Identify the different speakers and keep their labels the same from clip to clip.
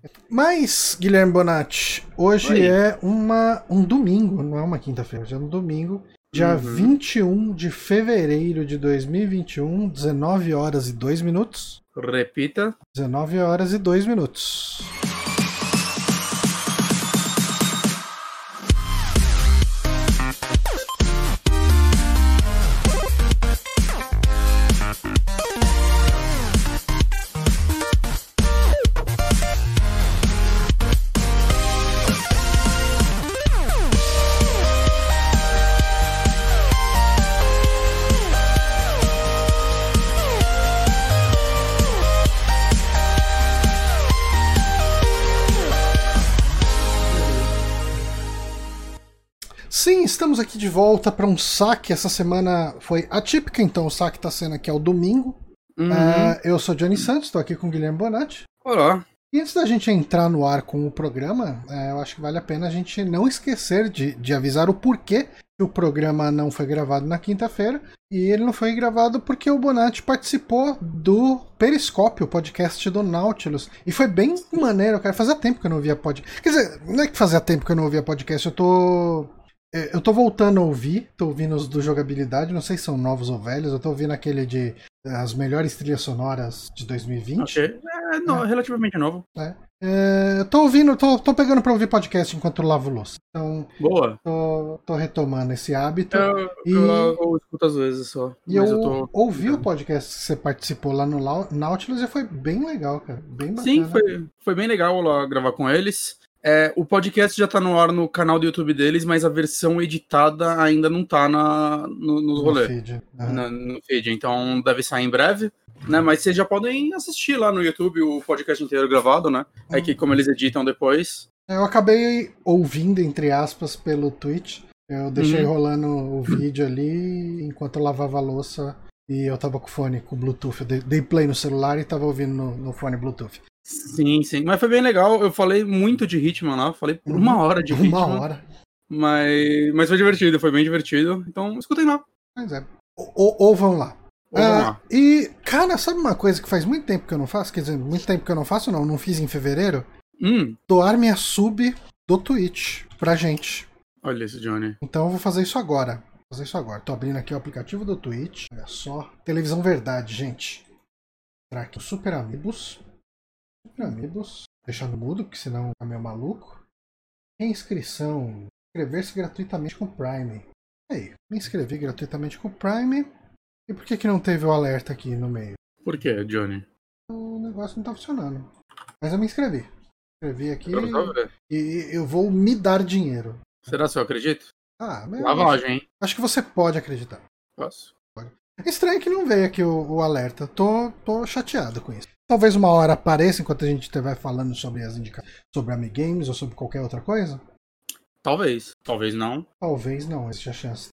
Speaker 1: Mas, Guilherme Bonatti, hoje
Speaker 2: Oi.
Speaker 1: é um domingo, não é uma quinta-feira, hoje é um domingo, dia 21 de fevereiro de 2021, 19 horas e 2 minutos.
Speaker 2: Repita.
Speaker 1: 19 horas e 2 minutos. Sim, estamos aqui de volta para um saque. Essa semana foi atípica, então o saque está sendo aqui ao domingo. Eu sou Johnny Santos, estou aqui com o Guilherme Bonatti.
Speaker 2: Olá.
Speaker 1: E antes da gente entrar no ar com o programa, eu acho que vale a pena a gente não esquecer de avisar o porquê que o programa não foi gravado na quinta-feira. E ele não foi gravado porque o Bonatti participou do Periscópio, o podcast do Nautilus. E foi bem maneiro, cara. Fazia tempo que eu não ouvia podcast. Quer dizer, não é que fazia tempo que eu não ouvia podcast, eu tô voltando a ouvir, tô ouvindo os do Jogabilidade, não sei se são novos ou velhos, eu tô ouvindo aquele de as melhores trilhas sonoras de 2020.
Speaker 2: Ok. Relativamente novo.
Speaker 1: Eu tô ouvindo, tô pegando pra ouvir podcast enquanto lavo louça. Então,
Speaker 2: Boa.
Speaker 1: tô retomando esse hábito.
Speaker 2: Eu escuto às vezes só.
Speaker 1: E eu ouvi o podcast que você participou lá no Nautilus e foi bem legal, cara. Bem bacana.
Speaker 2: Sim, foi bem legal lá gravar com eles. O podcast já tá no ar no canal do YouTube deles, mas a versão editada ainda não tá no rolê.
Speaker 1: Feed.
Speaker 2: No feed, então deve sair em breve, né? Mas vocês já podem assistir lá no YouTube o podcast inteiro gravado, né? É que como eles editam depois.
Speaker 1: Eu acabei ouvindo, entre aspas, pelo Twitch. Eu deixei rolando o vídeo ali enquanto eu lavava a louça e eu tava com o fone com Bluetooth. Eu dei play no celular e tava ouvindo no fone Bluetooth.
Speaker 2: Sim, mas foi bem legal. Eu falei muito de Hitman lá, falei por uma hora de Hitman.
Speaker 1: Uma hora.
Speaker 2: Mas foi divertido, foi bem divertido. Então escutem lá.
Speaker 1: Pois é. Ou vão lá.
Speaker 2: Vamos lá.
Speaker 1: E, cara, sabe uma coisa que faz muito tempo que eu não faço? Quer dizer, muito tempo que eu não faço, não fiz em fevereiro? Doar minha sub do Twitch pra gente.
Speaker 2: Olha isso, Johnny.
Speaker 1: Então eu vou fazer isso agora. Tô abrindo aqui o aplicativo do Twitch. Olha só. Televisão Verdade, gente. Entrar aqui no Super Amigos. Deixar no mudo, porque senão é meio maluco. Inscrição. Inscrever-se gratuitamente com o Prime. Aí, me inscrevi gratuitamente com o Prime. E por que não teve o alerta aqui no meio?
Speaker 2: Por que, Johnny?
Speaker 1: O negócio não tá funcionando. Mas eu me inscrevi. Inscrevi aqui
Speaker 2: ver.
Speaker 1: e eu vou me dar dinheiro.
Speaker 2: Será que eu acredito?
Speaker 1: Mas
Speaker 2: Lavagem, hein?
Speaker 1: Acho que você pode acreditar.
Speaker 2: Posso?
Speaker 1: Estranho que não veio aqui o alerta. Tô chateado com isso. Talvez uma hora apareça enquanto a gente estiver falando sobre as indicações, sobre Amigames ou sobre qualquer outra coisa.
Speaker 2: Talvez não.
Speaker 1: Talvez não, existe a chance.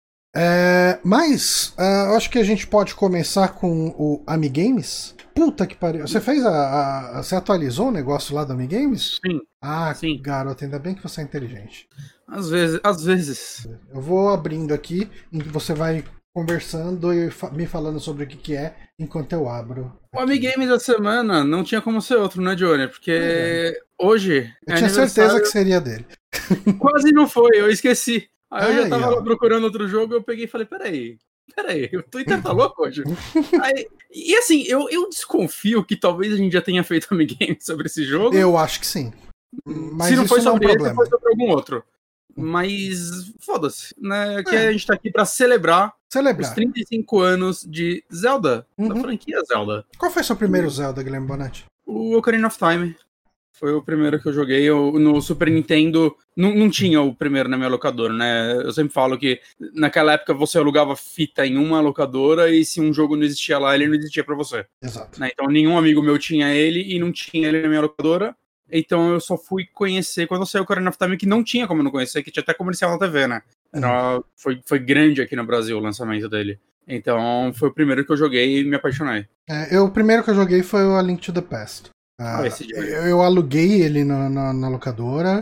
Speaker 1: Mas eu acho que a gente pode começar com o Amigames. Puta que pariu. Você fez você atualizou o negócio lá do Amigames?
Speaker 2: Sim.
Speaker 1: Sim. Garoto, ainda bem que você é inteligente.
Speaker 2: Às vezes.
Speaker 1: Eu vou abrindo aqui e você vai conversando e me falando sobre o que é enquanto eu abro.
Speaker 2: O Amigames da semana não tinha como ser outro, né, Johnny? Porque hoje
Speaker 1: eu tinha certeza que seria dele.
Speaker 2: Quase não foi, eu esqueci. Aí eu já tava lá procurando outro jogo, eu peguei e falei, peraí, o Twitter tá louco hoje? E assim, eu desconfio que talvez a gente já tenha feito Amigames sobre esse jogo.
Speaker 1: Eu acho que sim. Mas
Speaker 2: se não foi sobre
Speaker 1: esse,
Speaker 2: foi sobre algum outro. Mas foda-se, né? Que a gente tá aqui pra celebrar os 35 anos de Zelda, da franquia Zelda.
Speaker 1: Qual foi seu primeiro Zelda, Guilherme Bonatti?
Speaker 2: O Ocarina of Time. Foi o primeiro que eu joguei. No Super Nintendo não tinha o primeiro na minha locadora, né? Eu sempre falo que naquela época você alugava fita em uma locadora e se um jogo não existia lá, ele não existia pra você.
Speaker 1: Exato.
Speaker 2: Né? Então nenhum amigo meu tinha ele e não tinha ele na minha locadora. Então eu só fui conhecer quando saiu o Ocarina of Time, que não tinha como não conhecer, que tinha até comercial na TV, né? Foi grande aqui no Brasil o lançamento dele. Então foi o primeiro que eu joguei e me apaixonei.
Speaker 1: O primeiro que eu joguei foi o A Link to the Past. Eu aluguei ele na locadora.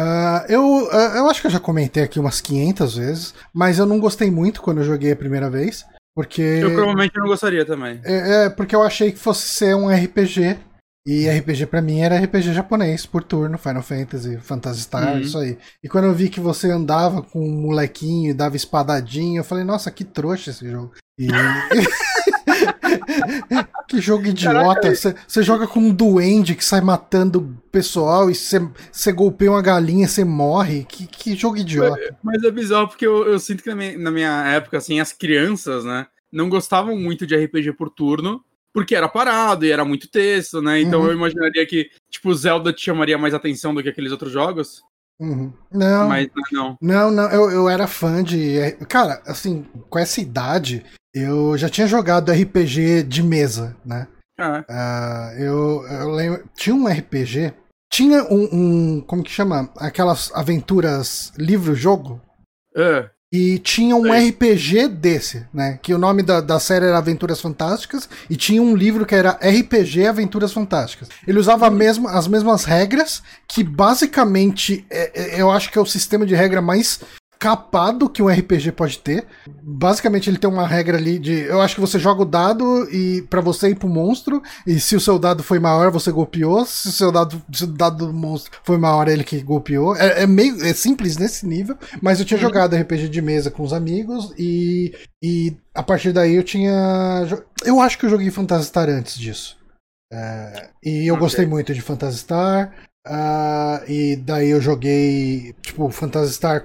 Speaker 1: Eu acho que eu já comentei aqui umas 500 vezes, mas eu não gostei muito quando eu joguei a primeira vez. Porque
Speaker 2: eu provavelmente não gostaria também.
Speaker 1: Porque eu achei que fosse ser um RPG E RPG pra mim era RPG japonês, por turno, Final Fantasy, Phantasy Star, isso aí. E quando eu vi que você andava com um molequinho e dava espadadinha, eu falei, nossa, que trouxa esse jogo. E... que jogo idiota. Você joga com um duende que sai matando o pessoal e você golpeia uma galinha, você morre. Que jogo idiota.
Speaker 2: Mas é bizarro porque eu sinto que na minha época, assim, as crianças, né, não gostavam muito de RPG por turno, porque era parado e era muito texto, né? Então eu imaginaria que, tipo, Zelda te chamaria mais atenção do que aqueles outros jogos.
Speaker 1: Não.
Speaker 2: Mas não.
Speaker 1: Não, eu era fã de... Cara, assim, com essa idade, eu já tinha jogado RPG de mesa, né? Eu lembro... Tinha um RPG... Tinha como que chama? Aquelas aventuras livro-jogo. E tinha um RPG desse, né? Que o nome da série era Aventuras Fantásticas. E tinha um livro que era RPG Aventuras Fantásticas. Ele usava as mesmas regras, que basicamente eu acho que é o sistema de regra mais capado que um RPG pode ter. Basicamente ele tem uma regra ali de... Eu acho que você joga o dado e pra você ir pro monstro, e se o seu dado foi maior, você golpeou. Se o dado do monstro foi maior, ele que golpeou. É simples nesse nível, mas eu tinha jogado RPG de mesa com os amigos e a partir daí eu tinha... Eu acho que eu joguei Phantasy Star antes disso. E eu gostei muito de Phantasy Star. E daí eu joguei tipo Phantasy Star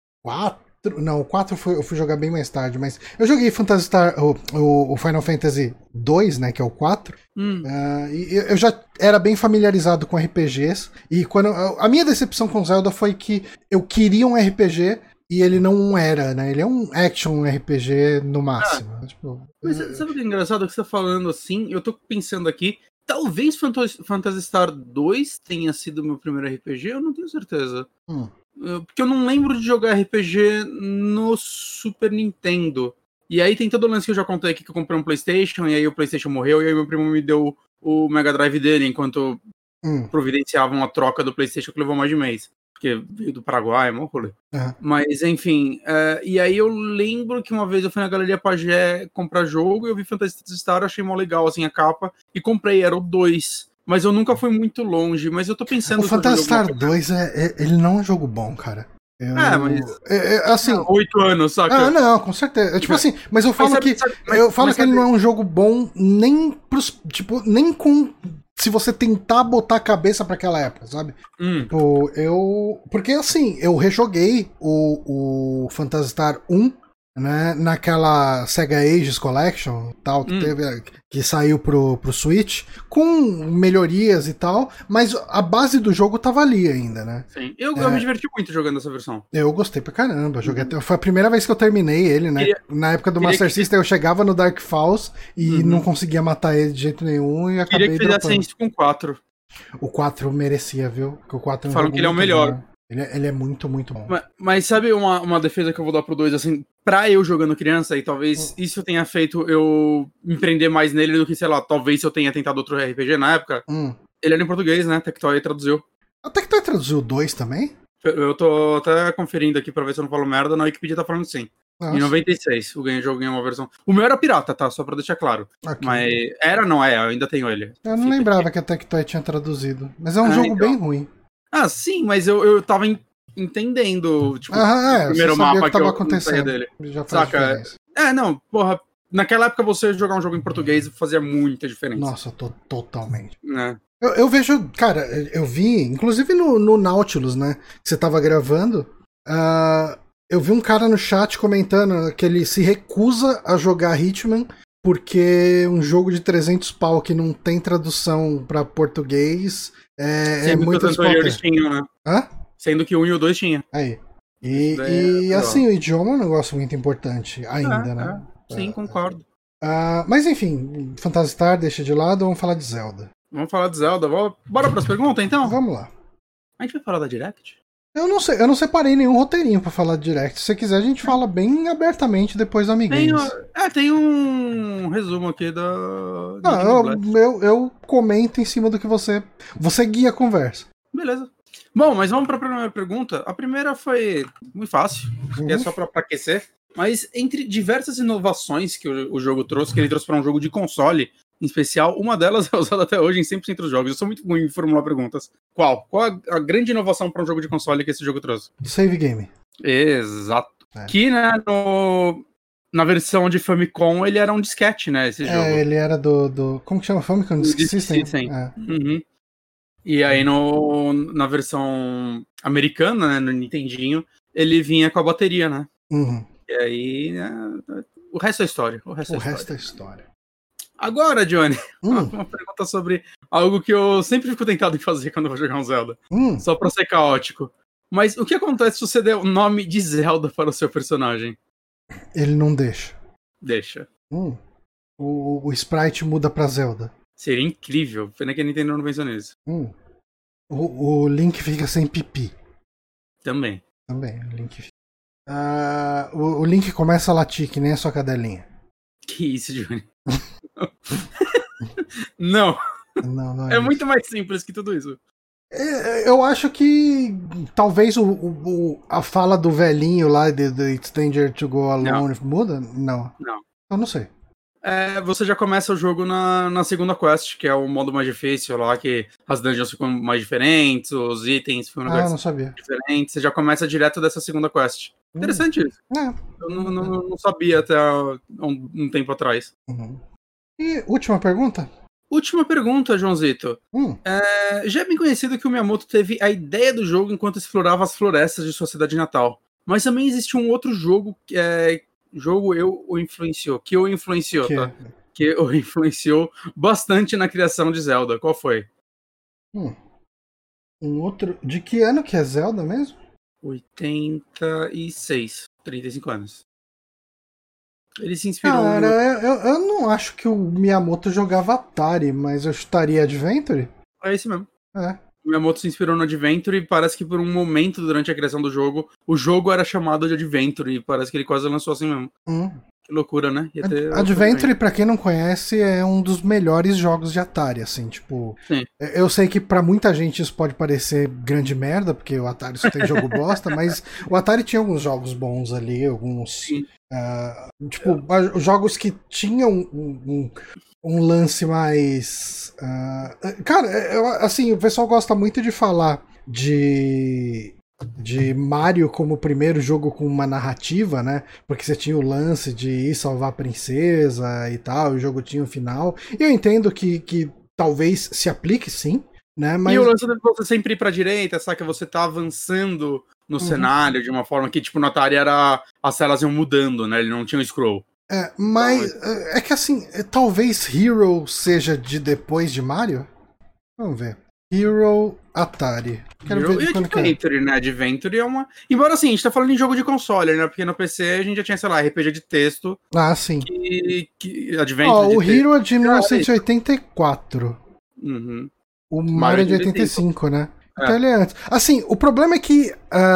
Speaker 1: 4? Não, o 4 eu fui jogar bem mais tarde, mas eu joguei Phantasy Star, o Final Fantasy 2, né, que é o 4. E eu já era bem familiarizado com RPGs. E quando a minha decepção com Zelda foi que eu queria um RPG e ele não era, né? Ele é um action RPG no máximo.
Speaker 2: Mas sabe o que é engraçado que você tá falando assim? Eu tô pensando aqui, talvez Phantasy Star 2 tenha sido meu primeiro RPG, eu não tenho certeza. Porque eu não lembro de jogar RPG no Super Nintendo. E aí tem todo o lance que eu já contei aqui, que eu comprei um PlayStation, e aí o PlayStation morreu, e aí meu primo me deu o Mega Drive dele, enquanto providenciavam a troca do PlayStation, que levou mais de mês. Porque veio do Paraguai, é mó rolê. Mas, enfim, e aí eu lembro que uma vez eu fui na Galeria Pagé comprar jogo, e eu vi Phantasy Star, achei mó legal, assim, a capa, e comprei, era o 2. Mas eu nunca fui muito longe, mas eu tô pensando...
Speaker 1: O Phantasy Star 2, ele não é um jogo bom, cara.
Speaker 2: Mas...
Speaker 1: assim...
Speaker 2: 8 anos, saca?
Speaker 1: Não, com certeza. Tipo assim, mas eu falo que ele não é um jogo bom nem nem com... Se você tentar botar a cabeça pra aquela época, sabe? Porque assim, eu rejoguei o Phantasy Star 1, né, naquela Sega Ages Collection, tal, que saiu pro Switch, com melhorias e tal, mas a base do jogo tava ali ainda, né?
Speaker 2: Sim, eu me diverti muito jogando essa versão.
Speaker 1: Eu gostei pra caramba, foi a primeira vez que eu terminei ele, né? Na época do Master System eu chegava no Dark Falls e não conseguia matar ele de jeito nenhum e acabei
Speaker 2: dropando. Queria que fizessem isso com 4.
Speaker 1: O 4 merecia, viu? Porque o 4 é um
Speaker 2: Falam
Speaker 1: jogo
Speaker 2: que ele é o melhor.
Speaker 1: Bom. Ele é muito, muito bom.
Speaker 2: Mas sabe uma defesa que eu vou dar pro 2, assim, pra eu jogando criança, e talvez isso tenha feito eu empreender mais nele do que, sei lá, talvez se eu tenha tentado outro RPG na época. Ele era em português, né? Tectoy traduziu.
Speaker 1: A Tectoy traduziu o 2 também?
Speaker 2: Eu tô até conferindo aqui pra ver se eu não falo merda, na Wikipedia tá falando sim. Nossa. Em 96, o jogo ganhou uma versão... O meu era pirata, tá? Só pra deixar claro. Okay. Mas eu ainda tenho ele.
Speaker 1: Eu não lembrava que a Tectoy tinha traduzido. Mas é um jogo bem ruim.
Speaker 2: Sim, mas eu tava entendendo, tipo, o primeiro mapa que tava acontecendo dele.
Speaker 1: Já faz diferença.
Speaker 2: Não, porra, naquela época você jogar um jogo em português fazia muita diferença.
Speaker 1: Nossa, totalmente. Eu vejo, cara, eu vi, inclusive no Nautilus, né, que você tava gravando, eu vi um cara no chat comentando que ele se recusa a jogar Hitman porque um jogo de 300 pau que não tem tradução pra português é muito
Speaker 2: eles tinham, né? Sendo que o 1 e o 2 tinha.
Speaker 1: Aí. E assim, o idioma é um negócio muito importante ainda, né?
Speaker 2: Sim, concordo.
Speaker 1: Mas enfim, Phantasy Star deixa de lado, vamos falar de Zelda.
Speaker 2: Vamos falar de Zelda. Bora pras perguntas, então?
Speaker 1: Vamos lá.
Speaker 2: A gente vai falar da Direct?
Speaker 1: Eu não separei nenhum roteirinho pra falar de Direct. Se você quiser, a gente fala bem abertamente depois do Amiguinhos.
Speaker 2: Tem um resumo aqui da...
Speaker 1: Eu comento em cima do que você guia a conversa.
Speaker 2: Beleza. Bom, mas vamos pra primeira pergunta. A primeira foi muito fácil, é só pra aquecer. Mas entre diversas inovações que o jogo trouxe, que ele trouxe pra um jogo de console, em especial. Uma delas é usada até hoje em 100% dos jogos. Eu sou muito ruim em formular perguntas. Qual? Qual a grande inovação para um jogo de console que esse jogo trouxe?
Speaker 1: Save game.
Speaker 2: Exato. Que, né, na versão de Famicom, ele era um disquete, né, esse jogo.
Speaker 1: Ele era do... Como que chama? Famicom Disk System?
Speaker 2: Uhum. E aí, na versão americana, né, no Nintendinho, ele vinha com a bateria, né?
Speaker 1: Uhum.
Speaker 2: E aí, o resto é história.
Speaker 1: O resto é história.
Speaker 2: Agora, Johnny, uma pergunta sobre algo que eu sempre fico tentado em fazer quando eu vou jogar um Zelda. Só pra ser caótico. Mas o que acontece se você der o nome de Zelda para o seu personagem?
Speaker 1: Ele não deixa.
Speaker 2: Deixa.
Speaker 1: O sprite muda pra Zelda. Seria
Speaker 2: incrível. Pena que a Nintendo não pensou nisso.
Speaker 1: O Link fica sem pipi.
Speaker 2: Também.
Speaker 1: O Link o Link começa a latir, que nem a sua cadelinha.
Speaker 2: Que isso, Johnny? Não. Não é muito mais simples que tudo isso.
Speaker 1: Eu acho que talvez a fala do velhinho lá de It's Danger to Go Alone muda? Não. Eu não sei.
Speaker 2: Você já começa o jogo na segunda quest, que é o modo mais difícil lá, que as dungeons ficam mais diferentes, os itens ficam
Speaker 1: não sabia.
Speaker 2: diferentes. Você já começa direto dessa segunda quest. Interessante isso. Eu não sabia até um tempo atrás.
Speaker 1: E última pergunta?
Speaker 2: Última pergunta, Joãozito. Já é bem conhecido que o Miyamoto teve a ideia do jogo enquanto explorava as florestas de sua cidade natal. Mas também existe um outro jogo que o influenciou, tá? Que o influenciou bastante na criação de Zelda. Qual foi?
Speaker 1: Um outro... De que ano que é Zelda mesmo?
Speaker 2: 86. 35 anos. Ele se inspirou...
Speaker 1: Cara, eu não acho que o Miyamoto jogava Atari, mas eu chutaria Adventure?
Speaker 2: É esse mesmo. O Miyamoto se inspirou no Adventure e parece que por um momento durante a criação do jogo, o jogo era chamado de Adventure e parece que ele quase lançou assim mesmo. Que loucura, né?
Speaker 1: Adventure, pra quem não conhece, é um dos melhores jogos de Atari, assim, tipo...
Speaker 2: Sim.
Speaker 1: Eu sei que pra muita gente isso pode parecer grande merda, porque o Atari só tem jogo bosta, mas o Atari tinha alguns jogos bons ali, alguns... jogos que tinham um lance mais... cara, assim, o pessoal gosta muito de falar de Mario como o primeiro jogo com uma narrativa, né? Porque você tinha o lance de ir salvar a princesa e tal, o jogo tinha um final. E eu entendo que talvez se aplique sim, né? Mas...
Speaker 2: E o lance de você sempre ir pra direita, saca? Você tá avançando no cenário de uma forma que, tipo, no Atari as telas iam mudando, né? Ele não tinha um scroll.
Speaker 1: Mas é que assim, talvez Hero seja de depois de Mario? Vamos ver. Hero Atari. Quero ver de quando
Speaker 2: Adventure, né? Adventure é uma... Embora assim, a gente tá falando em jogo de console, né? Porque no PC a gente já tinha, sei lá, RPG de texto.
Speaker 1: Sim.
Speaker 2: Que Adventure
Speaker 1: o Hero é de 1984. O Mario é de 85, né? Então ele é antes. Assim, o problema é que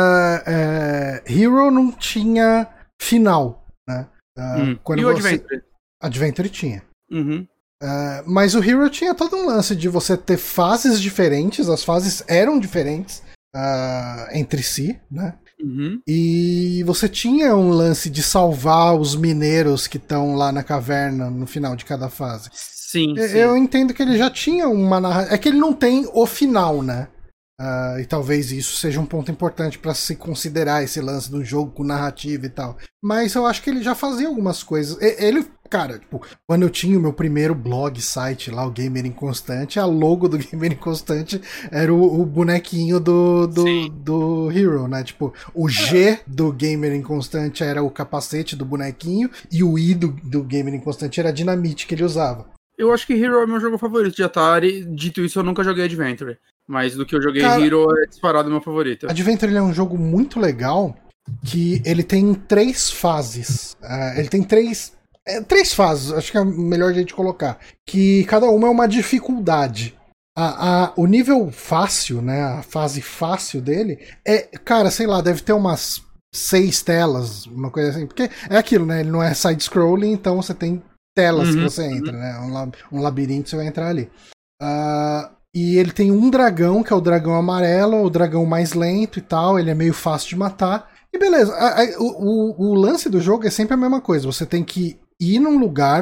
Speaker 1: Hero não tinha final, né?
Speaker 2: E o Adventure?
Speaker 1: Adventure tinha. Mas o Hero tinha todo um lance de você ter fases diferentes, as fases eram diferentes entre si, né? E você tinha um lance de salvar os mineiros que estão lá na caverna no final de cada fase.
Speaker 2: Sim.
Speaker 1: Eu entendo que ele já tinha uma narrativa. É que ele não tem o final, né? E talvez isso seja um ponto importante para se considerar esse lance do jogo com narrativa e tal. Mas eu acho que ele já fazia algumas coisas. Ele, cara, tipo, quando eu tinha o meu primeiro blog, site lá, o Gamer Inconstante, a logo do Gamer Inconstante era o bonequinho do Hero, né? Tipo, o G do Gamer Inconstante era o capacete do bonequinho e o I do Gamer Inconstante era a dinamite que ele usava.
Speaker 2: Eu acho que Hero é meu jogo favorito de Atari. Dito isso, eu nunca joguei Adventure. Mas do que eu joguei, Hero é disparado meu favorito.
Speaker 1: Adventure ele é um jogo muito legal, que ele tem 3 fases. Ele tem 3 fases, acho que é melhor a gente colocar. Que cada uma é uma dificuldade. O nível fácil, né, a fase fácil dele, cara, sei lá, deve ter umas 6 telas, uma coisa assim. Porque é aquilo, né, ele não é side-scrolling, então você tem telas que você entra, né, um labirinto você vai entrar ali. E ele tem um dragão, que é o dragão amarelo, o dragão mais lento e tal, ele é meio fácil de matar. E beleza, o lance do jogo é sempre a mesma coisa, você tem que ir num lugar,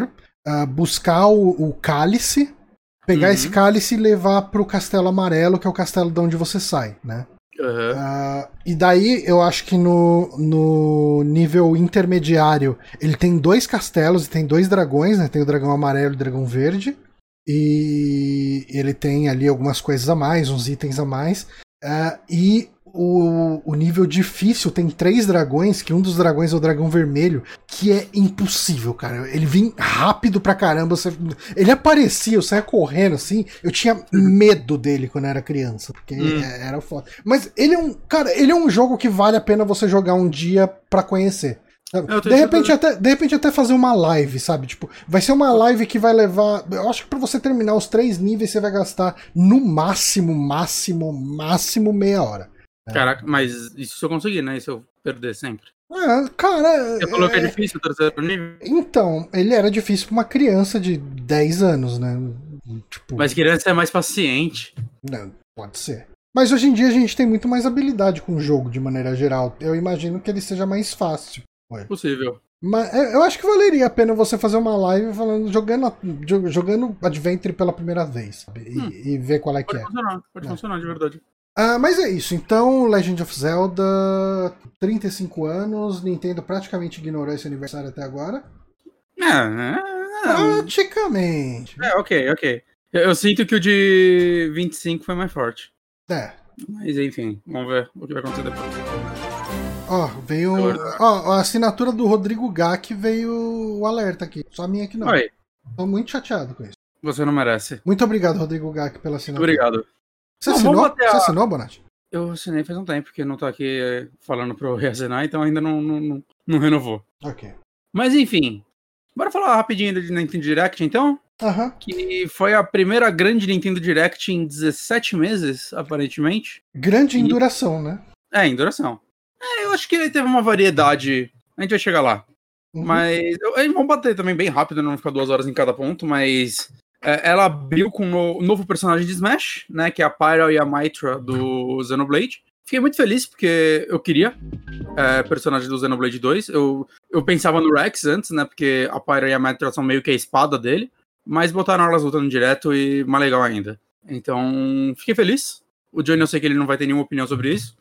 Speaker 1: buscar o cálice, pegar esse cálice e levar pro Castelo Amarelo, que é o castelo de onde você sai, né? E daí eu acho que no nível intermediário ele tem 2 castelos e tem 2 dragões, né? Tem o dragão amarelo e o dragão verde. E ele tem ali algumas coisas a mais, uns itens a mais. E o nível difícil tem 3 dragões, que um dos dragões é o dragão vermelho, que é impossível, cara. Ele vem rápido pra caramba. Ele aparecia, eu saia correndo assim. Eu tinha medo dele quando eu era criança, porque era foda. Mas ele é um jogo que vale a pena você jogar um dia pra conhecer. De repente até fazer uma live, sabe? Tipo, vai ser uma live que vai levar... Eu acho que pra você terminar os 3 níveis você vai gastar no máximo meia hora.
Speaker 2: Caraca, mas isso se eu conseguir, né? E se eu perder sempre?
Speaker 1: Cara...
Speaker 2: Você falou que é difícil o 3º nível?
Speaker 1: Então, ele era difícil pra uma criança de 10 anos, né? Tipo...
Speaker 2: Mas criança é mais paciente.
Speaker 1: Não, pode ser. Mas hoje em dia a gente tem muito mais habilidade com o jogo, de maneira geral. Eu imagino que ele seja mais fácil.
Speaker 2: Possível.
Speaker 1: Mas eu acho que valeria a pena você fazer uma live jogando Adventure pela primeira vez, sabe? E ver qual é que é.
Speaker 2: Pode funcionar, de verdade.
Speaker 1: Mas é isso. Então, Legend of Zelda, 35 anos, Nintendo praticamente ignorou esse aniversário até agora. Praticamente.
Speaker 2: Ok. Eu sinto que o de 25 foi mais forte. Mas enfim, vamos ver o que vai acontecer depois.
Speaker 1: Veio. A assinatura do Rodrigo Gack, veio o alerta aqui. Só a minha aqui não.
Speaker 2: Oi.
Speaker 1: Tô muito chateado com isso.
Speaker 2: Você não merece.
Speaker 1: Muito obrigado, Rodrigo Gack, pela assinatura.
Speaker 2: Obrigado.
Speaker 1: Você assinou, Bonatti?
Speaker 2: Eu assinei faz um tempo, porque não tô aqui falando pra eu reassinar, então ainda não renovou.
Speaker 1: Ok.
Speaker 2: Mas enfim, bora falar rapidinho de Nintendo Direct, então? Que foi a primeira grande Nintendo Direct em 17 meses, aparentemente.
Speaker 1: Grande em duração, né?
Speaker 2: Em duração. Eu acho que ele teve uma variedade. A gente vai chegar lá. Mas vamos bater também bem rápido, não ficar 2 horas em cada ponto, mas ela abriu com o novo personagem de Smash, né? Que é a Pyra e a Mythra do Xenoblade. Fiquei muito feliz porque eu queria personagem do Xenoblade 2. Eu pensava no Rex antes, né? Porque a Pyra e a Mythra são meio que a espada dele. Mas botaram elas lutando direto e mais legal ainda. Então, fiquei feliz. O Johnny, eu sei que ele não vai ter nenhuma opinião sobre isso.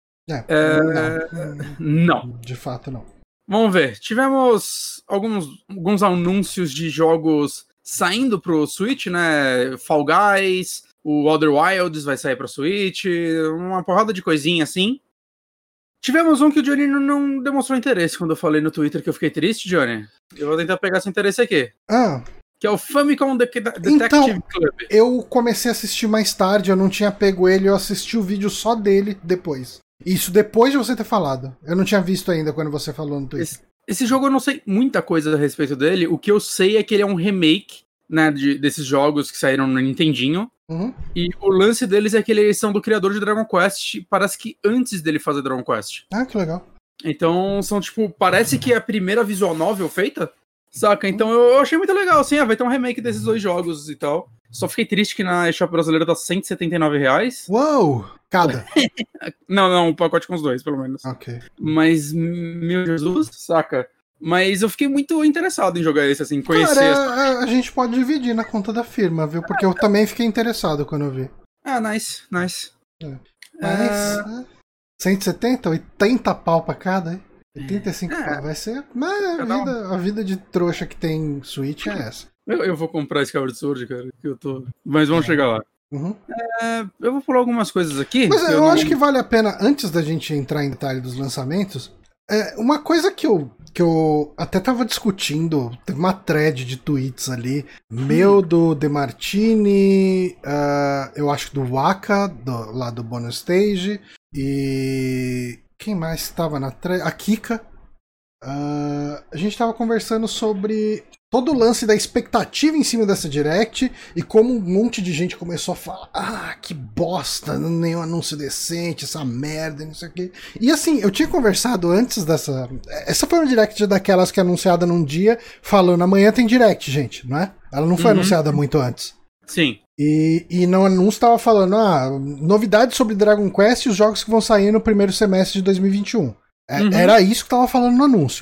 Speaker 2: Não.
Speaker 1: De fato, não.
Speaker 2: Vamos ver. Tivemos alguns anúncios de jogos saindo pro Switch, né? Fall Guys, o Outer Wilds vai sair pro Switch, uma porrada de coisinha assim. Tivemos um que o Johnny não demonstrou interesse quando eu falei no Twitter que eu fiquei triste, Johnny. Eu vou tentar pegar esse interesse aqui. Que é o Famicom Detective Club.
Speaker 1: Eu comecei a assistir mais tarde, eu não tinha pego ele, eu assisti o vídeo só dele depois. Isso depois de você ter falado. Eu não tinha visto ainda quando você falou no Twitter.
Speaker 2: Esse jogo eu não sei muita coisa a respeito dele. O que eu sei é que ele é um remake, né, desses jogos que saíram no Nintendinho. E o lance deles é que eles são do criador de Dragon Quest, parece que antes dele fazer Dragon Quest.
Speaker 1: Que legal.
Speaker 2: Então são tipo, parece que é a primeira visual novel feita. Saca? Então eu achei muito legal, assim, vai ter um remake desses 2 jogos e tal. Só fiquei triste que na eShop brasileira tá R$179.
Speaker 1: Uou! Cada?
Speaker 2: não, um pacote com os 2, pelo menos.
Speaker 1: Ok.
Speaker 2: Mas, meu Jesus, saca? Mas eu fiquei muito interessado em jogar esse, assim, conhecer.
Speaker 1: Cara, a gente pode dividir na conta da firma, viu? Porque eu também fiquei interessado quando eu vi.
Speaker 2: Nice.
Speaker 1: Mas, 170, 80 pau pra cada, hein? 85 pau, vai ser... Mas a vida de trouxa que tem Switch é essa.
Speaker 2: Eu vou comprar Skyward Sword, cara, que eu tô... Mas vamos chegar lá. Eu vou pular algumas coisas aqui.
Speaker 1: Mas eu acho que vale a pena, antes da gente entrar em detalhe dos lançamentos, uma coisa que eu até tava discutindo, teve uma thread de tweets ali, meu, do DeMartini, eu acho do Waka, lá do Bonus Stage, e quem mais estava na thread? A Kika. A gente tava conversando sobre todo o lance da expectativa em cima dessa Direct e como um monte de gente começou a falar, que bosta, nenhum anúncio decente, essa merda, não sei o quê. E assim, eu tinha conversado antes dessa... Essa foi uma Direct daquelas que é anunciada num dia, falando, amanhã tem Direct, gente, não é? Ela não foi anunciada muito antes.
Speaker 2: Sim.
Speaker 1: E no anúncio estava falando, novidades sobre Dragon Quest e os jogos que vão sair no primeiro semestre de 2021. Era isso que estava falando no anúncio.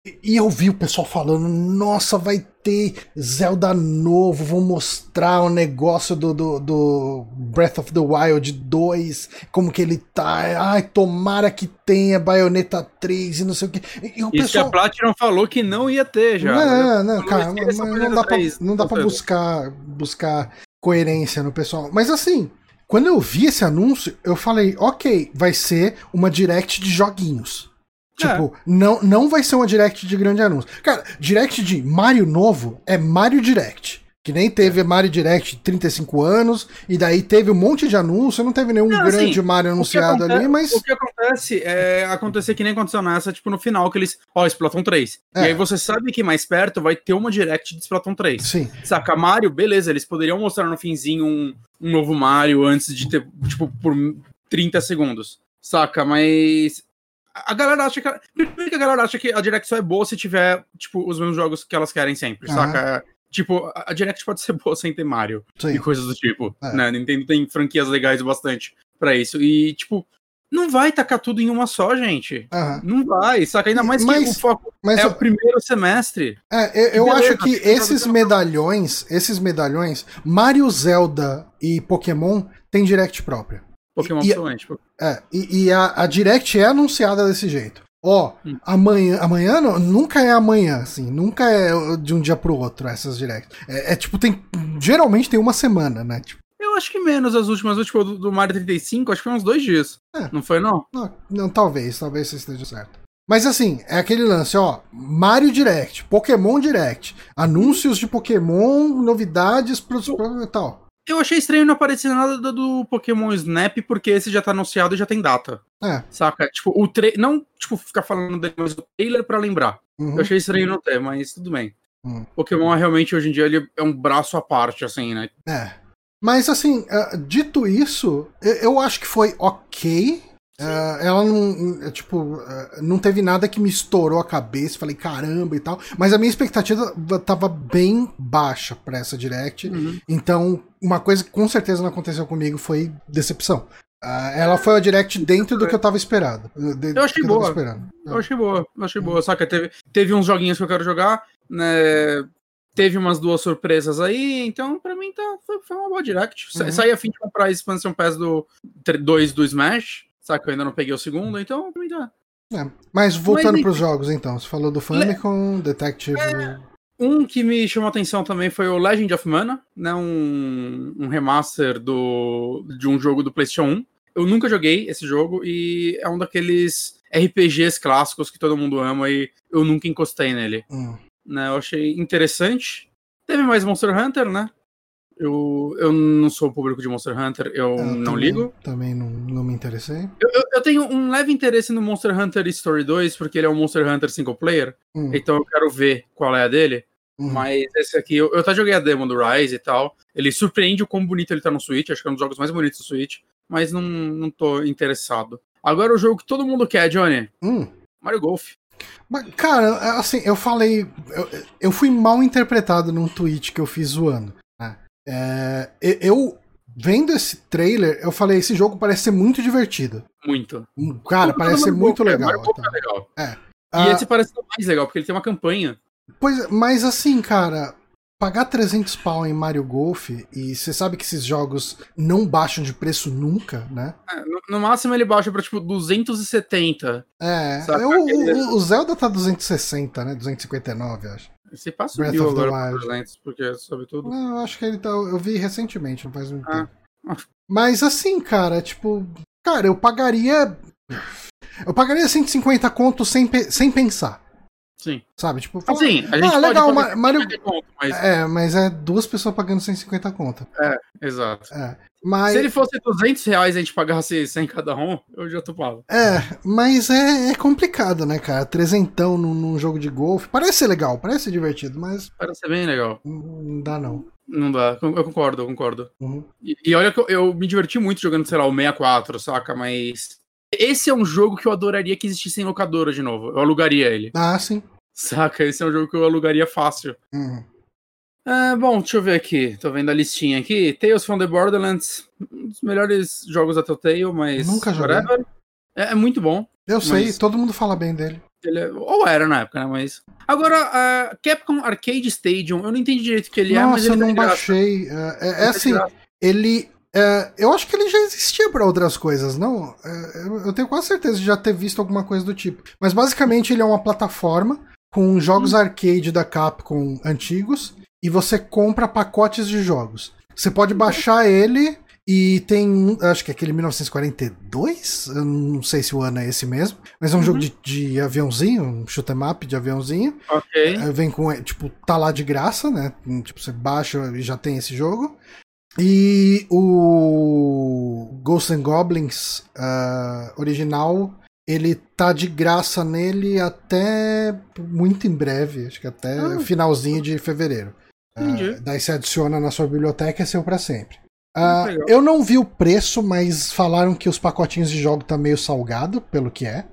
Speaker 1: E eu vi o pessoal falando, nossa, vai ter Zelda novo, vão mostrar o negócio do Breath of the Wild 2, como que ele tá, ai, tomara que tenha Bayonetta 3 e não sei o que. E o
Speaker 2: Isso
Speaker 1: pessoal...
Speaker 2: que a Platinum falou que não ia ter já.
Speaker 1: Não, cara, mas não dá pra buscar coerência no pessoal. Mas assim, quando eu vi esse anúncio, eu falei, ok, vai ser uma direct de joguinhos. Tipo, não vai ser uma direct de grande anúncio. Cara, direct de Mario novo é Mario Direct. Que nem teve Mario Direct de 35 anos, e daí teve um monte de anúncio, não teve nenhum grande Mario anunciado ali, mas...
Speaker 2: O que acontece é acontecer que nem aconteceu nessa, tipo, no final, que eles... Splatoon 3. E aí você sabe que mais perto vai ter uma direct de Splatoon 3.
Speaker 1: Sim.
Speaker 2: Saca, Mario, beleza, eles poderiam mostrar no finzinho um novo Mario antes de ter, tipo, por 30 segundos. Saca, mas... A galera acha que... Primeiro que a galera acha que a direct só é boa se tiver, tipo, os mesmos jogos que elas querem sempre, saca? Tipo, a Direct pode ser boa sem ter Mario. Sim. E coisas do tipo, né? Nintendo tem franquias legais bastante pra isso. E, tipo, não vai tacar tudo em uma só, gente. Não vai, saca? Ainda mais que o foco é o primeiro semestre.
Speaker 1: Eu acho que esses medalhões, Mario, Zelda e Pokémon tem Direct própria.
Speaker 2: Pokémon somente.
Speaker 1: E a Direct é anunciada desse jeito. Amanhã nunca é amanhã, assim, nunca é de um dia pro outro essas directs. Tipo, geralmente tem uma semana, né? Tipo,
Speaker 2: eu acho que menos as últimas, tipo, do Mario 35, acho que foi uns 2 dias. Não foi, não?
Speaker 1: Não, talvez você esteja certo. Mas assim, é aquele lance, Mario Direct, Pokémon Direct, anúncios de Pokémon, novidades pro tal.
Speaker 2: Eu achei estranho não aparecer nada do Pokémon Snap, porque esse já tá anunciado e já tem data. Saca? Tipo, não, tipo, ficar falando dele, mas o trailer pra lembrar. Eu achei estranho não ter, mas tudo bem. Pokémon realmente, hoje em dia, ele é um braço à parte, assim, né?
Speaker 1: Mas, assim, dito isso, eu acho que foi ok. Ela não, tipo, não teve nada que me estourou a cabeça, falei caramba e tal, mas a minha expectativa tava bem baixa pra essa Direct, então uma coisa que com certeza não aconteceu comigo foi decepção. Ela foi a Direct dentro do que eu tava esperando.
Speaker 2: Eu achei boa. Eu achei boa, saca? Teve uns joguinhos que eu quero jogar, né? Teve umas 2 surpresas aí, então pra mim foi uma boa Direct. Saí a fim de comprar a Expansion Pass do 2 do Smash. Saca, eu ainda não peguei o segundo, então também tá.
Speaker 1: Mas voltando pros jogos, então. Você falou do Famicom, Detective...
Speaker 2: Um que me chamou a atenção também foi o Legend of Mana, né? Um remaster de um jogo do PlayStation 1. Eu nunca joguei esse jogo e é um daqueles RPGs clássicos que todo mundo ama e eu nunca encostei nele. Né, eu achei interessante. Teve mais Monster Hunter, né? Eu não sou o público de Monster Hunter, eu não ligo.
Speaker 1: Também não me interessei.
Speaker 2: Eu tenho um leve interesse no Monster Hunter Story 2, porque ele é um Monster Hunter single player, então eu quero ver qual é a dele. Mas esse aqui, eu até joguei a demo do Rise e tal. Ele surpreende o quão bonito ele tá no Switch, acho que é um dos jogos mais bonitos do Switch, mas não tô interessado. Agora o jogo que todo mundo quer, Johnny. Mario Golf.
Speaker 1: Mas, cara, assim, eu falei... Eu fui mal interpretado num tweet que eu fiz zoando. Eu vendo esse trailer, eu falei, esse jogo parece ser muito divertido.
Speaker 2: Muito.
Speaker 1: Cara, parece ser muito legal.
Speaker 2: É legal. E esse parece ser mais legal, porque ele tem uma campanha.
Speaker 1: Pois, mas assim, cara, pagar 300 pau em Mario Golf, e você sabe que esses jogos não baixam de preço nunca, né?
Speaker 2: No máximo ele baixa pra, tipo, 270.
Speaker 1: O Zelda tá 260, né? 259, acho.
Speaker 2: Você passa o Mil agora por 200, porque sobe tudo.
Speaker 1: Não, acho que ele tá... Eu vi recentemente, não faz muito tempo. Mas assim, cara, tipo... Cara, eu pagaria 150 conto sem pensar.
Speaker 2: Sim.
Speaker 1: Sabe? Tipo,
Speaker 2: assim, a gente
Speaker 1: legal,
Speaker 2: pode
Speaker 1: Mario...
Speaker 2: conto, mas...
Speaker 1: mas é 2 pessoas pagando 150 conto.
Speaker 2: Exato.
Speaker 1: Mas...
Speaker 2: Se ele fosse R$200 e a gente pagasse 100 cada um, eu já topava.
Speaker 1: Mas é complicado, né, cara? Trezentão num jogo de golfe. Parece ser legal, parece ser divertido, mas...
Speaker 2: Parece ser bem legal.
Speaker 1: Não dá, não.
Speaker 2: Não dá, eu concordo. E olha que eu me diverti muito jogando, sei lá, o 64, saca? Mas... Esse é um jogo que eu adoraria que existisse em locadora de novo. Eu alugaria ele.
Speaker 1: Sim.
Speaker 2: Saca? Esse é um jogo que eu alugaria fácil. Bom, deixa eu ver aqui. Tô vendo a listinha aqui. Tales from the Borderlands. Um dos melhores jogos da Telltale, mas...
Speaker 1: Nunca joguei.
Speaker 2: É muito bom.
Speaker 1: Eu sei, todo mundo fala bem dele.
Speaker 2: Ou era na época, né? Mas. Agora, a Capcom Arcade Stadium, eu não entendi direito o que ele
Speaker 1: Nossa,
Speaker 2: mas ele
Speaker 1: eu não baixei. Assim, ele. Eu acho que ele já existia para outras coisas, não? Eu tenho quase certeza de já ter visto alguma coisa do tipo. Mas basicamente ele é uma plataforma com jogos arcade da Capcom antigos e você compra pacotes de jogos. Você pode baixar ele e tem, acho que é aquele 1942, eu não sei se o ano é esse mesmo, mas é um jogo de aviãozinho, um shoot 'em up de aviãozinho.
Speaker 2: Ok.
Speaker 1: Vem com, tipo, tá lá de graça, né? Tipo, você baixa e já tem esse jogo. E o Ghosts and Goblins original, ele tá de graça nele até muito em breve, acho que até finalzinho de fevereiro. Daí você adiciona na sua biblioteca e é seu pra sempre. Eu não vi o preço, mas falaram que os pacotinhos de jogo tá meio salgado, pelo que é.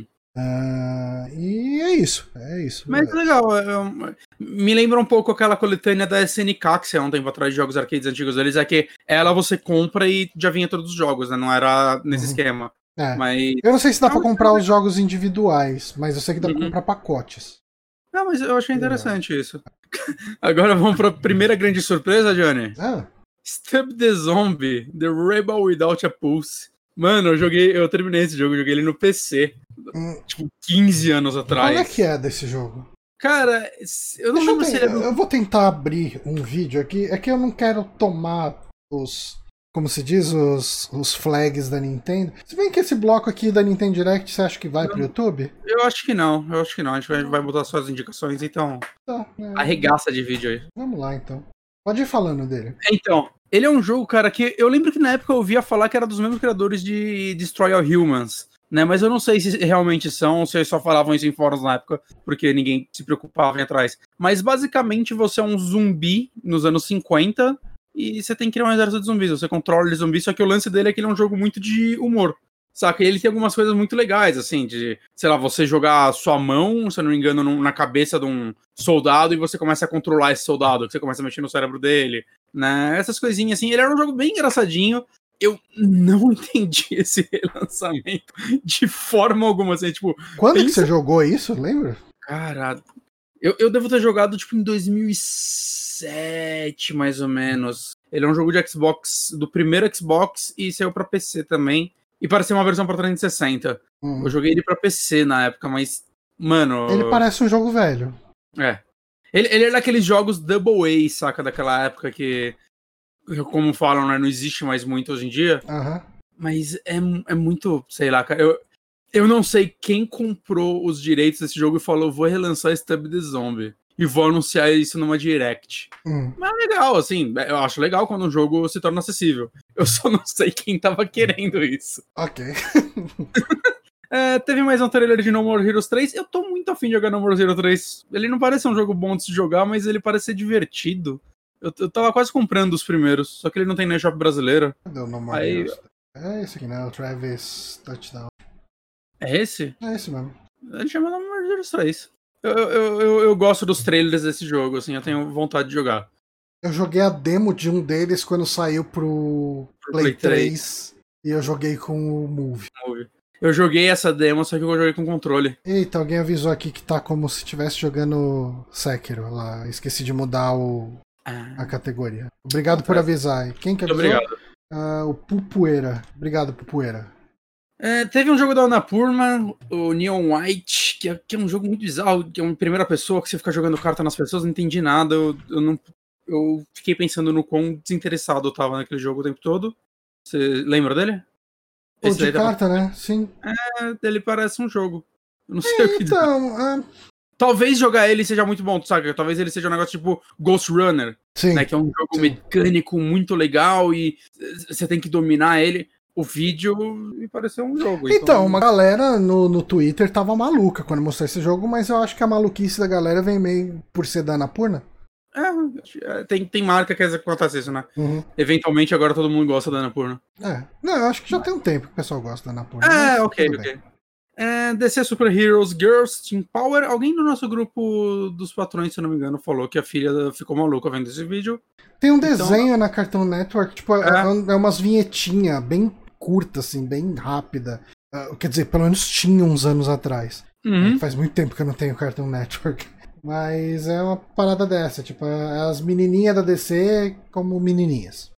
Speaker 1: E é isso.
Speaker 2: Mas legal, me lembra um pouco aquela coletânea da SNK que saiu um tempo atrás de jogos arcades antigos deles, é que ela você compra e já vinha todos os jogos, né? Não era nesse esquema. Mas...
Speaker 1: Eu não sei se dá pra comprar os jogos individuais, mas eu sei que dá pra comprar pacotes.
Speaker 2: Não, mas eu achei interessante isso. Agora vamos pra primeira grande surpresa, Johnny. Stub the Zombie, The Rebel Without a Pulse. Mano, eu terminei esse jogo, joguei ele no PC. Tipo, 15 anos atrás.
Speaker 1: Qual é que é desse jogo?
Speaker 2: Cara, eu não lembro se ele é...
Speaker 1: Eu vou tentar abrir um vídeo aqui. É que eu não quero tomar os... Como se diz, os flags da Nintendo. Se bem que esse bloco aqui da Nintendo Direct, você acha que vai pro YouTube?
Speaker 2: Eu acho que não. A gente vai botar suas indicações, então... Arregaça de vídeo aí.
Speaker 1: Vamos lá, então. Pode ir falando dele.
Speaker 2: Então, ele é um jogo, cara, que eu lembro que na época eu ouvia falar que era dos mesmos criadores de Destroy All Humans, né? Mas eu não sei se realmente são, ou se eles só falavam isso em fóruns na época, porque ninguém se preocupava em atrás. Mas basicamente você é um zumbi nos anos 50 e você tem que criar um exército de zumbis. Você controla os zumbis, só que o lance dele é que ele é um jogo muito de humor. Saca? E ele tem algumas coisas muito legais, assim, de, sei lá, você jogar sua mão, se eu não me engano, na cabeça de um soldado e você começa a controlar esse soldado, que você começa a mexer no cérebro dele, né? Essas coisinhas, assim. Ele era um jogo bem engraçadinho. Eu não entendi esse relançamento de forma alguma, assim, tipo...
Speaker 1: Quando que você jogou isso, lembra?
Speaker 2: Cara, eu devo ter jogado, tipo, em 2007, mais ou menos. Ele é um jogo de Xbox, do primeiro Xbox, e saiu pra PC também. E parecia uma versão pra 360. Eu joguei ele pra PC na época, mas, mano...
Speaker 1: Ele parece um jogo velho.
Speaker 2: É. Ele é daqueles jogos Double A, saca? Daquela época que, como falam, né, não existe mais muito hoje em dia. Mas é muito, sei lá, cara. Eu não sei quem comprou os direitos desse jogo e falou, vou relançar Stub the Zombie. E vou anunciar isso numa Direct. Mas é legal, assim, eu acho legal quando um jogo se torna acessível. Eu só não sei quem tava querendo isso.
Speaker 1: Ok.
Speaker 2: Teve mais um trailer de No More Heroes 3. Eu tô muito afim de jogar No More Heroes 3. Ele não parece um jogo bom de se jogar, mas ele parece ser divertido. Eu tava quase comprando os primeiros, só que ele não tem na eShop brasileira.
Speaker 1: Cadê o No More Heroes? É esse aqui, né? O Travis Touchdown.
Speaker 2: É esse?
Speaker 1: É esse mesmo.
Speaker 2: Ele chama No More Heroes 3. Eu gosto dos trailers desse jogo, assim, eu tenho vontade de jogar.
Speaker 1: Eu joguei a demo de um deles quando saiu pro Play 3 e eu joguei com o Move.
Speaker 2: Eu joguei essa demo, só que eu joguei com controle.
Speaker 1: Eita, alguém avisou aqui que tá como se estivesse jogando Sekiro lá. Esqueci de mudar a categoria. Obrigado por avisar. Quem que avisou?
Speaker 2: Obrigado.
Speaker 1: O Pupueira. Obrigado, Pupueira.
Speaker 2: Teve um jogo da Annapurna, o Neon White, que é um jogo muito bizarro, que é uma primeira pessoa, que você fica jogando carta nas pessoas, não entendi nada, eu fiquei pensando no quão desinteressado eu tava naquele jogo o tempo todo. Você lembra dele?
Speaker 1: O de carta, né? Sim.
Speaker 2: Ele parece um jogo. Eu não sei o que dizer.
Speaker 1: Então,
Speaker 2: talvez jogar ele seja muito bom, sabe? Talvez ele seja um negócio tipo Ghost Runner,
Speaker 1: sim,
Speaker 2: né? Que é um jogo mecânico muito legal e você tem que dominar ele. O vídeo me pareceu um jogo.
Speaker 1: Então, uma galera no Twitter tava maluca quando mostrou esse jogo, mas eu acho que a maluquice da galera vem meio por ser da Annapurna.
Speaker 2: Tem marca que acontece isso, né? Eventualmente agora todo mundo gosta da Annapurna.
Speaker 1: Não, eu acho que já tem um tempo que o pessoal gosta da Annapurna.
Speaker 2: Ok. DC Super Heroes Girls Team Power. Alguém do nosso grupo dos patrões, se eu não me engano, falou que a filha ficou maluca vendo esse vídeo.
Speaker 1: Tem um desenho na Cartoon Network, tipo, é umas vinhetinhas bem curta, assim, bem rápida. Quer dizer, pelo menos tinha uns anos atrás.
Speaker 2: Uhum.
Speaker 1: Faz muito tempo que eu não tenho Cartoon Network. Mas é uma parada dessa, tipo, as menininhas da DC como menininhas.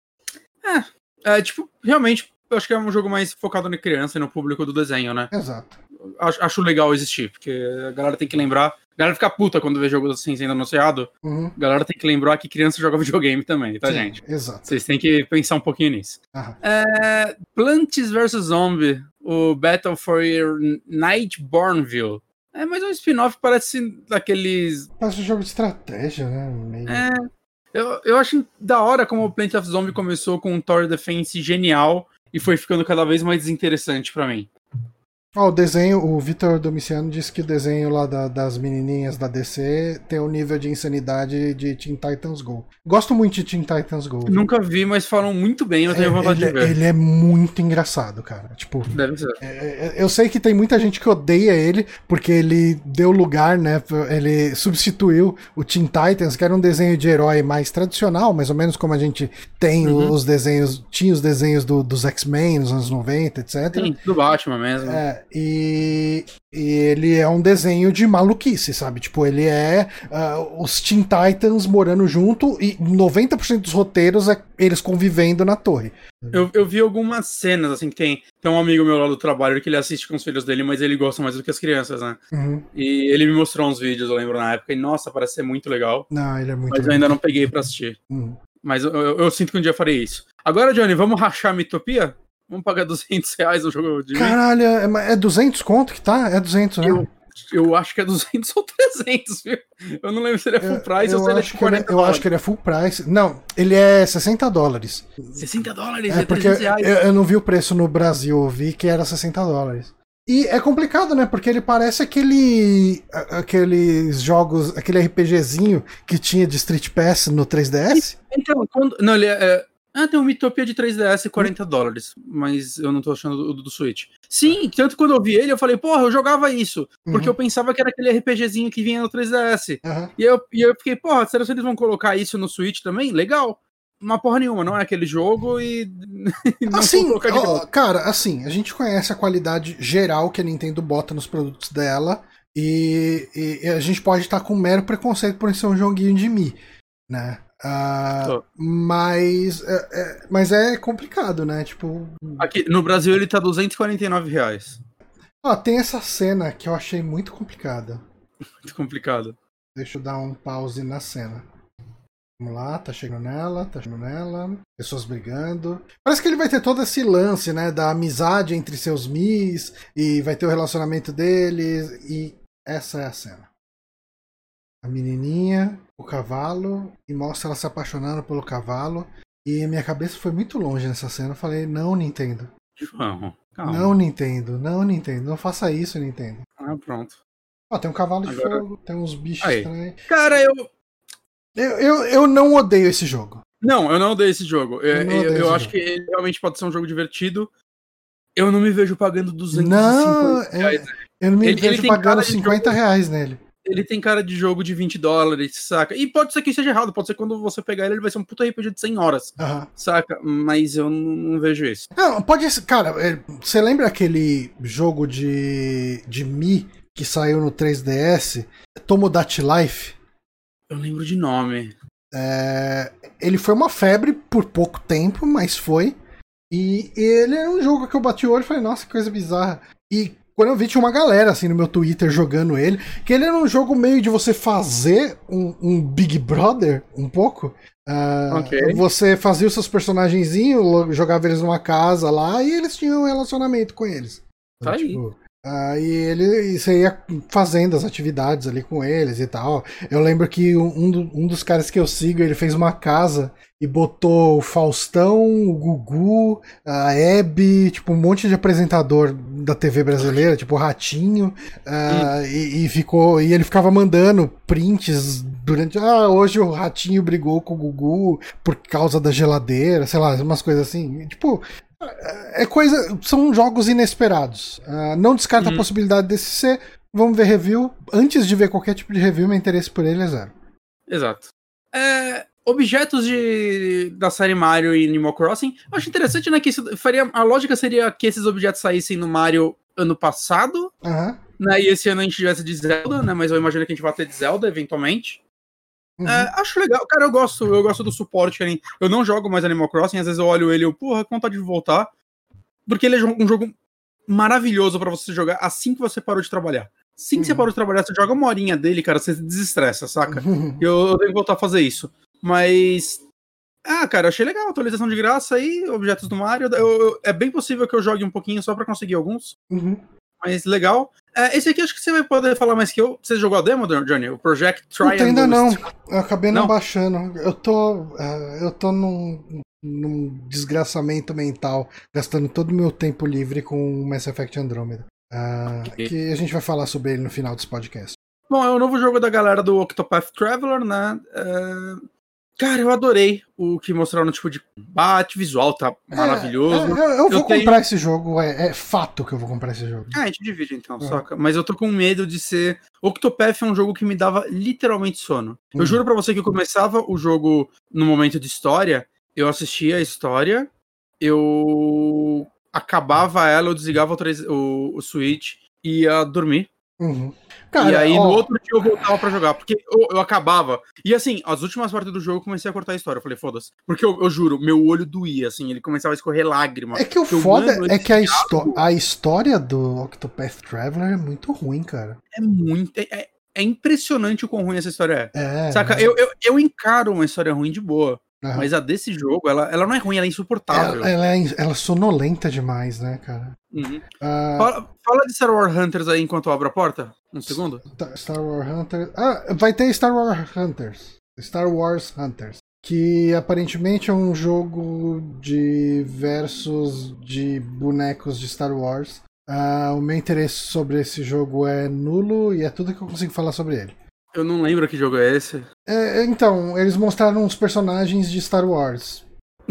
Speaker 2: Tipo, realmente, eu acho que é um jogo mais focado na criança e no público do desenho, né?
Speaker 1: Exato.
Speaker 2: Acho legal existir, porque a galera tem que lembrar. A galera fica puta quando vê jogos assim sendo anunciado.
Speaker 1: Uhum.
Speaker 2: A galera tem que lembrar que criança joga videogame também, tá,
Speaker 1: Sim,
Speaker 2: gente?
Speaker 1: exato.
Speaker 2: Vocês têm que pensar um pouquinho nisso.
Speaker 1: Aham.
Speaker 2: Plants vs Zombie, o Battle for Nightbornville. É mais um spin-off, parece daqueles.
Speaker 1: Parece um jogo de estratégia, né? Meio...
Speaker 2: Eu acho da hora como o Plant of Zombie começou com um Tower Defense genial e foi ficando cada vez mais desinteressante pra mim.
Speaker 1: O desenho, o Vitor Domiciano disse que o desenho lá das menininhas da DC tem um nível de insanidade de Teen Titans Go. Gosto muito de Teen Titans Go.
Speaker 2: Nunca vi, mas falam muito bem, eu tenho vontade de ver.
Speaker 1: Ele é muito engraçado, cara. Tipo,
Speaker 2: deve ser.
Speaker 1: Eu sei que tem muita gente que odeia ele, porque ele deu lugar, né? Ele substituiu o Teen Titans, que era um desenho de herói mais tradicional, mais ou menos como a gente tem os desenhos, tinha os desenhos dos X-Men nos anos 90, etc.
Speaker 2: Sim, do Batman mesmo.
Speaker 1: E ele é um desenho de maluquice, sabe? Tipo, ele é os Teen Titans morando junto e 90% dos roteiros é eles convivendo na torre.
Speaker 2: Eu vi algumas cenas, assim, que tem um amigo meu lá do trabalho que ele assiste com os filhos dele, mas ele gosta mais do que as crianças, né?
Speaker 1: Uhum.
Speaker 2: E ele me mostrou uns vídeos, eu lembro, na época, e nossa, parece ser muito legal.
Speaker 1: Não, ele é muito
Speaker 2: Mas eu ainda não peguei pra assistir.
Speaker 1: Uhum.
Speaker 2: Mas eu sinto que um dia farei isso. Agora, Johnny, vamos rachar a Mitopia? Vamos pagar R$200 no jogo de
Speaker 1: Caralho, é 200 conto que tá? É 200, né?
Speaker 2: Eu acho que é 200 ou 300, viu? Eu não lembro se ele é full price ou se ele é tipo 40
Speaker 1: Eu acho que ele é full price. Não, ele é $60.
Speaker 2: $60?
Speaker 1: É porque eu não vi o preço no Brasil, eu vi que era $60. E é complicado, né? Porque ele parece aqueles jogos, aquele RPGzinho que tinha de Street Pass no 3DS.
Speaker 2: Então, não, ele tem um Mitopia de 3DS e $40, mas eu não tô achando do Switch. Sim, tanto quando eu vi ele, eu falei, porra, eu jogava isso, porque eu pensava que era aquele RPGzinho que vinha no 3DS. E eu fiquei, porra, será que eles vão colocar isso no Switch também? Legal. Uma porra nenhuma, não é aquele jogo e não
Speaker 1: assim,
Speaker 2: vou colocar de volta.
Speaker 1: Cara, assim, a gente conhece a qualidade geral que a Nintendo bota nos produtos dela e a gente pode estar com um mero preconceito por ser um joguinho de Mii, né? Mas é complicado, né? Tipo.
Speaker 2: Aqui no Brasil ele tá R$249.
Speaker 1: Tem essa cena que eu achei muito complicada.
Speaker 2: Muito complicado.
Speaker 1: Deixa eu dar um pause na cena. Vamos lá, tá chegando nela. Pessoas brigando. Parece que ele vai ter todo esse lance, né? Da amizade entre seus Mis. E vai ter o relacionamento deles. E essa é a cena. A menininha, o cavalo, e mostra ela se apaixonando pelo cavalo. E minha cabeça foi muito longe nessa cena. Eu falei, não, Nintendo.
Speaker 2: João, calma.
Speaker 1: Não, Nintendo. Não faça isso, Nintendo.
Speaker 2: Pronto.
Speaker 1: Tem um cavalo de fogo, tem uns bichos estranhos.
Speaker 2: Cara,
Speaker 1: eu não odeio esse jogo.
Speaker 2: Não, eu não odeio esse jogo. Eu acho que ele realmente pode ser um jogo divertido. Eu não me vejo pagando R$250.
Speaker 1: Eu não me vejo pagando R$50 nele.
Speaker 2: Ele tem cara de jogo de $20, saca? E pode ser que seja errado, pode ser que quando você pegar ele vai ser um puta RPG de 100 horas, saca? Mas eu não vejo isso.
Speaker 1: Não, pode ser. Cara, você lembra aquele jogo de Mii que saiu no 3DS? Tomodachi Life?
Speaker 2: Eu lembro de nome.
Speaker 1: Ele foi uma febre por pouco tempo, mas foi. E ele é um jogo que eu bati o olho e falei, nossa, que coisa bizarra. E quando eu vi, tinha uma galera assim no meu Twitter jogando ele, que ele era um jogo meio de você fazer um Big Brother, um pouco. Você fazia os seus personagenzinhos, jogava eles numa casa lá e eles tinham um relacionamento com eles.
Speaker 2: Então, tipo,
Speaker 1: e você ia fazendo as atividades ali com eles e tal. Eu lembro que um dos caras que eu sigo, ele fez uma casa e botou o Faustão, o Gugu, a Hebe, tipo um monte de apresentador da TV brasileira, tipo o Ratinho, e ele ficava mandando prints durante. Hoje o Ratinho brigou com o Gugu por causa da geladeira, sei lá, umas coisas assim. Tipo, são jogos inesperados. Não descarta a possibilidade desse ser. Vamos ver review. Antes de ver qualquer tipo de review, meu interesse por ele é zero.
Speaker 2: Exato. Objetos da série Mario e Animal Crossing, eu acho interessante, né, que a lógica seria que esses objetos saíssem no Mario ano passado, né? E esse ano a gente tivesse de Zelda, né? Mas eu imagino que a gente vai ter de Zelda eventualmente. Acho legal, cara, eu gosto do suporte. Eu não jogo mais Animal Crossing, às vezes eu olho ele e porra, com vontade de voltar. Porque ele é um jogo maravilhoso pra você jogar assim que você parou de trabalhar. Assim que você parou de trabalhar, você joga uma horinha dele, cara, você se desestressa, saca? Eu tenho que voltar a fazer isso. Mas... cara, eu achei legal a atualização de graça aí, objetos do Mario. É bem possível que eu jogue um pouquinho só pra conseguir alguns. Mas legal. Esse aqui acho que você vai poder falar mais que eu. Você jogou a demo, Johnny? O Project Triangle?
Speaker 1: Ainda não. Eu acabei não baixando. Eu tô num desgraçamento mental, gastando todo o meu tempo livre com Mass Effect Andromeda. Que a gente vai falar sobre ele no final desse podcast.
Speaker 2: Bom, é o novo jogo da galera do Octopath Traveler, né? Cara, eu adorei o que mostraram no tipo de combate, visual tá maravilhoso.
Speaker 1: Eu vou comprar esse jogo, é fato que eu vou comprar esse jogo.
Speaker 2: A gente divide então, saca? Mas eu tô com medo de ser... Octopath é um jogo que me dava literalmente sono. Eu juro pra você que eu começava o jogo no momento de história, eu assistia a história, eu acabava ela, eu desligava o Switch e ia dormir. Cara, e aí no outro dia eu voltava pra jogar, porque eu acabava. E assim, as últimas partes do jogo eu comecei a cortar a história. Eu falei, foda-se. Porque eu juro, meu olho doía, assim, ele começava a escorrer lágrima.
Speaker 1: É que o foda é que a história do Octopath Traveler é muito ruim, cara.
Speaker 2: É muito. É impressionante o quão ruim essa história é. Saca? Eu encaro uma história ruim de boa. Mas a desse jogo, ela não é ruim, ela é insuportável.
Speaker 1: Ela é sonolenta demais, né, cara?
Speaker 2: Fala de Star Wars Hunters aí enquanto eu abro a porta. Um segundo.
Speaker 1: Star Wars Hunters. Vai ter Star Wars Hunters. Star Wars Hunters. Que aparentemente é um jogo de versus de bonecos de Star Wars. O meu interesse sobre esse jogo é nulo e é tudo que eu consigo falar sobre ele.
Speaker 2: Eu não lembro que jogo é esse.
Speaker 1: Então, eles mostraram os personagens de Star Wars.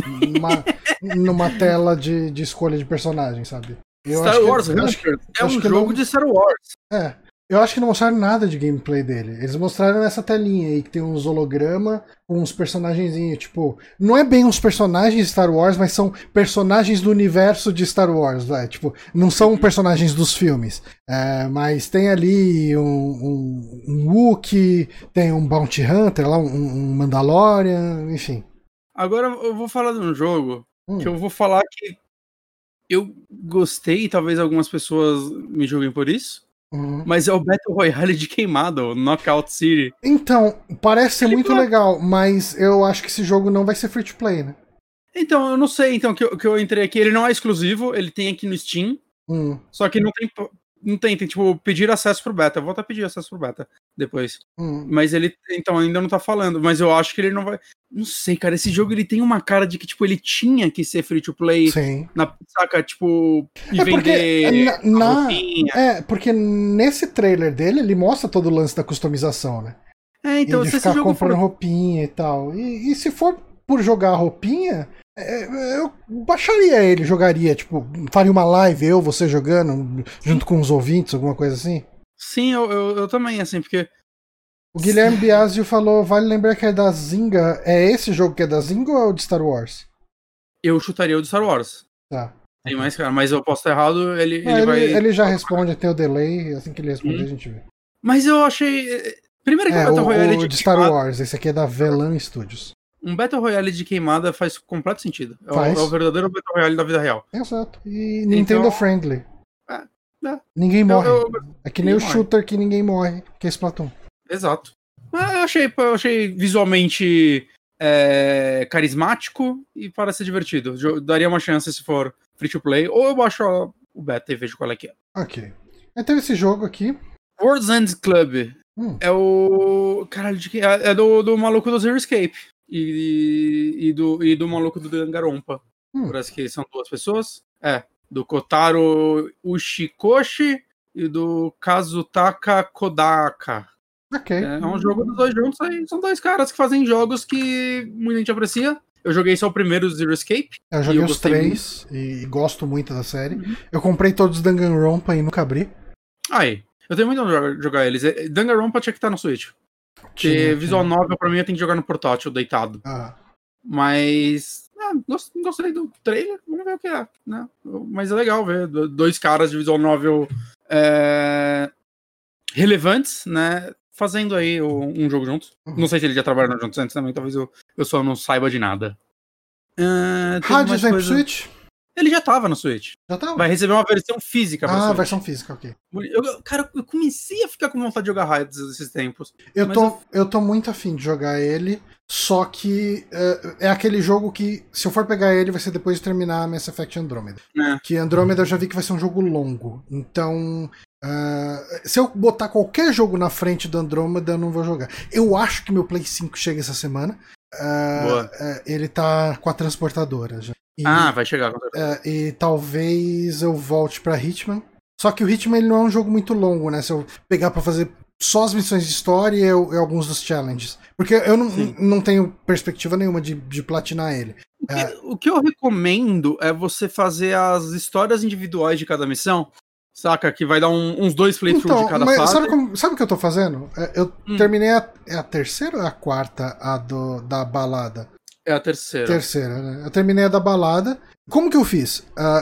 Speaker 1: Numa tela de escolha de personagem, sabe?
Speaker 2: Star Wars Hunters é um jogo de Star Wars.
Speaker 1: Eu acho que não mostraram nada de gameplay dele. Eles mostraram essa telinha aí, que tem uns hologramas com uns personagenzinhos, tipo... Não é bem uns personagens de Star Wars, mas são personagens do universo de Star Wars, vai. Tipo, não são personagens dos filmes. Mas tem ali um Wookiee, tem um Bounty Hunter lá, um Mandalorian, enfim.
Speaker 2: Agora eu vou falar de um jogo que eu vou falar que eu gostei, talvez algumas pessoas me julguem por isso. Mas é o Battle Royale de queimada, o Knockout City.
Speaker 1: Então, parece ser muito legal, mas eu acho que esse jogo não vai ser free to play, né?
Speaker 2: Então, eu não sei, então, que eu entrei aqui, ele não é exclusivo, ele tem aqui no Steam, só que tem, tipo, pedir acesso pro beta. Eu vou até pedir acesso pro beta depois. Mas ele, então, ainda não tá falando. Mas eu acho que ele não vai... Não sei, cara. Esse jogo, ele tem uma cara de que, tipo, ele tinha que ser free to play.
Speaker 1: Sim.
Speaker 2: Saca, tipo... E vender
Speaker 1: porque nesse trailer dele, ele mostra todo o lance da customização, né?
Speaker 2: Então,
Speaker 1: se ficar comprando roupinha e tal. E se for por jogar a roupinha... eu baixaria ele, jogaria, tipo, faria uma live, você jogando, junto com os ouvintes, alguma coisa assim?
Speaker 2: Sim, eu também, assim, porque...
Speaker 1: O Guilherme Biasio falou, vale lembrar que é da Zynga, é esse jogo que é da Zynga ou é o de Star Wars?
Speaker 2: Eu chutaria o de Star Wars.
Speaker 1: Tá.
Speaker 2: Tem mais, cara, mas eu posso estar errado, ele
Speaker 1: já responde, tem o delay, assim que ele responder a gente vê.
Speaker 2: Mas eu achei... Primeiro que o Battle Royale
Speaker 1: de Star Wars, esse aqui é da Velan Studios.
Speaker 2: Um Battle Royale de queimada faz completo sentido. É
Speaker 1: o
Speaker 2: verdadeiro Battle Royale da vida real.
Speaker 1: Exato. E Nintendo friendly. Ninguém morre. É que nem o shooter que ninguém morre, que é Splatoon.
Speaker 2: Exato. Eu achei visualmente carismático e parece divertido. Eu daria uma chance se for free to play, ou eu baixo o beta e vejo qual é que é.
Speaker 1: Ok. Então esse jogo aqui...
Speaker 2: World's End Club. É o... Caralho, é do maluco do Zero Escape. E do maluco do Danganronpa. Parece que são duas pessoas. Do Kotaro Ushikoshi e do Kazutaka Kodaka.
Speaker 1: Ok.
Speaker 2: É um jogo dos dois juntos aí. São dois caras que fazem jogos que muita gente aprecia. Eu joguei só o primeiro do Zero Escape.
Speaker 1: Eu joguei os três e gosto muito da série. Eu comprei todos os Danganronpa e nunca abri.
Speaker 2: Aí. Eu tenho muito a jogar eles. Danganronpa tinha que estar no Switch. Porque visual novel pra mim eu tenho que jogar no portátil, deitado. Mas... gostei do trailer, vamos ver o que é, né? Mas é legal ver 2 caras de visual novel relevantes, né? Fazendo aí um jogo juntos. Não sei se eles já trabalharam juntos antes também, talvez eu só não saiba de nada.
Speaker 1: Hades vem pro Switch?
Speaker 2: Ele já tava no Switch.
Speaker 1: Já tava?
Speaker 2: Vai receber uma versão física pra Switch.
Speaker 1: Versão física, ok.
Speaker 2: Cara, eu comecei a ficar com vontade de jogar Hades esses tempos.
Speaker 1: Eu tô muito afim de jogar ele, só que é aquele jogo que, se eu for pegar ele, vai ser depois de terminar Mass Effect Andromeda. Que Andromeda eu já vi que vai ser um jogo longo. Então, se eu botar qualquer jogo na frente do Andromeda, eu não vou jogar. Eu acho que meu Play 5 chega essa semana. Ele tá com a transportadora já.
Speaker 2: Vai chegar.
Speaker 1: E talvez eu volte pra Hitman. Só que o Hitman ele não é um jogo muito longo, né? Se eu pegar pra fazer só as missões de história e alguns dos challenges. Porque eu não tenho perspectiva nenhuma de platinar ele.
Speaker 2: O que eu recomendo é você fazer as histórias individuais de cada missão. Saca? Que vai dar uns 2 playthroughs de cada fase.
Speaker 1: Sabe o que eu tô fazendo? Eu terminei a terceira ou a quarta da balada?
Speaker 2: É a terceira.
Speaker 1: Terceira, né? Eu terminei a da balada. Como que eu fiz?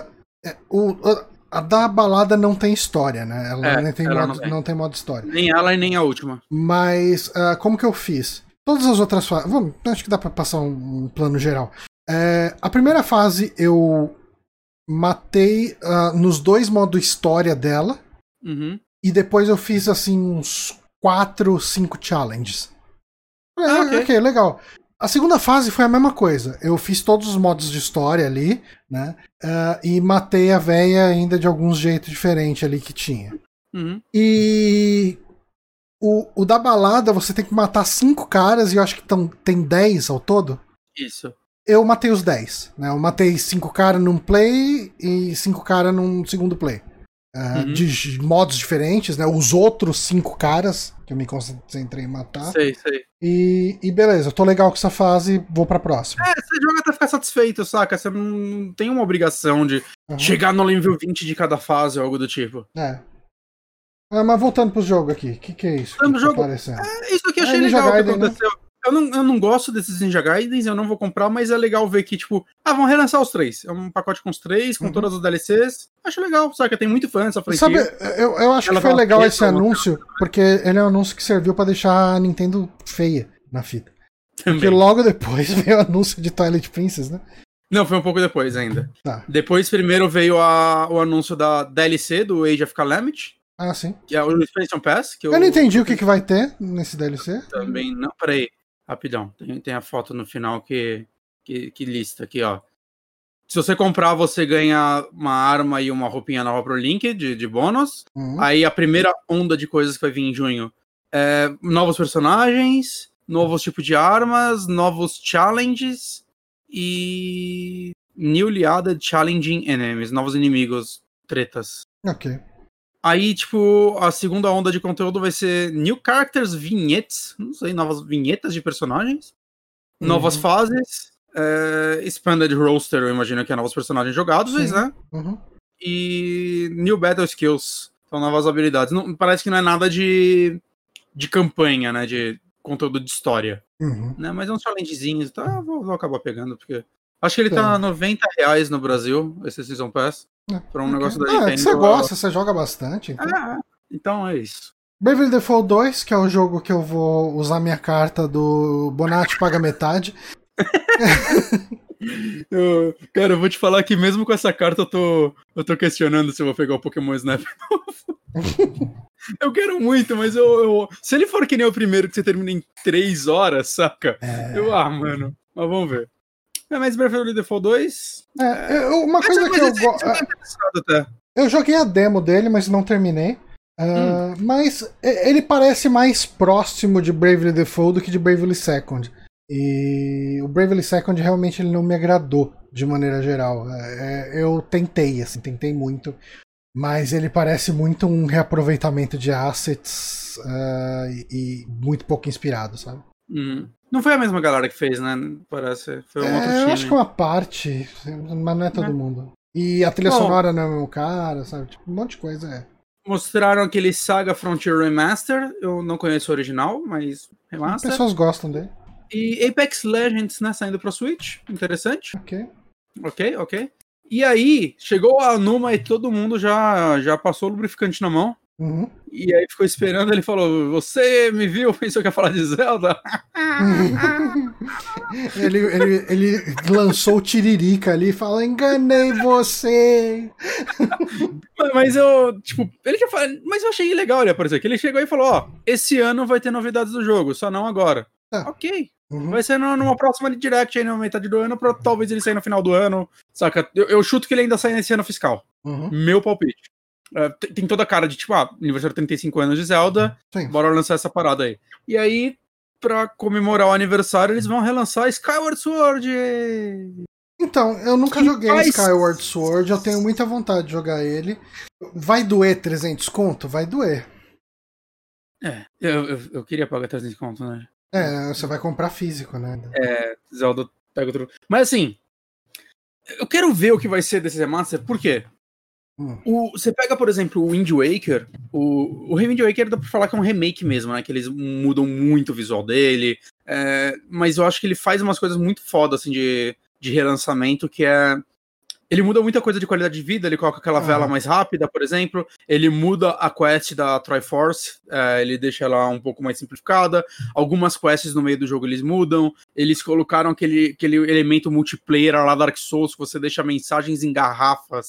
Speaker 1: A da balada não tem história, né? Não tem modo história.
Speaker 2: Nem ela e nem a última.
Speaker 1: Mas como que eu fiz? Todas as outras fases... acho que dá pra passar um plano geral. A primeira fase eu matei nos 2 modos história dela.
Speaker 2: Uhum.
Speaker 1: E depois eu fiz assim uns 4, 5 challenges. Ok, legal. A segunda fase foi a mesma coisa. Eu fiz todos os modos de história ali, né? E matei a véia ainda de alguns jeitos diferentes ali que tinha.
Speaker 2: Uhum.
Speaker 1: E o da balada você tem que matar 5 caras e eu acho que tem 10 ao todo.
Speaker 2: Isso.
Speaker 1: Eu matei os 10, né? Eu matei 5 caras num play e 5 caras num segundo play. De modos diferentes, né? Os outros 5 caras que eu me concentrei em matar.
Speaker 2: Sei.
Speaker 1: E beleza, eu tô legal com essa fase, vou pra próxima.
Speaker 2: Você joga até ficar satisfeito, saca? Você não tem uma obrigação de chegar no level 20 de cada fase ou algo do tipo.
Speaker 1: Mas voltando pro jogo aqui, o que é isso?
Speaker 2: Tá aparecendo? Isso aqui eu achei legal
Speaker 1: Gaiden,
Speaker 2: que aconteceu. Né? Eu não gosto desses Ninja Gaidens, eu não vou comprar, mas é legal ver que, tipo, vão relançar os 3. É um pacote com os 3, com todas as DLCs. Acho legal, saca? Tem muito fã dessa franquia.
Speaker 1: Sabe, eu acho que foi legal esse anúncio, porque ele é um anúncio que serviu pra deixar a Nintendo feia na fita.
Speaker 2: Também.
Speaker 1: Porque logo depois veio o anúncio de Twilight Princess, né?
Speaker 2: Não, foi um pouco depois ainda.
Speaker 1: Tá.
Speaker 2: Depois, primeiro veio o anúncio da DLC do Age of Calamity.
Speaker 1: Sim.
Speaker 2: Que é o Expansion Pass.
Speaker 1: Eu não entendi o que vai ter nesse DLC.
Speaker 2: Também não. Peraí, rapidão. Tem a foto no final que lista aqui, ó. Se você comprar, você ganha uma arma e uma roupinha nova pro Link de bônus. Aí a primeira onda de coisas que vai vir em junho é novos personagens, novos tipos de armas, novos challenges e newly added challenging enemies, novos inimigos, tretas.
Speaker 1: Ok.
Speaker 2: Aí, tipo, a segunda onda de conteúdo vai ser new characters, vinhetes, não sei, novas vinhetas de personagens, novas fases, expanded roster, eu imagino que é novos personagens jogados, né? E new battle skills, são novas habilidades. Não, parece que não é nada de campanha, né, de conteúdo de história, né? Mas é uns challengezinhos, tá? Vou acabar pegando, porque acho que ele tá R$90 no Brasil, esse Season Pass. Pra um negócio da Nintendo.
Speaker 1: Você gosta, você joga bastante. Então.
Speaker 2: Então é isso.
Speaker 1: Bravely Default 2, que é o jogo que eu vou usar minha carta do Bonatti paga metade.
Speaker 2: Cara, eu vou te falar que mesmo com essa carta eu tô questionando se eu vou pegar o Pokémon Snap novo. Eu quero muito, mas se ele for que nem o primeiro que você termina em 3 horas, saca? Mano. Mas vamos ver. Mas Bravely Default 2...
Speaker 1: uma coisa que eu gosto... Eu joguei a demo dele, mas não terminei. Mas ele parece mais próximo de Bravely Default do que de Bravely Second. E o Bravely Second realmente ele não me agradou, de maneira geral. Eu tentei muito. Mas ele parece muito um reaproveitamento de assets e muito pouco inspirado, sabe?
Speaker 2: Não foi a mesma galera que fez, né? Parece. Foi um outro time.
Speaker 1: Eu acho que é uma parte, mas não é todo mundo. E a trilha sonora não é o mesmo cara, sabe? Tipo, um monte de coisa
Speaker 2: Mostraram aquele Saga Frontier Remaster. Eu não conheço o original, mas remaster.
Speaker 1: As pessoas gostam dele.
Speaker 2: E Apex Legends, né, saindo pra Switch, interessante. Ok. E aí, chegou a Numa e todo mundo já passou o lubrificante na mão.
Speaker 1: Uhum.
Speaker 2: E aí ficou esperando, ele falou, você me viu, pensou que ia falar de Zelda?
Speaker 1: ele lançou o tiririca ali e falou, enganei você.
Speaker 2: Mas eu, tipo, ele já falou, mas eu achei legal ele aparecer aqui. Ele chegou e falou, ó, esse ano vai ter novidades do jogo, só não agora. Ok. Vai ser numa próxima Direct aí na metade do ano, pra talvez ele sair no final do ano, saca? Eu chuto que ele ainda sai nesse ano fiscal. Meu palpite. Tem toda a cara de, tipo, aniversário de 35 anos de Zelda,
Speaker 1: Sim.
Speaker 2: Bora lançar essa parada aí. E aí, pra comemorar o aniversário, eles vão relançar Skyward Sword!
Speaker 1: Então, eu nunca joguei Skyward Sword, eu tenho muita vontade de jogar ele. Vai doer 300 conto? Vai doer.
Speaker 2: Eu queria pagar 300 conto, né?
Speaker 1: Você vai comprar físico, né?
Speaker 2: Zelda pega outro... Mas assim, eu quero ver o que vai ser desse remaster, por quê? Você pega, por exemplo, o Wind Waker. O Wind Waker dá pra falar que é um remake mesmo, né? Que eles mudam muito o visual dele. Mas eu acho que ele faz umas coisas muito foda, assim, de relançamento, que é... Ele muda muita coisa de qualidade de vida, ele coloca aquela vela mais rápida, por exemplo. Ele muda a quest da Triforce, ele deixa ela um pouco mais simplificada. Algumas quests no meio do jogo eles mudam. Eles colocaram aquele elemento multiplayer lá da Dark Souls, que você deixa mensagens em garrafas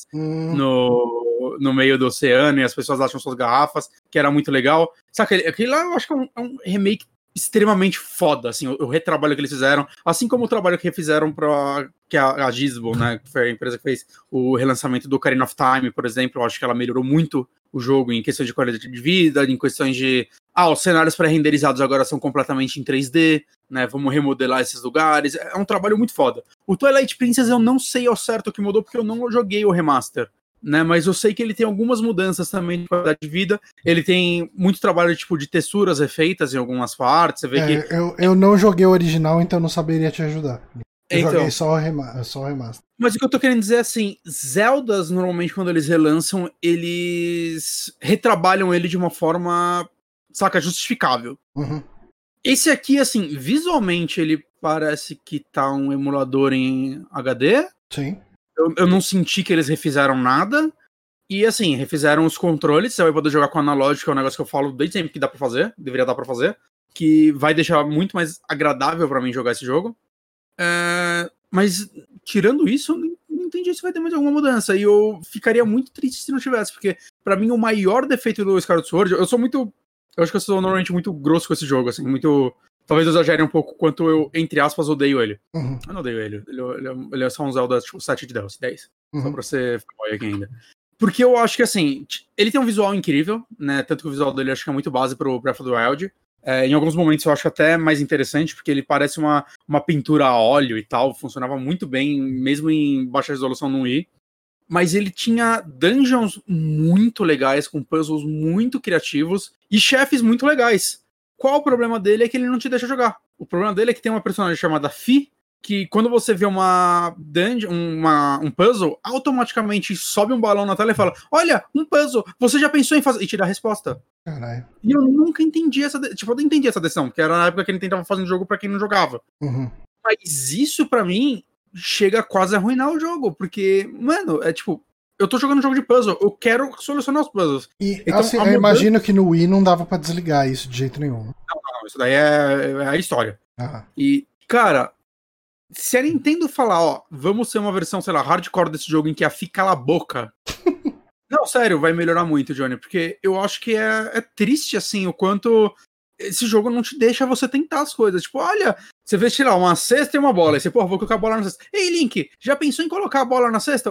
Speaker 2: no meio do oceano e as pessoas acham suas garrafas, que era muito legal. Saca, aquele lá eu acho que é um remake extremamente foda, assim, o retrabalho que eles fizeram, assim como o trabalho que fizeram que a Gizmo, né, que foi a empresa que fez o relançamento do Ocarina of Time, por exemplo. Eu acho que ela melhorou muito o jogo em questões de qualidade de vida, em questões de, os cenários pré-renderizados agora são completamente em 3D, né, vamos remodelar esses lugares, é um trabalho muito foda. O Twilight Princess eu não sei ao certo o que mudou, porque eu não joguei o remaster, né, mas eu sei que ele tem algumas mudanças também de qualidade de vida. Ele tem muito trabalho tipo de texturas refeitas em algumas partes. Você vê que
Speaker 1: eu não joguei o original, então não saberia te ajudar. Eu joguei só o remaster.
Speaker 2: Mas o que eu tô querendo dizer é assim, Zeldas normalmente quando eles relançam, eles retrabalham ele de uma forma, saca, justificável. Esse aqui, assim, visualmente ele parece que tá um emulador em HD.
Speaker 1: Sim.
Speaker 2: Eu não senti que eles refizeram nada. E assim, refizeram os controles. Você vai poder jogar com analógico, que é um negócio que eu falo desde sempre que dá pra fazer. Deveria dar pra fazer. Que vai deixar muito mais agradável pra mim jogar esse jogo. Mas, tirando isso, não entendi se vai ter mais alguma mudança. E eu ficaria muito triste se não tivesse. Porque, pra mim, o maior defeito do Skyward Sword... Eu acho que eu sou normalmente muito grosso com esse jogo, assim. Muito... Talvez eu exagere um pouco quanto eu, entre aspas, odeio ele. Eu não odeio ele. Ele é só um Zelda, tipo, 7 de 10. Só pra você ficar aqui ainda. Porque eu acho que, assim, ele tem um visual incrível, né? Tanto que o visual dele acho que é muito base pro Breath of the Wild. Em alguns momentos eu acho até mais interessante, porque ele parece uma pintura a óleo e tal. Funcionava muito bem, mesmo em baixa resolução no Wii. Mas ele tinha dungeons muito legais, com puzzles muito criativos e chefes muito legais. Qual o problema dele é que ele não te deixa jogar. O problema dele é que tem uma personagem chamada Fi, que quando você vê uma dungeon, um puzzle, automaticamente sobe um balão na tela e fala, olha, um puzzle, você já pensou em fazer? E te dá a resposta.
Speaker 1: Caralho.
Speaker 2: E eu nunca entendi eu não entendi essa decisão, porque era na época que ele tentava fazer um jogo pra quem não jogava. Mas isso pra mim chega quase a arruinar o jogo, porque, mano, é tipo, eu tô jogando um jogo de puzzle, eu quero solucionar os puzzles.
Speaker 1: E então, assim, eu imagino que no Wii não dava pra desligar isso de jeito nenhum.
Speaker 2: Não, isso daí é a história. E, cara, se a Nintendo falar, vamos ser uma versão, sei lá, hardcore desse jogo em que a Fi cala a boca... Não, sério, vai melhorar muito, Johnny, porque eu acho que é triste, assim, o quanto esse jogo não te deixa você tentar as coisas. Tipo, olha, você vê, sei lá, uma cesta e uma bola, e você, vou colocar a bola na cesta. Ei, Link, já pensou em colocar a bola na cesta?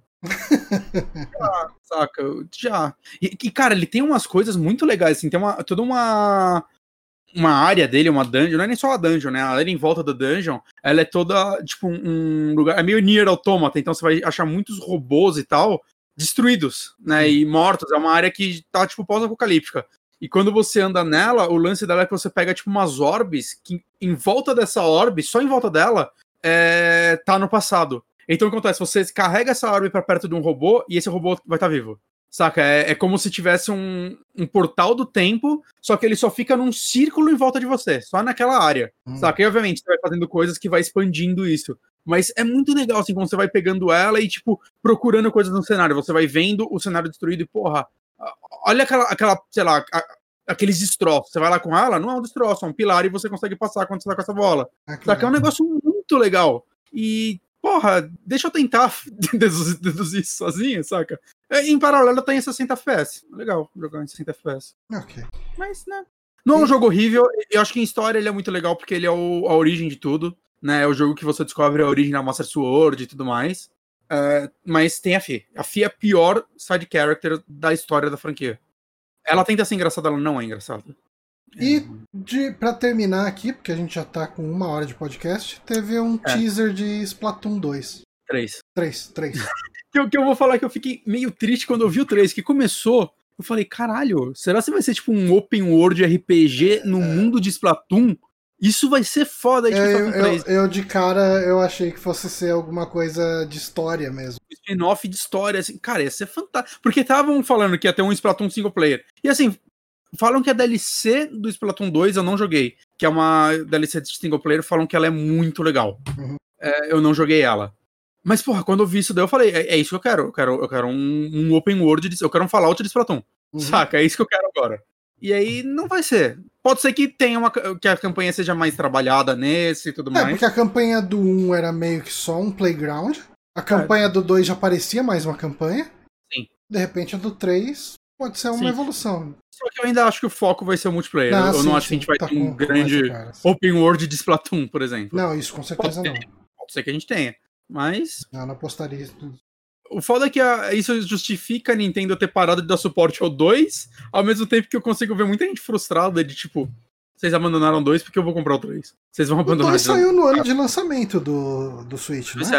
Speaker 2: Saca, já. E, cara, ele tem umas coisas muito legais, assim, tem toda uma área dele, uma dungeon, não é nem só a dungeon, né? A área em volta da dungeon, ela é toda, tipo, um lugar, é meio Nier Automata, então você vai achar muitos robôs e tal, destruídos, né, e mortos. É uma área que tá, tipo, pós-apocalíptica. E quando você anda nela, o lance dela é que você pega, tipo, umas orbes, que em volta dessa orbe, só em volta dela, tá no passado. Então o que acontece? Você carrega essa orbe pra perto de um robô, e esse robô vai estar vivo. Saca? É como se tivesse um portal do tempo, só que ele só fica num círculo em volta de você, só naquela área. Saca? E obviamente você vai fazendo coisas que vai expandindo isso. Mas é muito legal, assim, quando você vai pegando ela e, tipo, procurando coisas no cenário. Você vai vendo o cenário destruído e, porra, olha aquela sei lá, aqueles destroços. Você vai lá com ela, não é um destroço, é um pilar e você consegue passar quando você tá com essa bola. Saca? É um negócio muito legal. E, porra, deixa eu tentar deduzir isso sozinho, saca? Em paralelo tem 60 FPS. Legal jogar em 60 FPS.
Speaker 1: Ok.
Speaker 2: Mas, né? Não é um jogo horrível. Eu acho que em história ele é muito legal porque ele é a origem de tudo. Né? É o jogo que você descobre a origem da Master Sword e tudo mais. Mas tem a Fi. A Fi é a pior side character da história da franquia. Ela tenta ser engraçada, ela não é engraçada.
Speaker 1: E pra terminar aqui, porque a gente já tá com 1 hora de podcast, teve um teaser de Splatoon 2.
Speaker 2: 3. que eu vou falar que eu fiquei meio triste quando eu vi o 3, que começou, eu falei, caralho, será que vai ser tipo um open world RPG no mundo de Splatoon? Isso vai ser foda.
Speaker 1: Eu de cara, eu achei que fosse ser alguma coisa de história mesmo.
Speaker 2: Spin-off de história, assim, cara, ia ser fantástico. Porque estavam falando que ia ter um Splatoon single player. E assim, falam que a DLC do Splatoon 2 eu não joguei, que é uma DLC de single player, falam que ela é muito legal. Eu não joguei ela. Mas, porra, quando eu vi isso daí, eu falei, é isso que eu quero. Eu quero um open world, eu quero um Fallout de Splatoon. Saca? É isso que eu quero agora. E aí, não vai ser. Pode ser que tenha que a campanha seja mais trabalhada nesse e tudo mais.
Speaker 1: Porque a campanha do 1 era meio que só um playground. A campanha do 2 já parecia mais uma campanha.
Speaker 2: Sim.
Speaker 1: De repente, a do 3 pode ser uma evolução.
Speaker 2: Só que eu ainda acho que o foco vai ser o multiplayer. Eu não acho que a gente vai ter um grande open world de Splatoon, por exemplo.
Speaker 1: Não, isso com certeza não.
Speaker 2: Pode ser que a gente tenha. Mas...
Speaker 1: não apostaria isso.
Speaker 2: O foda é que isso justifica a Nintendo ter parado de dar suporte ao 2, ao mesmo tempo que eu consigo ver muita gente frustrada de tipo, vocês abandonaram o 2 porque eu vou comprar o 3. Vocês vão abandonar o 2.
Speaker 1: O 2 saiu no ano de lançamento do Switch, né?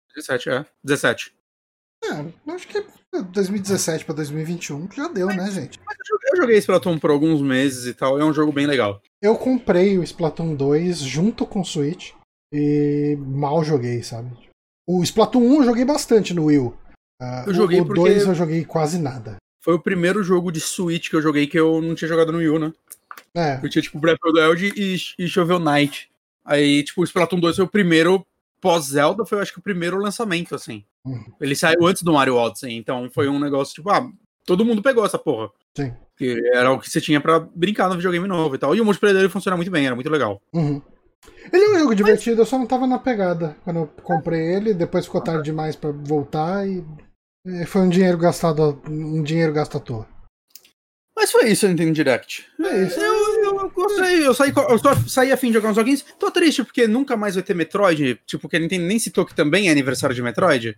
Speaker 2: 17.
Speaker 1: Acho que 2017 pra 2021 já deu, né, gente?
Speaker 2: Mas eu joguei Splatoon por alguns meses e tal, é um jogo bem legal.
Speaker 1: Eu comprei o Splatoon 2 junto com o Switch e mal joguei, sabe? O Splatoon 1 eu joguei bastante no Wii U.
Speaker 2: Eu joguei
Speaker 1: o 2 eu joguei quase nada.
Speaker 2: Foi o primeiro jogo de Switch que eu joguei que eu não tinha jogado no Wii U, né? Eu tinha, tipo, Breath of the Wild e Shovel Knight. Aí, tipo, o Splatoon 2 foi o primeiro pós-Zelda, foi, eu acho que, o primeiro lançamento, assim. Ele saiu antes do Mario Odyssey, então foi um negócio, tipo, todo mundo pegou essa porra.
Speaker 1: Sim.
Speaker 2: Que era o que você tinha pra brincar no videogame novo e tal. E o multiplayer dele funciona muito bem, era muito legal.
Speaker 1: Ele é um jogo divertido, eu só não tava na pegada quando eu comprei ele, depois ficou tarde demais pra voltar e foi um dinheiro gasto à toa.
Speaker 2: Mas foi isso, Nintendo Direct.
Speaker 1: É isso.
Speaker 2: Eu gostei, eu só saí a fim de jogar uns joguinhos. Tô triste porque nunca mais vai ter Metroid, tipo, que a Nintendo nem citou que também é aniversário de Metroid.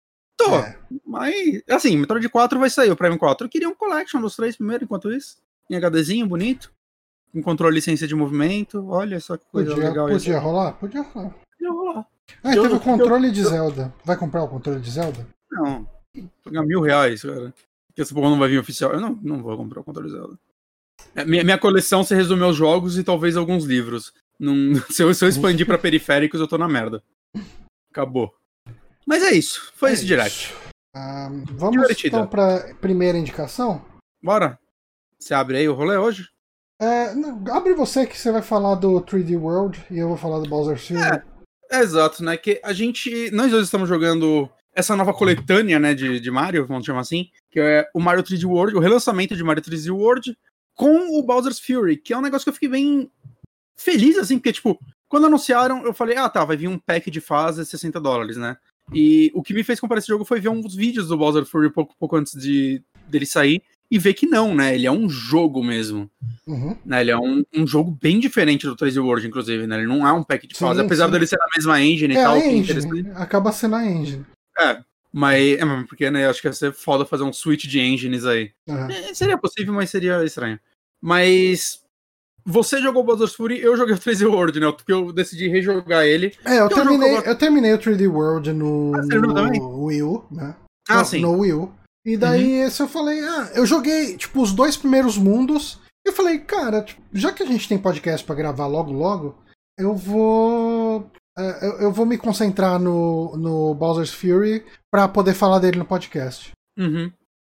Speaker 2: Mas, assim, Metroid 4 vai sair, o Prime 4. Eu queria um collection dos 3 primeiro, enquanto isso. Em HDzinho, bonito. Com controle e licença de movimento. Olha só que coisa legal isso.
Speaker 1: Podia rolar.
Speaker 2: Teve
Speaker 1: o controle de Zelda. Vai comprar o controle de Zelda?
Speaker 2: Não. Vou pagar R$1.000, cara. Porque essa porra não vai vir oficial. Eu não vou comprar o controle de Zelda. Minha coleção se resume aos jogos e talvez alguns livros. Se eu expandir pra periféricos, eu tô na merda. Acabou. Mas é isso. Foi esse direct.
Speaker 1: Vamos então pra primeira indicação?
Speaker 2: Bora. Você abre aí o rolê hoje?
Speaker 1: Abre você que você vai falar do 3D World e eu vou falar do Bowser's Fury.
Speaker 2: Exato, né? Que nós dois estamos jogando essa nova coletânea, né, de Mario, vamos chamar assim, que é o Mario 3D World, o relançamento de Mario 3D World com o Bowser's Fury, que é um negócio que eu fiquei bem feliz, assim, porque, tipo, quando anunciaram, eu falei, vai vir um pack de fase $60, né? E o que me fez comprar esse jogo foi ver uns vídeos do Bowser's Fury pouco antes dele sair, e ver que não, né? Ele é um jogo mesmo. Né? Ele é um jogo bem diferente do 3D World, inclusive, né? Ele não é um pack de fase, apesar dele ser a mesma engine e tal.
Speaker 1: Acaba sendo a engine.
Speaker 2: Mas porque, né, acho que ia ser foda fazer um switch de engines aí. Seria possível, mas seria estranho. Mas você jogou Bowser's Fury, eu joguei o 3D World, né? Porque eu decidi rejogar ele.
Speaker 1: Eu terminei o 3D World no Wii U, né?
Speaker 2: Sim.
Speaker 1: No Wii U. E daí esse eu falei, eu joguei, tipo, os 2 primeiros mundos. E eu falei, cara, tipo, já que a gente tem podcast pra gravar logo, eu vou me concentrar no Bowser's Fury pra poder falar dele no podcast.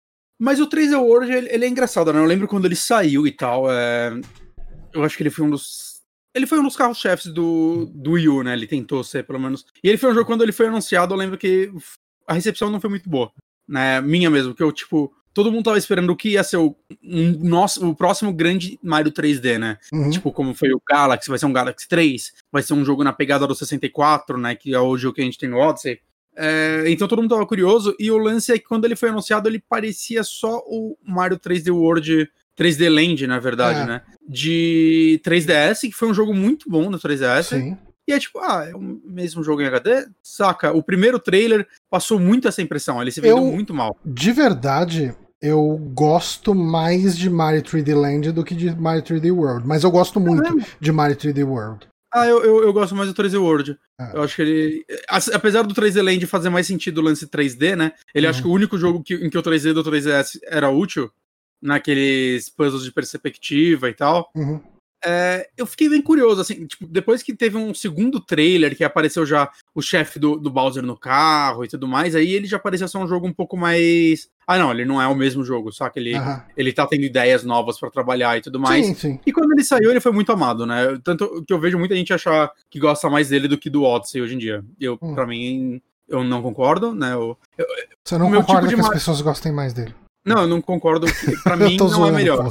Speaker 2: Mas o 3D World, ele é engraçado, né? Eu lembro quando ele saiu e tal, eu acho que ele foi um dos... Ele foi um dos carros-chefes do Wii U, né? Ele tentou ser, pelo menos. E ele foi um jogo, quando ele foi anunciado, eu lembro que a recepção não foi muito boa, né? Minha mesmo, porque eu, tipo... Todo mundo tava esperando o que ia ser o próximo grande Mario 3D, né?
Speaker 1: Uhum.
Speaker 2: Tipo, como foi o Galaxy, vai ser um Galaxy 3, vai ser um jogo na pegada do 64, né? Que é o jogo que a gente tem no Odyssey. Então todo mundo tava curioso, e o lance é que quando ele foi anunciado, ele parecia só o Mario 3D World, 3D Land, na verdade, né? De 3DS, que foi um jogo muito bom no 3DS.
Speaker 1: Sim.
Speaker 2: E é tipo, é o mesmo jogo em HD? Saca? O primeiro trailer passou muito essa impressão, ele se vendeu muito mal.
Speaker 1: De verdade... Eu gosto mais de Mario 3D Land do que de Mario 3D World. Mas eu gosto muito de Mario 3D World.
Speaker 2: Eu gosto mais do 3D World. Eu acho que ele... Apesar do 3D Land fazer mais sentido o lance 3D, né? Ele acho que o único jogo em que o 3D do 3DS era útil, naqueles puzzles de perspectiva e tal. Eu fiquei bem curioso, assim, tipo, depois que teve um segundo trailer, que apareceu já o chefe do Bowser no carro e tudo mais, aí ele já parecia ser um jogo um pouco mais... não, ele não é o mesmo jogo, saca? Ele tá tendo ideias novas pra trabalhar e tudo mais.
Speaker 1: Sim.
Speaker 2: E quando ele saiu, ele foi muito amado, né? Tanto que eu vejo muita gente achar que gosta mais dele do que do Odyssey hoje em dia. Pra mim, eu não concordo, né?
Speaker 1: Você não concorda que as pessoas gostem mais dele?
Speaker 2: Não, eu não concordo. Pra mim, não é melhor.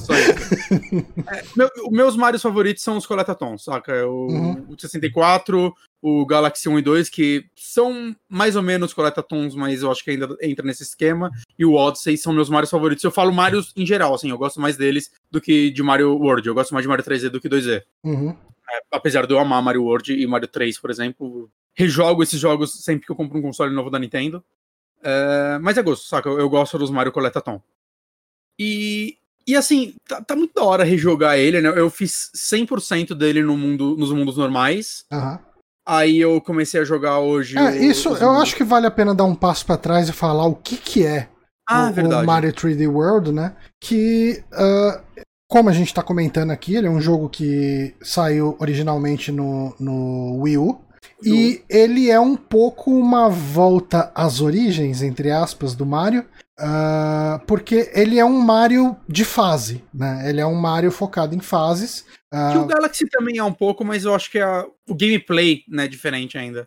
Speaker 2: Meus Marios favoritos são os Coletatons, saca? O 64, o Galaxy 1 e 2, que são mais ou menos Coletatons, mas eu acho que ainda entra nesse esquema. E o Odyssey são meus Marios favoritos. Eu falo Marios em geral, assim, eu gosto mais deles do que de Mario World. Eu gosto mais de Mario 3D do que 2D. Apesar de eu amar Mario World e Mario 3, por exemplo. Rejogo esses jogos sempre que eu compro um console novo da Nintendo. Mas é gosto, saca? Eu gosto dos Mario Coletaton. E assim, tá muito da hora rejogar ele, né? Eu fiz 100% dele nos mundos normais. Aí eu comecei a jogar hoje...
Speaker 1: eu acho que vale a pena dar um passo pra trás e falar o que é o Mario 3D World, né? Que, como a gente tá comentando aqui, ele é um jogo que saiu originalmente no Wii U. E ele é um pouco uma volta às origens, entre aspas, do Mario, porque ele é um Mario de fase, né? Ele é um Mario focado em fases.
Speaker 2: Que o Galaxy também é um pouco, mas eu acho que o gameplay, né, é diferente ainda.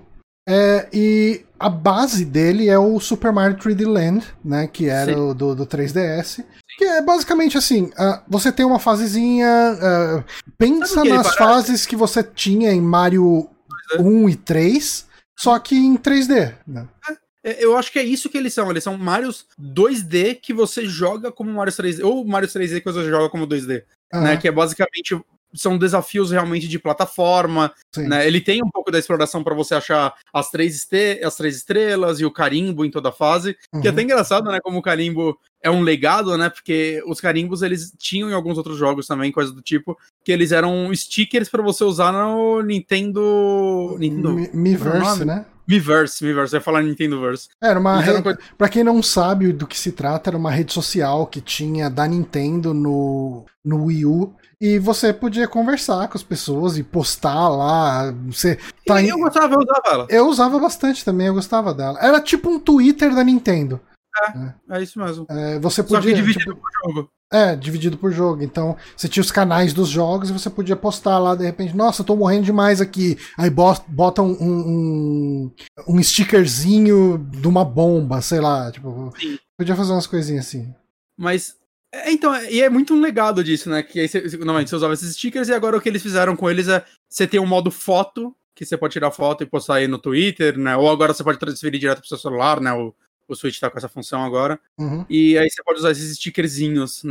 Speaker 1: E a base dele é o Super Mario 3D Land, né? Que era o do 3DS. Que é basicamente assim, você tem uma fasezinha, pensa nas fases que você tinha em Mario 1 e 3, só que em 3D, né?
Speaker 2: Eu acho que é isso que eles são Marios 2D que você joga como Mario 3D, ou Mario 3D que você joga como 2D, né? Que é basicamente, são desafios realmente de plataforma, né? Ele tem um pouco da exploração pra você achar as três estrelas e o carimbo em toda a fase, que é até engraçado, né? Como o carimbo é um legado, né? Porque os carimbos, eles tinham em alguns outros jogos também, coisas do tipo, que eles eram stickers pra você usar no Nintendo
Speaker 1: Miiverse, né?
Speaker 2: Miiverse, eu ia falar Nintendoverse.
Speaker 1: Era uma rede, pra quem não sabe do que se trata, era uma rede social que tinha da Nintendo no Wii U, e você podia conversar com as pessoas e postar lá.
Speaker 2: Eu usava ela.
Speaker 1: Eu usava bastante também, eu gostava dela. Era tipo um Twitter da Nintendo.
Speaker 2: É isso mesmo.
Speaker 1: Você podia,
Speaker 2: só que dividido por jogo.
Speaker 1: Dividido por jogo. Então, você tinha os canais dos jogos e você podia postar lá, de repente, nossa, eu tô morrendo demais aqui. Aí bota um stickerzinho de uma bomba, sei lá. Tipo, podia fazer umas coisinhas assim.
Speaker 2: Mas, então, e é muito um legado disso, né? Que aí normalmente você usava esses stickers e agora o que eles fizeram com eles é você tem um modo foto, que você pode tirar foto e postar aí no Twitter, né? Ou agora você pode transferir direto pro seu celular, né? O Switch tá com essa função agora. E aí você pode usar esses stickerzinhos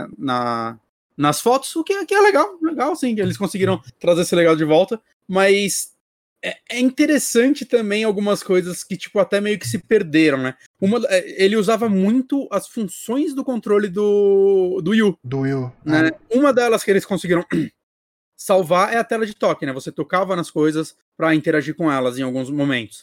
Speaker 2: nas fotos, o que é legal, sim, eles conseguiram trazer esse legado de volta, mas é interessante também algumas coisas que, tipo, até meio que se perderam, né? Ele usava muito as funções do controle do Wii U.
Speaker 1: Do Wii U.
Speaker 2: Né? Uma delas que eles conseguiram salvar é a tela de toque, né? Você tocava nas coisas pra interagir com elas em alguns momentos.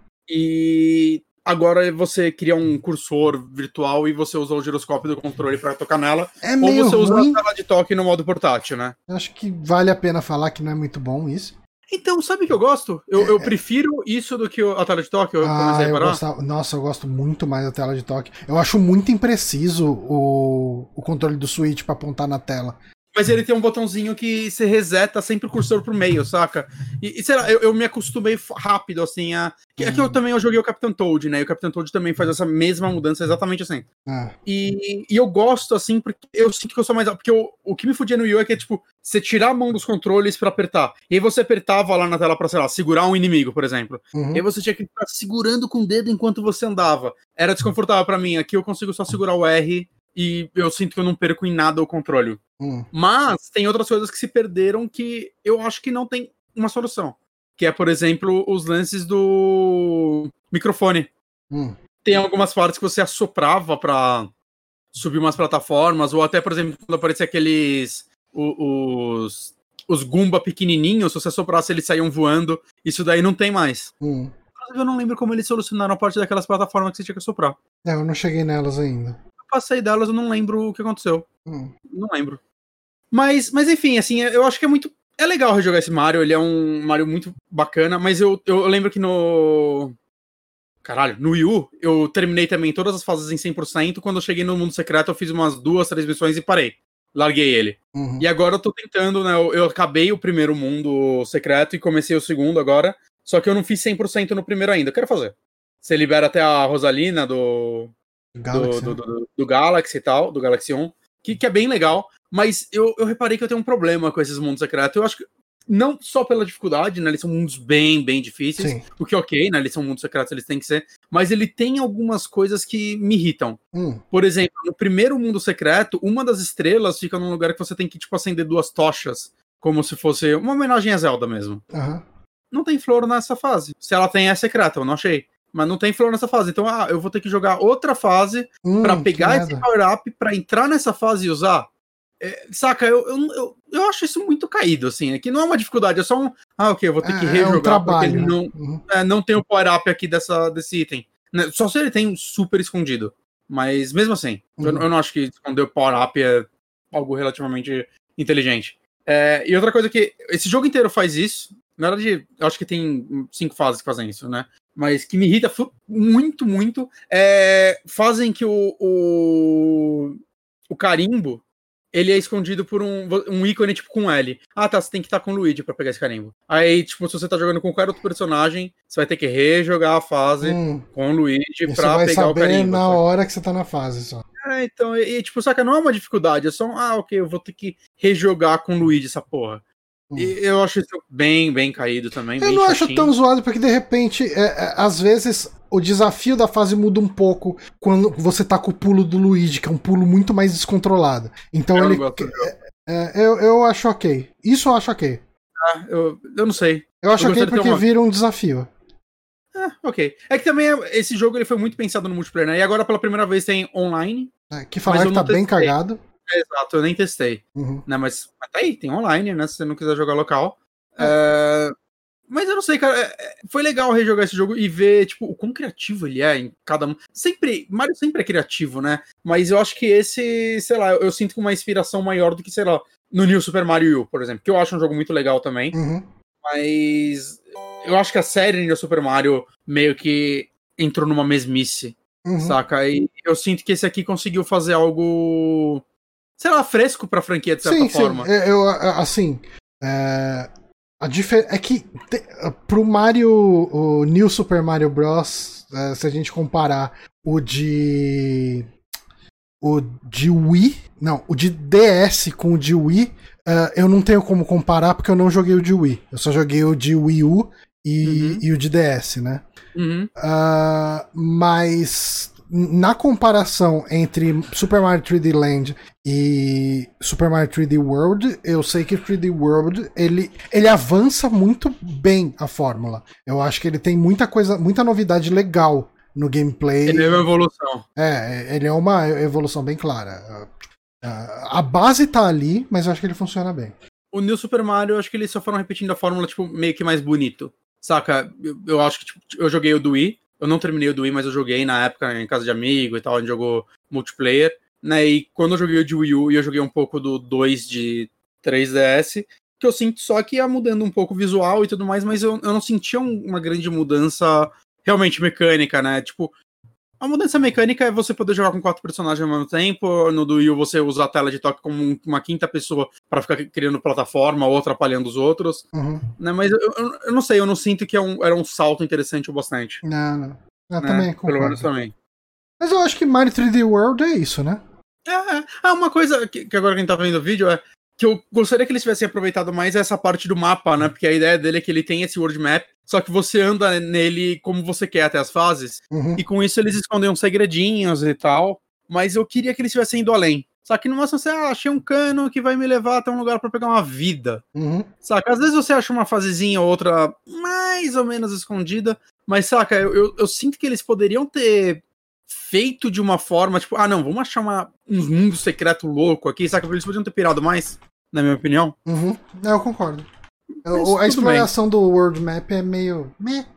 Speaker 2: E agora você cria um cursor virtual e você usa o giroscópio do controle pra tocar nela. Ou você usa a tela de toque no modo portátil, né?
Speaker 1: Eu acho que vale a pena falar que não é muito bom isso.
Speaker 2: Então, sabe o que eu gosto? Eu prefiro isso do que a tela de toque, eu comecei a reparar.
Speaker 1: Nossa, eu gosto muito mais da tela de toque. Eu acho muito impreciso o controle do Switch pra apontar na tela.
Speaker 2: Mas ele tem um botãozinho que você reseta sempre o cursor pro meio, saca? E sei lá, eu me acostumei rápido, assim, É que eu joguei o Captain Toad, né? E o Captain Toad também faz essa mesma mudança exatamente assim. E eu gosto, assim, porque eu sinto que eu sou mais... Porque o que me fudia no Wii U é que, tipo, você tirar a mão dos controles pra apertar. E aí você apertava lá na tela pra, sei lá, segurar um inimigo, por exemplo. E aí você tinha que ficar segurando com o dedo enquanto você andava. Era desconfortável pra mim. Aqui eu consigo só segurar o R e eu sinto que eu não perco em nada o controle. Mas tem outras coisas que se perderam que eu acho que não tem uma solução. Que é, por exemplo, os lances do microfone. Tem algumas partes que você assoprava pra subir umas plataformas, ou até, por exemplo, quando aparecia aqueles... Os Goomba pequenininhos, se você assoprasse, eles saíam voando. Isso daí não tem mais. Inclusive, eu não lembro como eles solucionaram a parte daquelas plataformas que você tinha que assoprar.
Speaker 1: Eu não cheguei nelas ainda.
Speaker 2: Eu passei delas, eu não lembro o que aconteceu. Não lembro. Mas enfim, assim, eu acho que é legal rejogar esse Mario, ele é um Mario muito bacana, mas eu lembro que no Wii U, eu terminei também todas as fases em 100%, quando eu cheguei no mundo secreto eu fiz umas 2, 3 missões e parei. Larguei ele. E agora eu tô tentando, né, eu acabei o primeiro mundo secreto e comecei o segundo agora, só que eu não fiz 100% no primeiro ainda, eu quero fazer. Você libera até a Rosalina do Galaxy e tal, do Galaxy 1, que é bem legal. Mas eu reparei que eu tenho um problema com esses mundos secretos. Eu acho que não só pela dificuldade, né? Eles são mundos bem, bem difíceis. Sim. O que é ok, né? Eles são mundos secretos, eles têm que ser. Mas ele tem algumas coisas que me irritam. Por exemplo, no primeiro mundo secreto, uma das estrelas fica num lugar que você tem que, tipo, acender 2 tochas. Como se fosse uma homenagem a Zelda mesmo. Não tem flor nessa fase. Se ela tem, é secreta, eu não achei. Mas não tem flor nessa fase. Então, eu vou ter que jogar outra fase pra pegar esse power-up, pra entrar nessa fase e usar. Saca, eu acho isso muito caído, assim, que não é uma dificuldade, é só ok, eu vou ter que rejogar,
Speaker 1: um trabalho,
Speaker 2: porque ele não tem o power-up aqui desse item. Só se ele tem super escondido. Mas mesmo assim, eu não acho que esconder o power-up é algo relativamente inteligente. E outra coisa que esse jogo inteiro faz isso, na verdade, eu acho que tem 5 fases que fazem isso, né? Mas que me irrita muito, muito, fazem que o carimbo ele é escondido por um ícone, tipo, com L. Tá, você tem que estar com o Luigi pra pegar esse carimbo. Aí, tipo, se você tá jogando com qualquer outro personagem, você vai ter que rejogar a fase com o Luigi pra pegar o carimbo. Você vai saber
Speaker 1: na hora que você tá na fase, só.
Speaker 2: Então, tipo, saca, não é uma dificuldade, é só ok, eu vou ter que rejogar com o Luigi essa porra. E eu acho isso bem, bem caído também.
Speaker 1: Eu não acho tão zoado, porque de repente, às vezes, o desafio da fase muda um pouco quando você tá com o pulo do Luigi, que é um pulo muito mais descontrolado. Então eu acho ok. Isso eu acho ok.
Speaker 2: Eu não sei.
Speaker 1: Eu acho ok porque vira um desafio.
Speaker 2: Ok. É que também esse jogo ele foi muito pensado no multiplayer, né? E agora pela primeira vez tem online.
Speaker 1: Que falaram que tá bem cagado.
Speaker 2: Exato, eu nem testei. Né, mas tá aí, tem online, né? Se você não quiser jogar local. Mas eu não sei, cara. Foi legal rejogar esse jogo e ver, tipo, o quão criativo ele é em cada um. Mario sempre é criativo, né? Mas eu acho que esse, sei lá, eu sinto uma inspiração maior do que, sei lá, no New Super Mario U, por exemplo. Que eu acho um jogo muito legal também. Mas eu acho que a série New Super Mario meio que entrou numa mesmice, saca? E eu sinto que esse aqui conseguiu fazer algo, sei lá, fresco pra franquia, de certa forma.
Speaker 1: Sim. A diferença é que pro Mario, o New Super Mario Bros., se a gente comparar o de Wii, não, o de DS com o de Wii, eu não tenho como comparar porque eu não joguei o de Wii. Eu só joguei o de Wii U e o de DS, né? Mas na comparação entre Super Mario 3D Land e Super Mario 3D World, eu sei que 3D World ele avança muito bem a fórmula. Eu acho que ele tem muita novidade legal no gameplay.
Speaker 2: Ele é uma evolução.
Speaker 1: Ele é uma evolução bem clara. A base tá ali, mas eu acho que ele funciona bem.
Speaker 2: O New Super Mario, eu acho que eles só foram repetindo a fórmula, tipo, meio que mais bonito. Saca? Eu acho que, tipo, eu joguei o do Wii. Eu não terminei o do Wii, mas eu joguei na época em casa de amigo e tal, a gente jogou multiplayer, né? E quando eu joguei o de Wii U e eu joguei um pouco do 2 de 3DS, que eu sinto só que ia mudando um pouco o visual e tudo mais, mas eu não sentia uma grande mudança realmente mecânica, né? Tipo, a mudança mecânica é você poder jogar com 4 personagens ao mesmo tempo. No do Wii você usa a tela de toque como uma quinta pessoa pra ficar criando plataforma ou atrapalhando os outros. Né? Mas eu não sei, eu não sinto que era um salto interessante o bastante.
Speaker 1: Não. Eu
Speaker 2: né?
Speaker 1: também concordo.
Speaker 2: Pelo menos também.
Speaker 1: Mas eu acho que Mario 3D World é isso, né?
Speaker 2: Uma coisa que agora quem tá vendo o vídeo é que eu gostaria que eles tivessem aproveitado mais essa parte do mapa, né? Porque a ideia dele é que ele tem esse world map, só que você anda nele como você quer até as fases, e com isso eles escondem uns segredinhos e tal, mas eu queria que eles tivessem ido além. Só que no máximo você achei um cano que vai me levar até um lugar pra pegar uma vida. Saca? Às vezes você acha uma fasezinha ou outra mais ou menos escondida, mas saca, eu sinto que eles poderiam ter feito de uma forma, tipo, não, vamos achar um mundo secreto louco aqui, saca? Eles podiam ter pirado mais, na minha opinião.
Speaker 1: Eu concordo. A exploração do World Map é meio...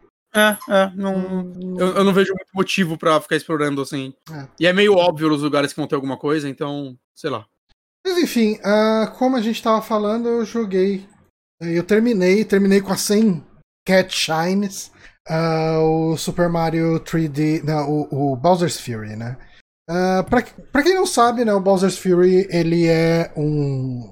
Speaker 2: Eu não vejo muito motivo pra ficar explorando, assim. E é meio óbvio os lugares que vão ter alguma coisa, então, sei lá.
Speaker 1: Mas enfim, como a gente tava falando, eu joguei. Eu terminei com as 100 Cat Shines, o Super Mario 3D, não, o Bowser's Fury, né? Pra quem não sabe, né, o Bowser's Fury, ele é um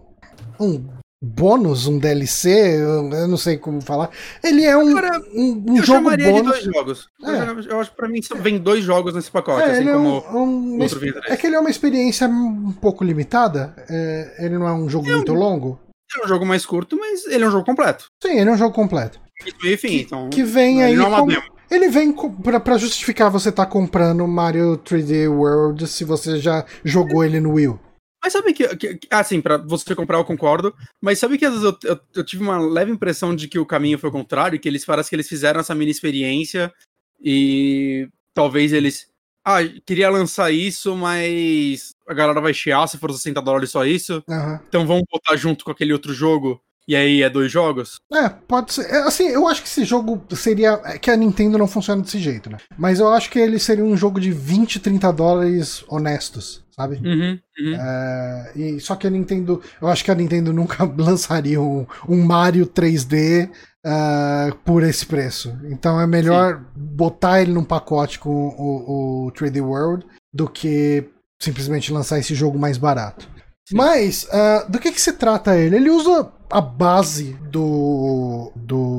Speaker 1: bônus, um DLC, eu não sei como falar. Ele é um
Speaker 2: eu
Speaker 1: jogo bônus.
Speaker 2: De 2 jogos. Eu acho que pra mim vem 2 jogos nesse pacote, assim como outro vídeo.
Speaker 1: É que ele é uma experiência um pouco limitada. Ele não é um jogo muito longo.
Speaker 2: É um jogo mais curto, mas ele é um jogo completo.
Speaker 1: Sim, ele é um jogo completo.
Speaker 2: Enfim, então.
Speaker 1: Que vem aí.
Speaker 2: Não é uma demo.
Speaker 1: Ele vem pra justificar você estar comprando Mario 3D World se você já jogou ele no Wii U.
Speaker 2: Mas sabe que assim, pra você comprar eu concordo, mas sabe que às vezes eu tive uma leve impressão de que o caminho foi o contrário, que parece que eles fizeram essa mini experiência e talvez eles... queria lançar isso, mas a galera vai chiar se for $60 só isso, então vamos botar junto com aquele outro jogo, e aí é 2 jogos?
Speaker 1: Pode ser. Assim, eu acho que esse jogo seria... que a Nintendo não funciona desse jeito, né? Mas eu acho que ele seria um jogo de $20, $30 honestos, sabe? E só que a Nintendo... Eu acho que a Nintendo nunca lançaria um Mario 3D por esse preço. Então é melhor botar ele num pacote com o 3D World do que simplesmente lançar esse jogo mais barato. Sim. Mas, do que se trata ele? Ele usa a base do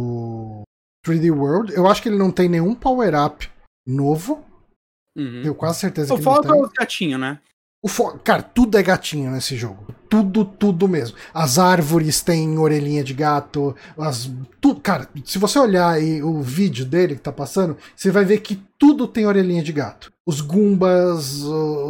Speaker 1: 3D World. Eu acho que ele não tem nenhum power-up novo. Tenho quase certeza que não tem.
Speaker 2: Falta o gatinho, né?
Speaker 1: Cara, tudo é gatinho nesse jogo. Tudo mesmo. As árvores têm orelhinha de gato. Cara, se você olhar aí o vídeo dele que tá passando, você vai ver que tudo tem orelhinha de gato. Os Goombas,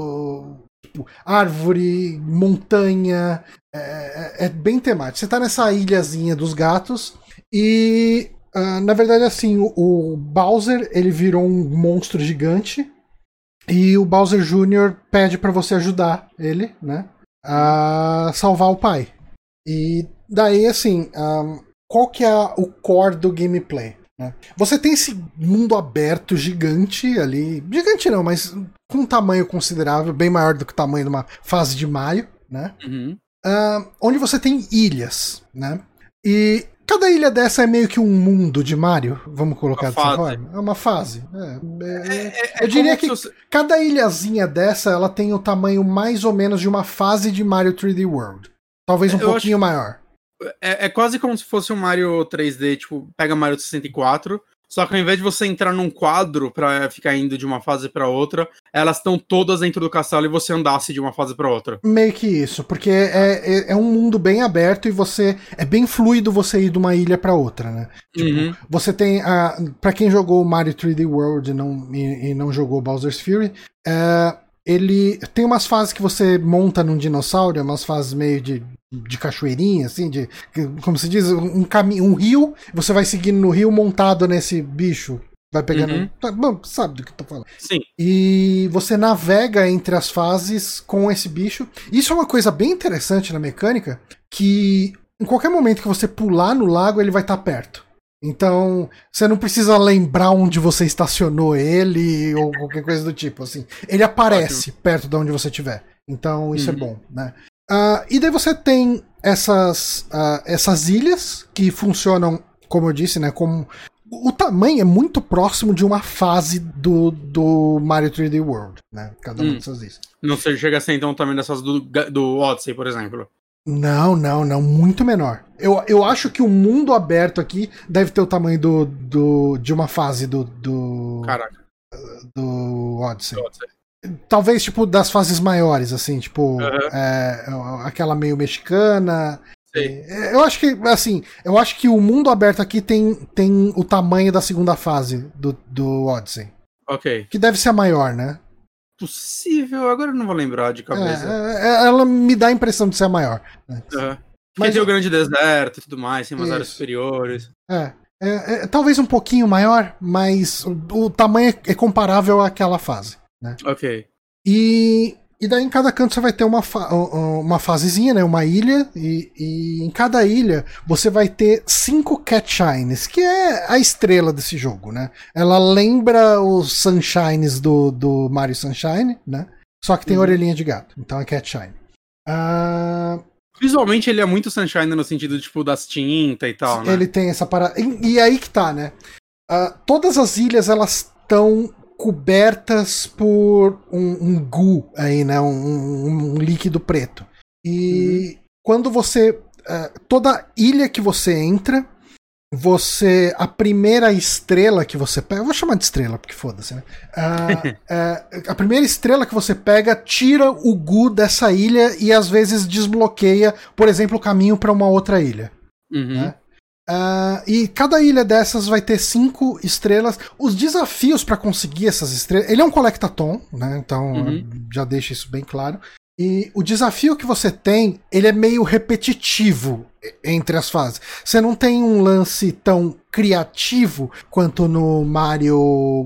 Speaker 1: árvore, montanha. É bem temático. Você tá nessa ilhazinha dos gatos e, na verdade, assim, o Bowser, ele virou um monstro gigante. E o Bowser Jr. pede pra você ajudar ele, né, a salvar o pai. E daí, assim, qual que é o core do gameplay? Né? Você tem esse mundo aberto gigante ali, gigante não, mas com um tamanho considerável, bem maior do que o tamanho de uma fase de Mario, né? Onde você tem ilhas, né? E cada ilha dessa é meio que um mundo de Mario, vamos colocar dessa forma. É uma fase. Eu diria que cada ilhazinha dessa, ela tem o tamanho mais ou menos de uma fase de Mario 3D World. Talvez um pouquinho maior.
Speaker 2: É quase como se fosse um Mario 3D, tipo, pega Mario 64, só que ao invés de você entrar num quadro pra ficar indo de uma fase pra outra, elas estão todas dentro do castelo e você andasse de uma fase pra outra. Meio
Speaker 1: que isso, porque é um mundo bem aberto e é bem fluido você ir de uma ilha pra outra, né? Tipo, você tem, pra quem jogou Mario 3D World e não jogou Bowser's Fury, ele tem umas fases que você monta num dinossauro, umas fases meio de cachoeirinha, assim, como se diz, um rio, você vai seguindo no rio montado nesse bicho, vai pegando... Bom, sabe do que eu tô falando.
Speaker 2: Sim.
Speaker 1: E você navega entre as fases com esse bicho. Isso é uma coisa bem interessante na mecânica, que em qualquer momento que você pular no lago, ele vai estar perto. Então, você não precisa lembrar onde você estacionou ele ou qualquer coisa do tipo, assim. Ele aparece perto de onde você estiver. Então, isso é bom, né? E daí você tem essas ilhas que funcionam, como eu disse, né, como... O tamanho é muito próximo de uma fase do Mario 3D World, né? Cada uma dessas ilhas.
Speaker 2: Não chega a ser então o tamanho dessas do Odyssey, por exemplo.
Speaker 1: Não, muito menor. Eu acho que o mundo aberto aqui deve ter o tamanho de uma fase do Odyssey. Talvez, tipo, das fases maiores, assim, tipo, aquela meio mexicana. Eu acho que, assim, o mundo aberto aqui tem o tamanho da segunda fase do Odyssey.
Speaker 2: Ok.
Speaker 1: Que deve ser a maior, né?
Speaker 2: Possível, agora eu não vou lembrar de cabeça.
Speaker 1: Ela me dá a impressão de ser a maior. Né?
Speaker 2: Mas tem o grande deserto e tudo mais, tem umas áreas superiores.
Speaker 1: Talvez um pouquinho maior, mas o tamanho é comparável àquela fase. Né?
Speaker 2: Ok.
Speaker 1: E daí em cada canto você vai ter uma fasezinha, né? Uma ilha. E em cada ilha você vai ter 5 Cat Shines, que é a estrela desse jogo, né? Ela lembra os Sunshines do Mario Sunshine, né? Só que tem orelhinha de gato. Então é Cat Shine.
Speaker 2: Visualmente ele é muito Sunshine no sentido, tipo, das tintas e tal, né?
Speaker 1: Ele tem essa parada. E aí que tá, né? Todas as ilhas, elas estão cobertas por um goo aí, né? Um líquido preto. E quando você... toda ilha que você entra, a primeira estrela que você pega... Eu vou chamar de estrela, porque foda-se, né? A primeira estrela que você pega tira o goo dessa ilha e às vezes desbloqueia, por exemplo, o caminho para uma outra ilha. Né? E cada ilha dessas vai ter 5 estrelas. Os desafios para conseguir essas estrelas... Ele é um collectathon, né? Então já deixa isso bem claro. E o desafio que você tem, ele é meio repetitivo entre as fases. Você não tem um lance tão criativo quanto no Mario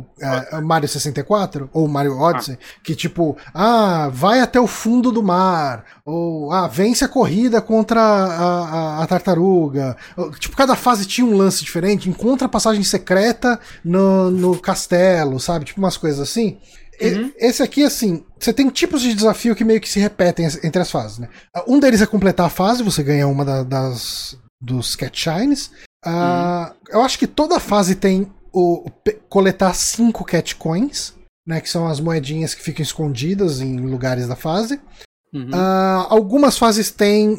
Speaker 1: 64 ou Mario Odyssey, que tipo, vai até o fundo do mar, ou vence a corrida contra a tartaruga. Tipo, cada fase tinha um lance diferente, encontra a passagem secreta no castelo, sabe? Tipo umas coisas assim. Esse aqui, assim, você tem tipos de desafio que meio que se repetem entre as fases, né? Um deles é completar a fase, você ganha uma dos Cat Shines. Eu acho que toda fase tem coletar 5 Cat Coins, né? Que são as moedinhas que ficam escondidas em lugares da fase. Algumas fases têm,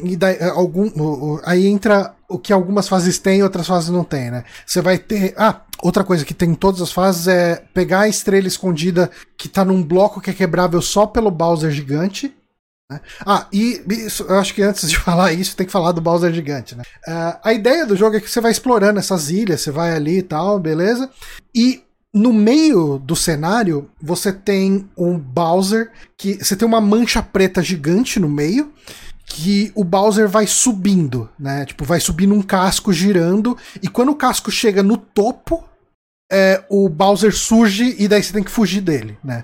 Speaker 1: aí entra o que algumas fases têm e outras fases não têm, né? Você vai ter... outra coisa que tem em todas as fases é pegar a estrela escondida que tá num bloco que é quebrável só pelo Bowser gigante. Né? E isso, eu acho que antes de falar isso, tem que falar do Bowser gigante, né? A ideia do jogo é que você vai explorando essas ilhas, você vai ali e tal, beleza? E no meio do cenário, você tem um Bowser que... Você tem uma mancha preta gigante no meio, que o Bowser vai subindo, né? Tipo, vai subindo um casco girando, e quando o casco chega no topo, o Bowser surge e daí você tem que fugir dele, né?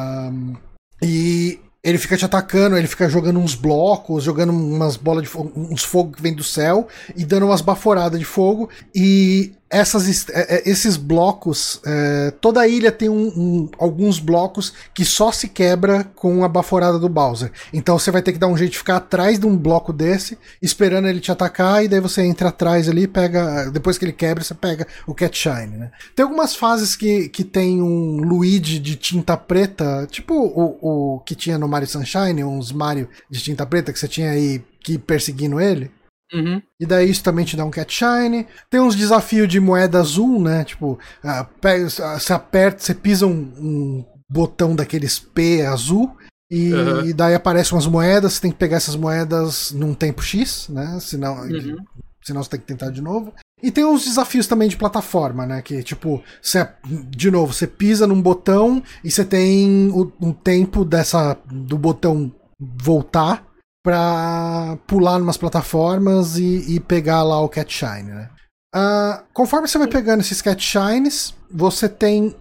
Speaker 1: E ele fica te atacando, ele fica jogando uns blocos, jogando umas bolas de fogo, uns fogo que vem do céu, e dando umas baforadas de fogo, e esses blocos, toda a ilha tem alguns blocos que só se quebra com a baforada do Bowser. Então você vai ter que dar um jeito de ficar atrás de um bloco desse, esperando ele te atacar, e daí você entra atrás ali, pega, depois que ele quebra, você pega o Cat Shine, né? Tem algumas fases que tem um Luigi de tinta preta, tipo o que tinha no Mario Sunshine, uns Mario de tinta preta que você tinha aí que ir perseguindo ele. E daí isso também te dá um Cat Shine. Tem uns desafios de moeda azul, né? Tipo, você aperta, você pisa um botão daqueles P azul e daí aparecem umas moedas. Você tem que pegar essas moedas num tempo X, né? Senão você tem que tentar de novo. E tem uns desafios também de plataforma, né? Que tipo, você pisa num botão e você tem um tempo do botão voltar pra pular numas plataformas e pegar lá o Cat Shine, né? Conforme você vai pegando esses Cat Shines, você tem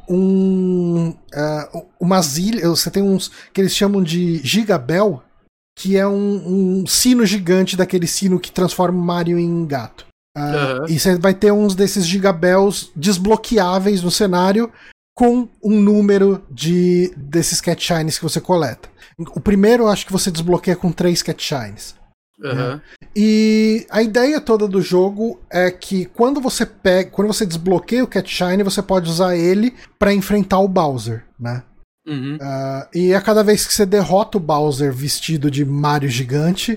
Speaker 1: umas ilhas, você tem uns que eles chamam de Gigabell, que é um sino gigante, daquele sino que transforma o Mario em gato. E você vai ter uns desses Gigabells desbloqueáveis no cenário com um número desses Cat Shines que você coleta. O primeiro eu acho que você desbloqueia com 3 Cat Shines.
Speaker 2: Uhum.
Speaker 1: E a ideia toda do jogo é que quando você desbloqueia o Cat Shine, você pode usar ele pra enfrentar o Bowser, né?
Speaker 2: Uhum.
Speaker 1: E a cada vez que você derrota o Bowser vestido de Mario gigante,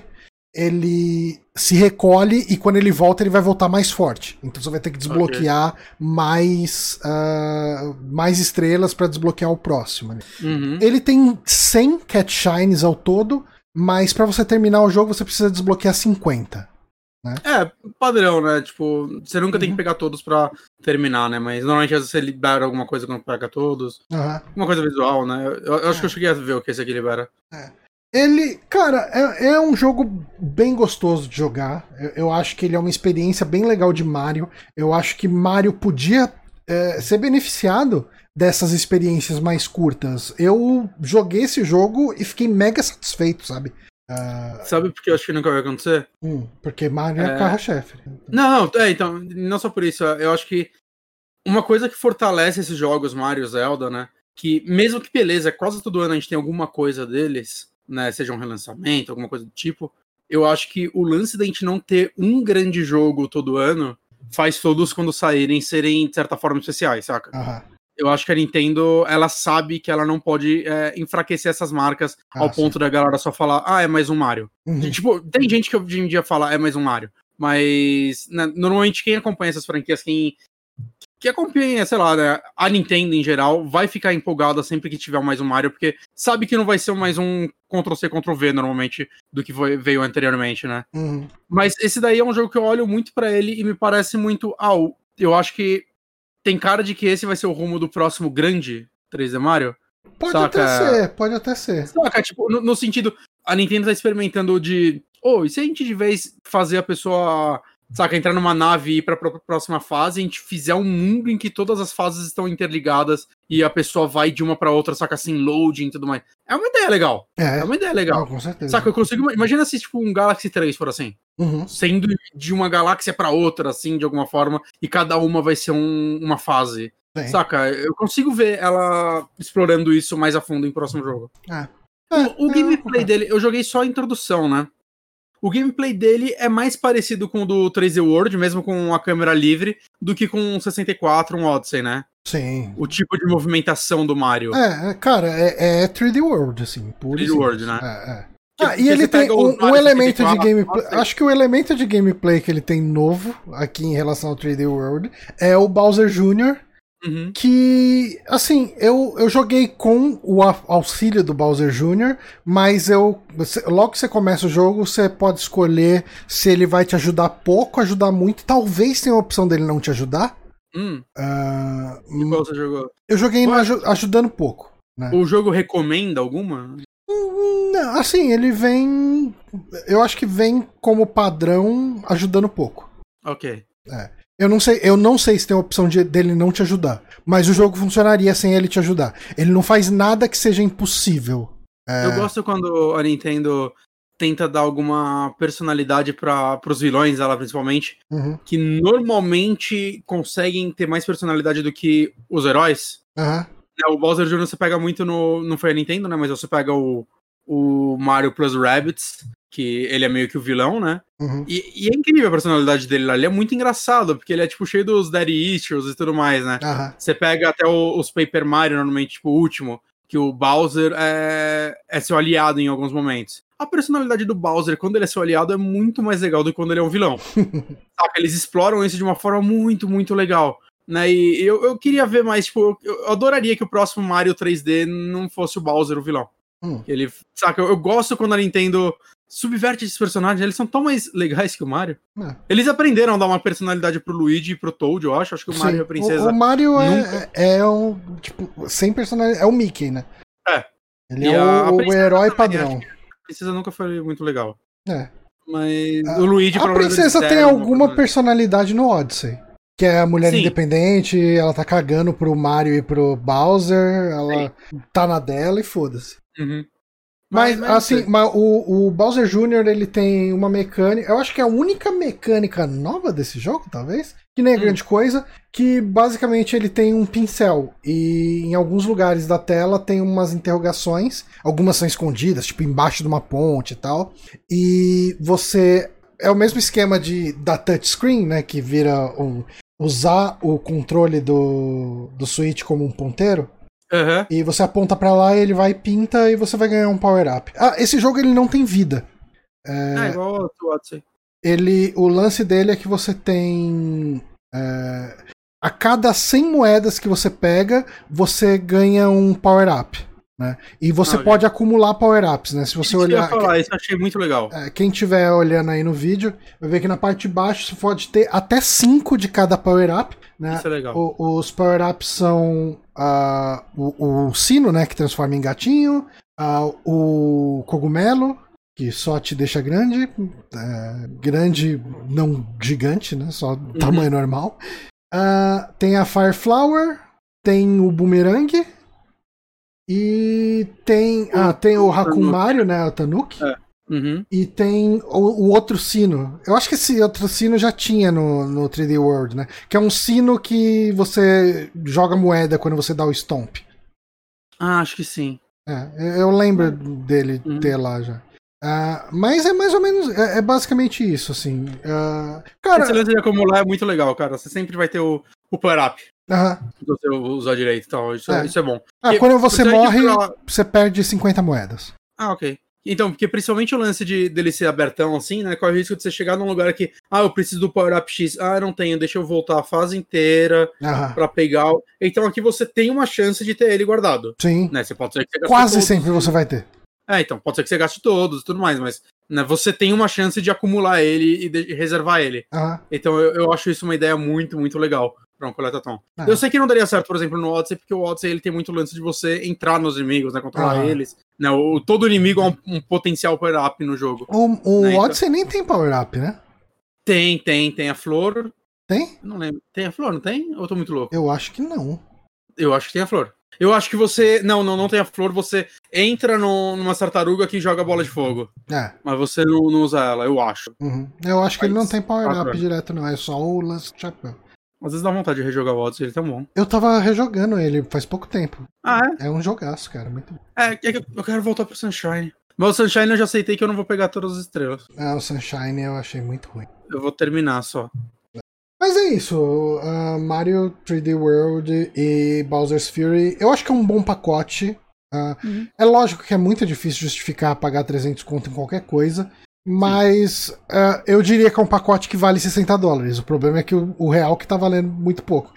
Speaker 1: ele se recolhe e quando ele volta, ele vai voltar mais forte. Então você vai ter que desbloquear mais estrelas pra desbloquear o próximo. Né?
Speaker 2: Uhum.
Speaker 1: Ele tem 100 Cat Shines ao todo, mas pra você terminar o jogo, você precisa desbloquear 50. Né?
Speaker 2: Padrão, né? Tipo, você nunca tem que pegar todos pra terminar, né? Mas normalmente às vezes você libera alguma coisa quando pega todos. Uma coisa visual, né? Eu acho que eu cheguei a ver o que esse aqui libera.
Speaker 1: Ele, cara, é um jogo bem gostoso de jogar. Eu acho que ele é uma experiência bem legal de Mario. Eu acho que Mario podia ser beneficiado dessas experiências mais curtas. Eu joguei esse jogo e fiquei mega satisfeito, sabe?
Speaker 2: Sabe por que eu acho que nunca vai acontecer?
Speaker 1: Porque Mario é carro-chefe.
Speaker 2: Então, não só por isso. Eu acho que uma coisa que fortalece esses jogos, Mario e Zelda, né? Que mesmo que, beleza, quase todo ano a gente tem alguma coisa deles, né? Seja um relançamento, alguma coisa do tipo. Eu acho que o lance da gente não ter um grande jogo todo ano faz todos, quando saírem, serem, de certa forma, especiais, saca? Eu acho que a Nintendo, ela sabe que ela não pode enfraquecer essas marcas ao ponto da galera só falar, é mais um Mario. Tipo, tem gente que hoje em dia fala, é mais um Mario. Mas, né, normalmente quem acompanha essas franquias, quem acompanha, sei lá, né, a Nintendo em geral, vai ficar empolgada sempre que tiver mais um Mario, porque sabe que não vai ser mais um Ctrl-C, Ctrl-V, normalmente, do que veio anteriormente, né? Mas esse daí é um jogo que eu olho muito pra ele e me parece muito, eu acho que tem cara de que esse vai ser o rumo do próximo grande 3D Mario.
Speaker 1: Pode até ser.
Speaker 2: Saca, tipo, no sentido, a Nintendo tá experimentando e se a gente de vez fazer a pessoa, saca, entrar numa nave e ir pra próxima fase, a gente fizer um mundo em que todas as fases estão interligadas e a pessoa vai de uma pra outra, saca, assim, loading e tudo mais. É uma ideia legal. É uma ideia legal.
Speaker 1: Com certeza.
Speaker 2: Saca, eu consigo, imagina se, tipo, um Galaxy 3 for assim. Sendo de uma galáxia pra outra, assim, de alguma forma, e cada uma vai ser uma fase. Sim. Saca? Eu consigo ver ela explorando isso mais a fundo em próximo jogo. O gameplay dele, eu joguei só a introdução, né? O gameplay dele é mais parecido com o do 3D World, mesmo com a câmera livre, do que com o 64, um Odyssey, né?
Speaker 1: Sim.
Speaker 2: O tipo de movimentação do Mario.
Speaker 1: Cara, é 3D World, assim.
Speaker 2: 3D World, né?
Speaker 1: E ele tem um elemento de gameplay. Acho que o elemento de gameplay que ele tem novo aqui em relação ao 3D World é o Bowser Jr., que, assim, eu joguei com o auxílio do Bowser Jr., mas logo que você começa o jogo, você pode escolher se ele vai te ajudar pouco, ajudar muito. Talvez tenha a opção dele não te ajudar.
Speaker 2: E qual você jogou?
Speaker 1: Eu joguei ajudando pouco. Né?
Speaker 2: O jogo recomenda alguma?
Speaker 1: Não, assim, ele vem... Eu acho que vem como padrão ajudando pouco.
Speaker 2: Ok.
Speaker 1: Eu não sei se tem a opção dele não te ajudar, mas o jogo funcionaria sem ele te ajudar. Ele não faz nada que seja impossível.
Speaker 2: Eu gosto quando a Nintendo tenta dar alguma personalidade para os vilões, ela principalmente, que normalmente conseguem ter mais personalidade do que os heróis. O Bowser Jr. você pega muito não foi a Nintendo, né? Mas você pega o Mario Plus Rabbids, que ele é meio que o vilão, né? E é incrível a personalidade dele lá. Ele é muito engraçado, porque ele é, tipo, cheio dos daddy issues e tudo mais, né? Você pega até os Paper Mario, normalmente, tipo, o último, que o Bowser é seu aliado em alguns momentos. A personalidade do Bowser, quando ele é seu aliado, é muito mais legal do que quando ele é um vilão. Saca? Eles exploram isso de uma forma muito, muito legal. Né? E eu queria ver mais, tipo, eu adoraria que o próximo Mario 3D não fosse o Bowser o vilão. Ele, saca, eu gosto quando a Nintendo subverte esses personagens, eles são tão mais legais que o Mario. Eles aprenderam a dar uma personalidade pro Luigi e pro Toad, eu acho que o Mario e a princesa...
Speaker 1: O Mario é um, tipo, sem personalidade, é o Mickey, né? Ele é o herói padrão.
Speaker 2: A princesa nunca foi muito legal. Mas o Luigi...
Speaker 1: A princesa tem alguma personalidade no Odyssey. Que é a mulher independente, ela tá cagando pro Mario e pro Bowser, ela tá na dela e foda-se. Mas assim, o Bowser Jr. ele tem uma mecânica. Eu acho que é a única mecânica nova desse jogo, talvez. Que nem é grande coisa. Que basicamente ele tem um pincel. E em alguns lugares da tela tem umas interrogações. Algumas são escondidas, tipo embaixo de uma ponte e tal. E você. É o mesmo esquema da touchscreen, né? Que vira usar o controle do Switch como um ponteiro.
Speaker 2: Uhum.
Speaker 1: E você aponta pra lá, ele vai e pinta e você vai ganhar um power-up. Esse jogo ele não tem vida.
Speaker 2: Igual o Odyssey.
Speaker 1: O lance dele é que você tem... a cada 100 moedas que você pega, você ganha um power-up. Né? E você pode acumular power-ups, né? Se você olhar.
Speaker 2: Isso eu achei muito legal.
Speaker 1: Quem estiver olhando aí no vídeo, vai ver que na parte de baixo você pode ter até 5 de cada power-up. Né?
Speaker 2: Isso é legal.
Speaker 1: Os power-ups são o sino, né? Que transforma em gatinho, o cogumelo, que só te deixa grande. Grande, não gigante, né? Só tamanho normal. Tem a Fire Flower, tem o boomerang. E tem o Hakumario, né? O Tanuki. E tem o outro sino. Eu acho que esse outro sino já tinha no 3D World, né? Que é um sino que você joga moeda quando você dá o stomp.
Speaker 2: Acho que sim.
Speaker 1: Eu lembro dele ter lá já. Mas é mais ou menos. É basicamente isso, assim.
Speaker 2: Cara, esse lance de acumular é muito legal, cara. Você sempre vai ter o power-up. Se você usar direito e tal. Isso é bom.
Speaker 1: Quando você morre, você perde 50 moedas.
Speaker 2: Ok. Então, porque principalmente o lance dele ser abertão assim, né? Corre o risco de você chegar num lugar que, eu preciso do power-up X. Eu não tenho, deixa eu voltar a fase inteira pra pegar. Então aqui você tem uma chance de ter ele guardado.
Speaker 1: Sim.
Speaker 2: Né? Você pode ser que você gaste
Speaker 1: quase
Speaker 2: todos,
Speaker 1: sempre você vai ter.
Speaker 2: Então, pode ser que você gaste todos e tudo mais, mas né, você tem uma chance de acumular ele e reservar ele. Então eu acho isso uma ideia muito, muito legal pra um coletatom. Eu sei que não daria certo, por exemplo, no Odyssey, porque o Odyssey ele tem muito lance de você entrar nos inimigos, né, controlar eles. Né, todo inimigo é um potencial power-up no jogo.
Speaker 1: O Odyssey nem tem power-up, né?
Speaker 2: Tem a flor.
Speaker 1: Tem?
Speaker 2: Não lembro. Tem a flor, não tem? Ou eu tô muito louco?
Speaker 1: Eu acho que não.
Speaker 2: Eu acho que tem a flor. Eu acho que você... Não tem a flor, você entra numa tartaruga que joga bola de fogo. Mas você não usa ela, eu acho.
Speaker 1: Eu acho que ele não tem power-up direto, não. É só o lance de chapéu.
Speaker 2: Às vezes dá vontade de rejogar o Odyssey, ele é tão bom.
Speaker 1: Eu tava rejogando ele faz pouco tempo.
Speaker 2: É?
Speaker 1: É um jogaço, cara. Muito bom.
Speaker 2: Que eu quero voltar pro Sunshine. Mas o Sunshine eu já aceitei que eu não vou pegar todas as estrelas.
Speaker 1: O Sunshine eu achei muito ruim.
Speaker 2: Eu vou terminar só.
Speaker 1: Mas é isso. Mario 3D World e Bowser's Fury. Eu acho que é um bom pacote. É lógico que é muito difícil justificar pagar 300 conto em qualquer coisa. Mas eu diria que é um pacote que vale $60. O problema é que o real que tá valendo muito pouco.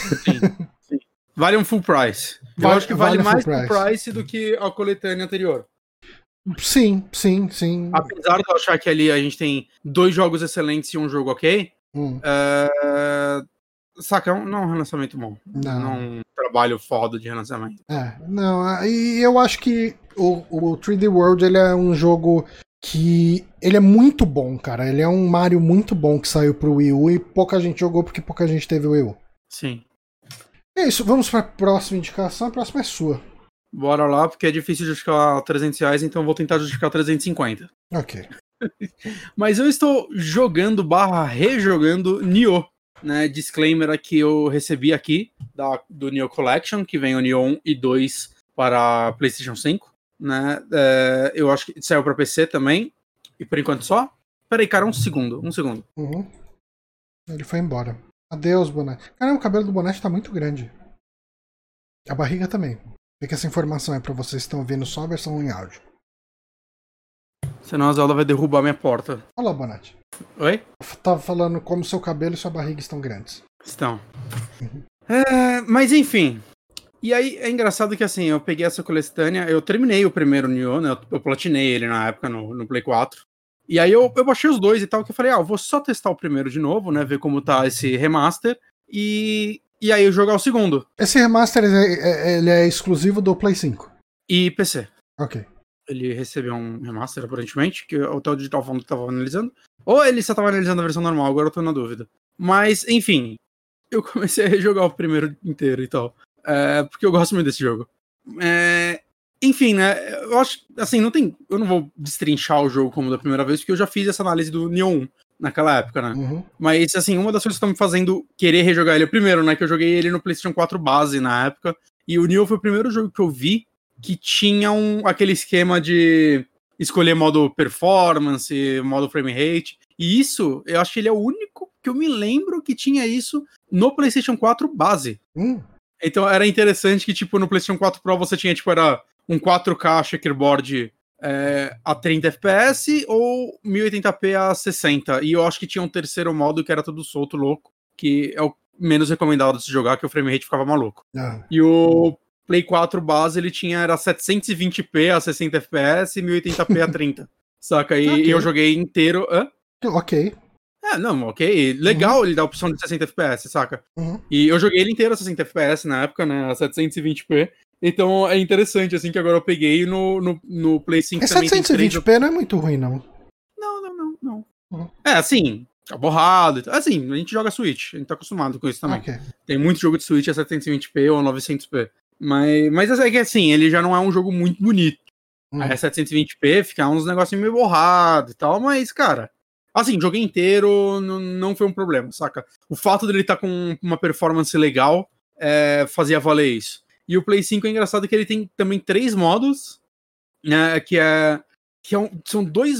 Speaker 2: Sim. Vale um full price. Eu acho que vale mais full price do que a coletânea anterior.
Speaker 1: Sim.
Speaker 2: Apesar de eu achar que ali a gente tem 2 jogos excelentes e um jogo ok, saca, não é um relançamento bom. Não é um trabalho foda de relançamento.
Speaker 1: E eu acho que o 3D World ele é um jogo que ele é muito bom, cara. Ele é um Mario muito bom que saiu pro Wii U e pouca gente jogou porque pouca gente teve o Wii U.
Speaker 2: Sim.
Speaker 1: É isso, vamos pra próxima indicação. A próxima é sua.
Speaker 2: Bora lá, porque é difícil justificar R$300, então eu vou tentar justificar 350.
Speaker 1: Ok.
Speaker 2: Mas eu estou jogando/rejogando Nioh, né? Disclaimer que eu recebi aqui do Nioh Collection, que vem o Nioh 1 e 2 para PlayStation 5, né? Eu acho que saiu para PC também, e por enquanto só. Peraí, cara, um segundo.
Speaker 1: Ele foi embora. Adeus, Bonatti. Caramba, o cabelo do Bonatti tá muito grande. A barriga também. Fica essa informação aí pra vocês que estão vendo só a versão em áudio.
Speaker 2: Senão a Zelda vai derrubar minha porta.
Speaker 1: Olá, Bonatti.
Speaker 2: Oi?
Speaker 1: Eu tava falando como seu cabelo e sua barriga estão grandes.
Speaker 2: Estão. Mas enfim. E aí é engraçado que assim, eu peguei essa coletânea, eu terminei o primeiro Nioh, né? Eu platinei ele na época no Play 4. E aí eu baixei os dois e tal, que eu falei, eu vou só testar o primeiro de novo, né? Ver como tá esse remaster. E aí eu jogar o segundo.
Speaker 1: Esse remaster, ele é exclusivo do Play 5?
Speaker 2: E PC.
Speaker 1: Ok.
Speaker 2: Ele recebeu um remaster, aparentemente, que o Hotel Digital Foundry tava analisando. Ou ele só tava analisando a versão normal, agora eu tô na dúvida. Mas, enfim, eu comecei a rejogar o primeiro inteiro e tal. Porque eu gosto muito desse jogo. Enfim, né? Eu acho, assim, eu não vou destrinchar o jogo como da primeira vez, porque eu já fiz essa análise do Nioh 1 naquela época, né?
Speaker 1: Uhum.
Speaker 2: Mas, assim, uma das coisas que estão me fazendo querer rejogar ele, primeiro, né, que eu joguei ele no PlayStation 4 base na época, e o Nioh foi o primeiro jogo que eu vi que tinha aquele esquema de escolher modo performance, modo frame rate, e isso, eu acho que ele é o único que eu me lembro que tinha isso no PlayStation 4 base. Então era interessante que, tipo, no PlayStation 4 Pro você tinha, tipo, era um 4K checkerboard a 30 FPS ou 1080p a 60. E eu acho que tinha um terceiro modo que era tudo solto, louco, que é o menos recomendado de se jogar, que o frame rate ficava maluco. E o Play 4 base, ele era 720p a 60 FPS e 1080p a 30. Saca? E eu joguei inteiro...
Speaker 1: Ok.
Speaker 2: Não, ok. Legal ele dar a opção de 60 FPS, saca? E eu joguei ele inteiro a 60 FPS na época, né? A 720p. Então é interessante, assim, que agora eu peguei no Play 5 também.
Speaker 1: 720p não é muito ruim, não.
Speaker 2: Não. Assim, tá borrado. Assim, a gente joga Switch, a gente tá acostumado com isso também.
Speaker 1: Okay.
Speaker 2: Tem muito jogo de Switch a 720p ou 900p. Mas é que assim, ele já não é um jogo muito bonito. Aí a 720p fica uns negocinhos meio borrado e tal, mas, cara, assim, joguei inteiro, não foi um problema, saca? O fato dele estar com uma performance legal fazia valer isso. E o Play 5 é engraçado que ele tem também 3 modos, né, são 2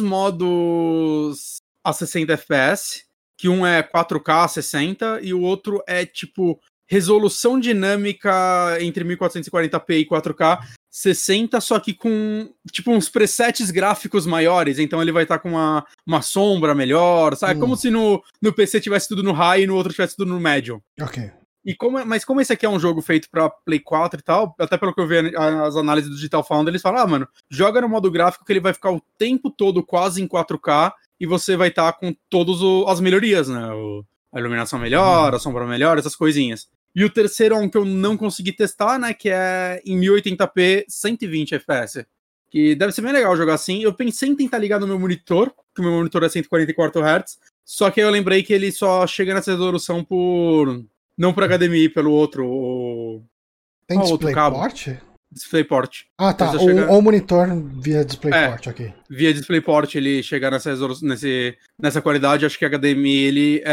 Speaker 2: modos a 60 FPS, que um é 4K 60 e o outro é, tipo, resolução dinâmica entre 1440p e 4K 60, só que com, tipo, uns presets gráficos maiores, então ele vai estar com uma sombra melhor, sabe? Como se no PC tivesse tudo no high e no outro tivesse tudo no medium.
Speaker 1: Ok.
Speaker 2: Mas como esse aqui é um jogo feito pra Play 4 e tal, até pelo que eu vi as análises do Digital Foundry, eles falam, mano, joga no modo gráfico que ele vai ficar o tempo todo quase em 4K e você vai estar com todas as melhorias, né? A iluminação melhor, a sombra melhor, essas coisinhas. E o terceiro é um que eu não consegui testar, né? Que é em 1080p 120 FPS. Que deve ser bem legal jogar assim. Eu pensei em tentar ligar no meu monitor, que o meu monitor é 144 Hz, só que aí eu lembrei que ele só chega nessa resolução não por HDMI, pelo outro.
Speaker 1: Tem DisplayPort?
Speaker 2: DisplayPort.
Speaker 1: Ah, tá. Ou monitor via DisplayPort, ok.
Speaker 2: Via DisplayPort ele chegar nessa qualidade, acho que HDMI ele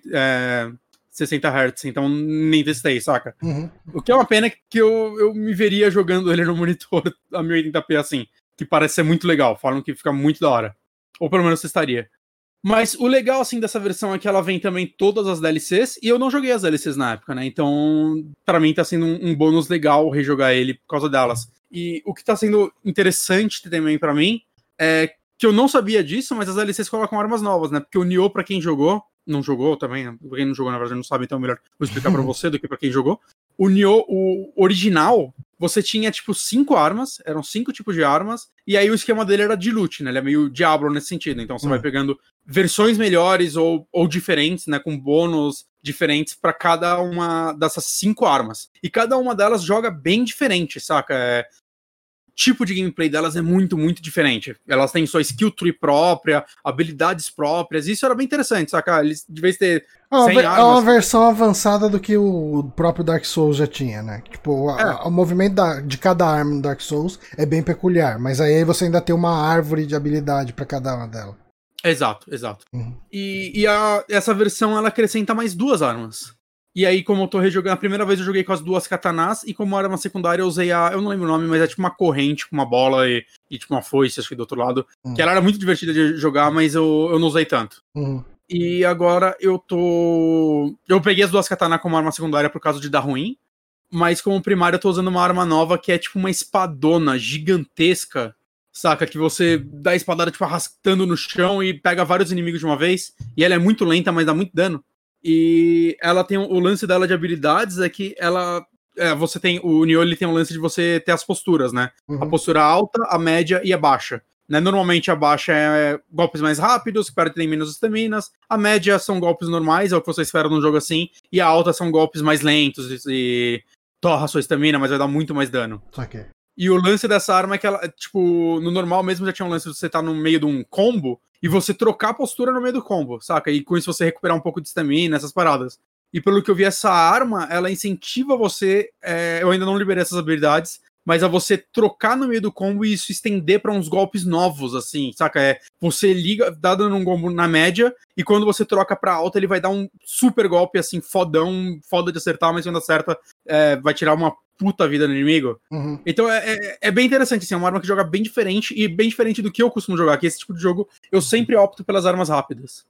Speaker 2: é 60 Hz, então nem testei, saca? O que é uma pena que eu me veria jogando ele no monitor a 1080p assim, que parece ser muito legal, falam que fica muito da hora. Ou pelo menos testaria. Mas o legal, assim, dessa versão é que ela vem também todas as DLCs, e eu não joguei as DLCs na época, né? Então, pra mim tá sendo um bônus legal rejogar ele por causa delas. E o que tá sendo interessante também pra mim é que eu não sabia disso, mas as DLCs colocam armas novas, né? Porque o Nioh, pra quem jogou, não jogou também, né? Pra quem não jogou, na verdade, não sabe, então é melhor vou explicar pra você do que pra quem jogou. O Nioh, o original, você tinha, tipo, 5 armas, eram 5 tipos de armas, e aí o esquema dele era de loot, né? Ele é meio Diablo nesse sentido, então você vai pegando versões melhores ou diferentes, né? Com bônus diferentes pra cada uma dessas 5 armas. E cada uma delas joga bem diferente, saca? Tipo de gameplay delas é muito, muito diferente. Elas têm sua skill tree própria, habilidades próprias, e isso era bem interessante, saca? Eles, de vez de ter 100 armas...
Speaker 1: É uma versão avançada do que o próprio Dark Souls já tinha, né? Tipo, o movimento de cada arma no Dark Souls é bem peculiar, mas aí você ainda tem uma árvore de habilidade pra cada uma delas.
Speaker 2: Exato. Essa versão, ela acrescenta mais 2 armas. E aí, como eu tô rejogando, a primeira vez eu joguei com as 2 katanas, e como arma secundária eu usei eu não lembro o nome, mas é tipo uma corrente com uma bola e tipo uma foice, acho que do outro lado. Que ela era muito divertida de jogar, mas eu não usei tanto. E agora eu peguei as 2 katanas como arma secundária por causa de dar ruim, mas como primária eu tô usando uma arma nova que é tipo uma espadona gigantesca, saca? Que você dá a espadada tipo arrastando no chão e pega vários inimigos de uma vez, e ela é muito lenta, mas dá muito dano. E ela tem o lance dela de habilidades é que ela... você tem... O Nioh, ele tem o lance de você ter as posturas, né? A postura alta, a média e a baixa. Né? Normalmente a baixa é golpes mais rápidos, que perdem menos estaminas. A média são golpes normais, é o que você espera num jogo assim. E a alta são golpes mais lentos e torra a sua estamina, mas vai dar muito mais dano.
Speaker 1: Okay.
Speaker 2: E o lance dessa arma é que ela, tipo, no normal mesmo já tinha um lance de você estar no meio de um combo e você trocar a postura no meio do combo, saca? E com isso você recuperar um pouco de estamina, essas paradas. E pelo que eu vi, essa arma, ela incentiva você... eu ainda não liberei essas habilidades, mas a você trocar no meio do combo e isso estender pra uns golpes novos, assim, saca? Você liga, dá dando um combo na média, e quando você troca pra alta, ele vai dar um super golpe, assim, fodão, foda de acertar, mas quando acerta, vai tirar uma puta vida no inimigo.
Speaker 1: Uhum.
Speaker 2: Então é bem interessante, assim, é uma arma que joga bem diferente, e bem diferente do que eu costumo jogar, que esse tipo de jogo eu sempre opto pelas armas rápidas.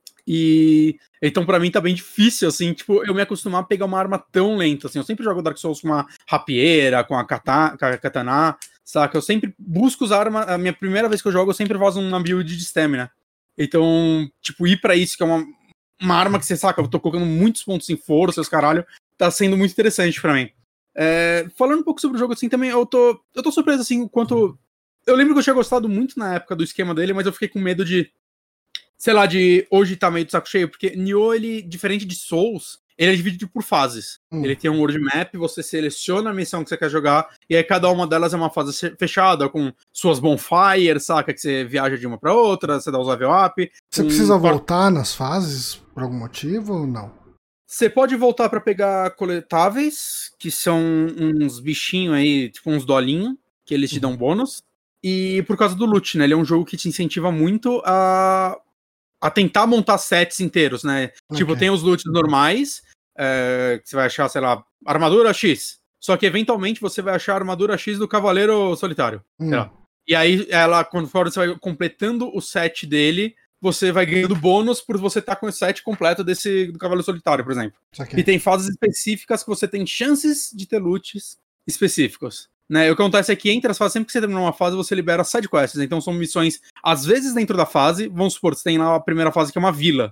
Speaker 2: E então pra mim tá bem difícil, assim, tipo, eu me acostumar a pegar uma arma tão lenta, assim, eu sempre jogo Dark Souls com uma rapieira, com a katana, saca? Eu sempre busco usar arma, a minha primeira vez que eu jogo, eu sempre faço uma build de stamina. Então, tipo, ir pra isso, que é uma arma que você saca, eu tô colocando muitos pontos em força, os caralho, tá sendo muito interessante pra mim. Falando um pouco sobre o jogo, assim, também, eu tô surpreso, assim, o quanto... Eu lembro que eu tinha gostado muito na época do esquema dele, mas eu fiquei com medo de... Sei lá, de hoje tá meio de saco cheio, porque Nioh, ele, diferente de Souls, ele é dividido por fases. Ele tem um world map, você seleciona a missão que você quer jogar, e aí cada uma delas é uma fase fechada, com suas bonfires, saca? Que você viaja de uma pra outra, você dá os level up.
Speaker 1: Você precisa voltar nas fases por algum motivo ou não?
Speaker 2: Você pode voltar pra pegar coletáveis, que são uns bichinhos aí, tipo uns dolinhos, que eles te dão bônus. E por causa do loot, né? Ele é um jogo que te incentiva muito a tentar montar sets inteiros, né? Okay. Tipo, tem os loots normais, que você vai achar, sei lá, armadura X. Só que, eventualmente, você vai achar a armadura X do Cavaleiro Solitário. Sei lá. E aí, conforme você vai completando o set dele, você vai ganhando bônus por você estar com o set completo do Cavaleiro Solitário, por exemplo. Okay. E tem fases específicas que você tem chances de ter loots específicos. Né, o que acontece é que entre as fases, sempre que você termina uma fase, você libera sidequests. Então são missões, às vezes, dentro da fase. Vamos supor, você tem lá a primeira fase que é uma vila.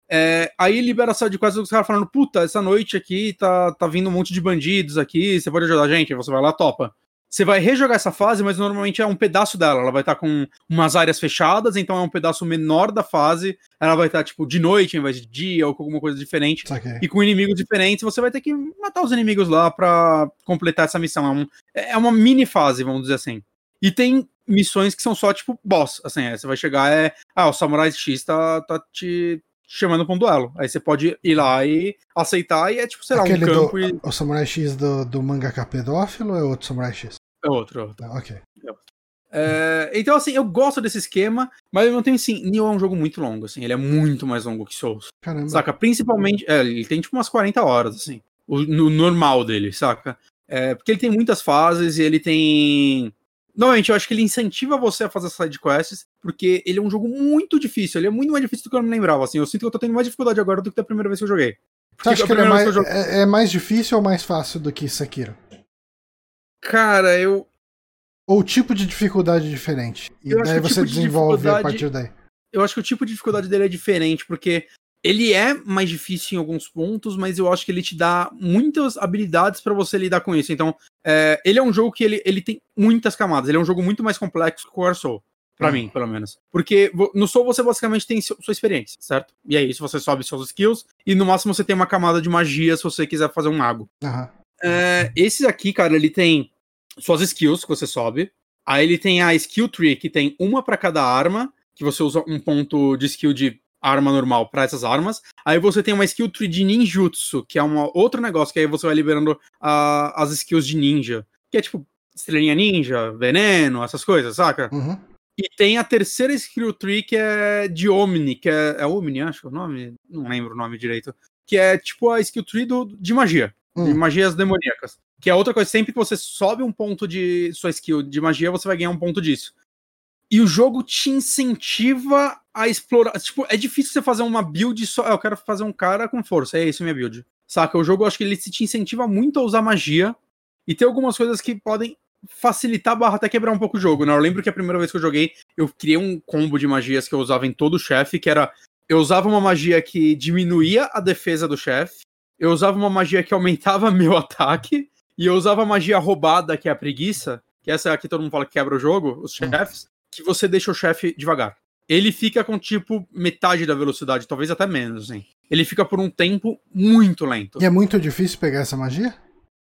Speaker 2: Aí libera sidequests dos caras falando, puta, essa noite aqui tá vindo um monte de bandidos aqui, você pode ajudar a gente? Aí você vai lá, topa. Você vai rejogar essa fase, mas normalmente é um pedaço dela. Ela vai estar com umas áreas fechadas, então é um pedaço menor da fase. Ela vai estar, tipo, de noite ao invés de dia, ou com alguma coisa diferente.
Speaker 1: Okay.
Speaker 2: E com inimigos diferentes, você vai ter que matar os inimigos lá pra completar essa missão. É uma mini fase, vamos dizer assim. E tem missões que são só, tipo, boss. Assim, você vai chegar, o Samurai X tá te chamando pra um duelo. Aí você pode ir lá e aceitar, e é tipo, sei lá,
Speaker 1: aquele
Speaker 2: um campo
Speaker 1: O Samurai X do mangaka pedófilo ou é outro Samurai X?
Speaker 2: É outro.
Speaker 1: Ok.
Speaker 2: Então, assim, eu gosto desse esquema, mas eu não tenho, assim, Nioh é um jogo muito longo, assim, ele é muito mais longo que Souls.
Speaker 1: Caramba.
Speaker 2: Saca? Principalmente, ele tem, tipo, umas 40 horas, assim, no normal dele, saca? Porque ele tem muitas fases e ele tem... Normalmente, eu acho que ele incentiva você a fazer sidequests, porque ele é um jogo muito difícil, ele é muito mais difícil do que eu me lembrava, assim, eu sinto que eu tô tendo mais dificuldade agora do que da primeira vez que eu joguei.
Speaker 1: Você acha que ele é mais difícil ou mais fácil do que Sekiro?
Speaker 2: Cara,
Speaker 1: Ou o tipo de dificuldade diferente? E daí você desenvolve a partir daí?
Speaker 2: Eu acho que o tipo de dificuldade dele é diferente, porque ele é mais difícil em alguns pontos, mas eu acho que ele te dá muitas habilidades pra você lidar com isso. Então, ele é um jogo que ele tem muitas camadas. Ele é um jogo muito mais complexo que o War Soul. Pra mim, pelo menos. Porque no Soul você basicamente tem sua experiência, certo? E é isso, você sobe seus skills, e no máximo você tem uma camada de magia se você quiser fazer um mago. Esse aqui, cara, ele tem suas skills que você sobe. Aí ele tem a skill tree, que tem uma pra cada arma, que você usa um ponto de skill de arma normal pra essas armas. Aí você tem uma skill tree de ninjutsu, que é outro negócio, que aí você vai liberando as skills de ninja. Que é tipo, estrelinha ninja, veneno, essas coisas, saca?
Speaker 1: Uhum.
Speaker 2: E tem a terceira skill tree, que é de Omni, que é Omni, acho que é o nome? Não lembro o nome direito. Que é tipo a skill tree de magia. De magias demoníacas. Que é outra coisa, sempre que você sobe um ponto de sua skill de magia, você vai ganhar um ponto disso. E o jogo te incentiva a explorar. Tipo, é difícil você fazer uma build só. Eu quero fazer um cara com força, é isso minha build. Saca? O jogo, eu acho que ele te incentiva muito a usar magia. E tem algumas coisas que podem facilitar barra até quebrar um pouco o jogo, né? Eu lembro que a primeira vez que eu joguei, eu criei um combo de magias que eu usava em todo chefe, que era... Eu usava uma magia que diminuía a defesa do chefe. Eu usava uma magia que aumentava meu ataque, e eu usava a magia roubada, que é a preguiça, que essa é a que todo mundo fala que quebra o jogo, os chefes, que você deixa o chefe devagar. Ele fica com, tipo, metade da velocidade, talvez até menos, assim. Ele fica por um tempo muito lento.
Speaker 1: E é muito difícil pegar essa magia?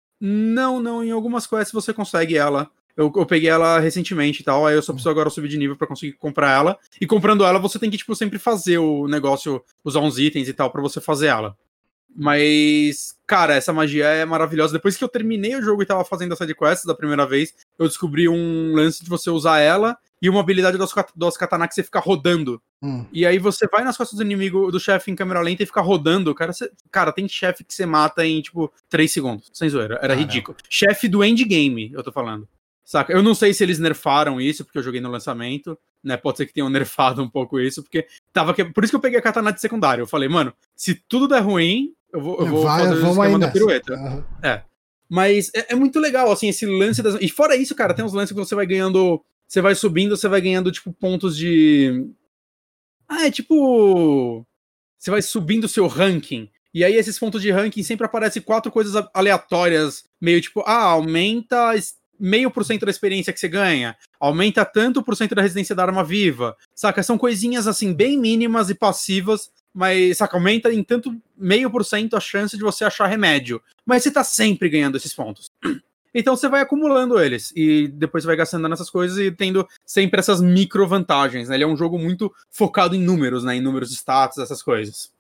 Speaker 2: Não, em algumas quests você consegue ela. Eu peguei ela recentemente e tal, aí eu só preciso agora subir de nível pra conseguir comprar ela. E comprando ela, você tem que, tipo, sempre fazer o negócio, usar uns itens e tal, pra você fazer ela. Mas, cara, essa magia é maravilhosa. Depois que eu terminei o jogo e tava fazendo as sidequests da primeira vez, eu descobri um lance de você usar ela e uma habilidade dos katana que você fica rodando. E aí você vai nas costas do inimigo, do chefe em câmera lenta e fica rodando. Cara, tem chefe que você mata em, tipo, 3 segundos. Sem zoeira. Era ridículo. Chefe do endgame, eu tô falando. Saca? Eu não sei se eles nerfaram isso, porque eu joguei no lançamento, né? Pode ser que tenham nerfado um pouco isso, porque por isso que eu peguei a katana de secundário. Eu falei, mano, se tudo der ruim, eu vou fazer o esquema da pirueta. Mas é muito legal, assim, esse lance das... E fora isso, cara, tem uns lances que você vai ganhando... Você vai subindo, você vai ganhando, tipo, pontos de... Você vai subindo o seu ranking. E aí esses pontos de ranking sempre aparecem 4 coisas aleatórias, meio tipo, aumenta 0,5% da experiência que você ganha, aumenta tanto por cento da resistência da arma viva, saca? São coisinhas, assim, bem mínimas e passivas, mas, saca, aumenta em tanto 0,5% a chance de você achar remédio. Mas você tá sempre ganhando esses pontos. Então você vai acumulando eles, e depois você vai gastando nessas coisas e tendo sempre essas micro vantagens, né? Ele é um jogo muito focado em números, né? Em números de status, essas coisas.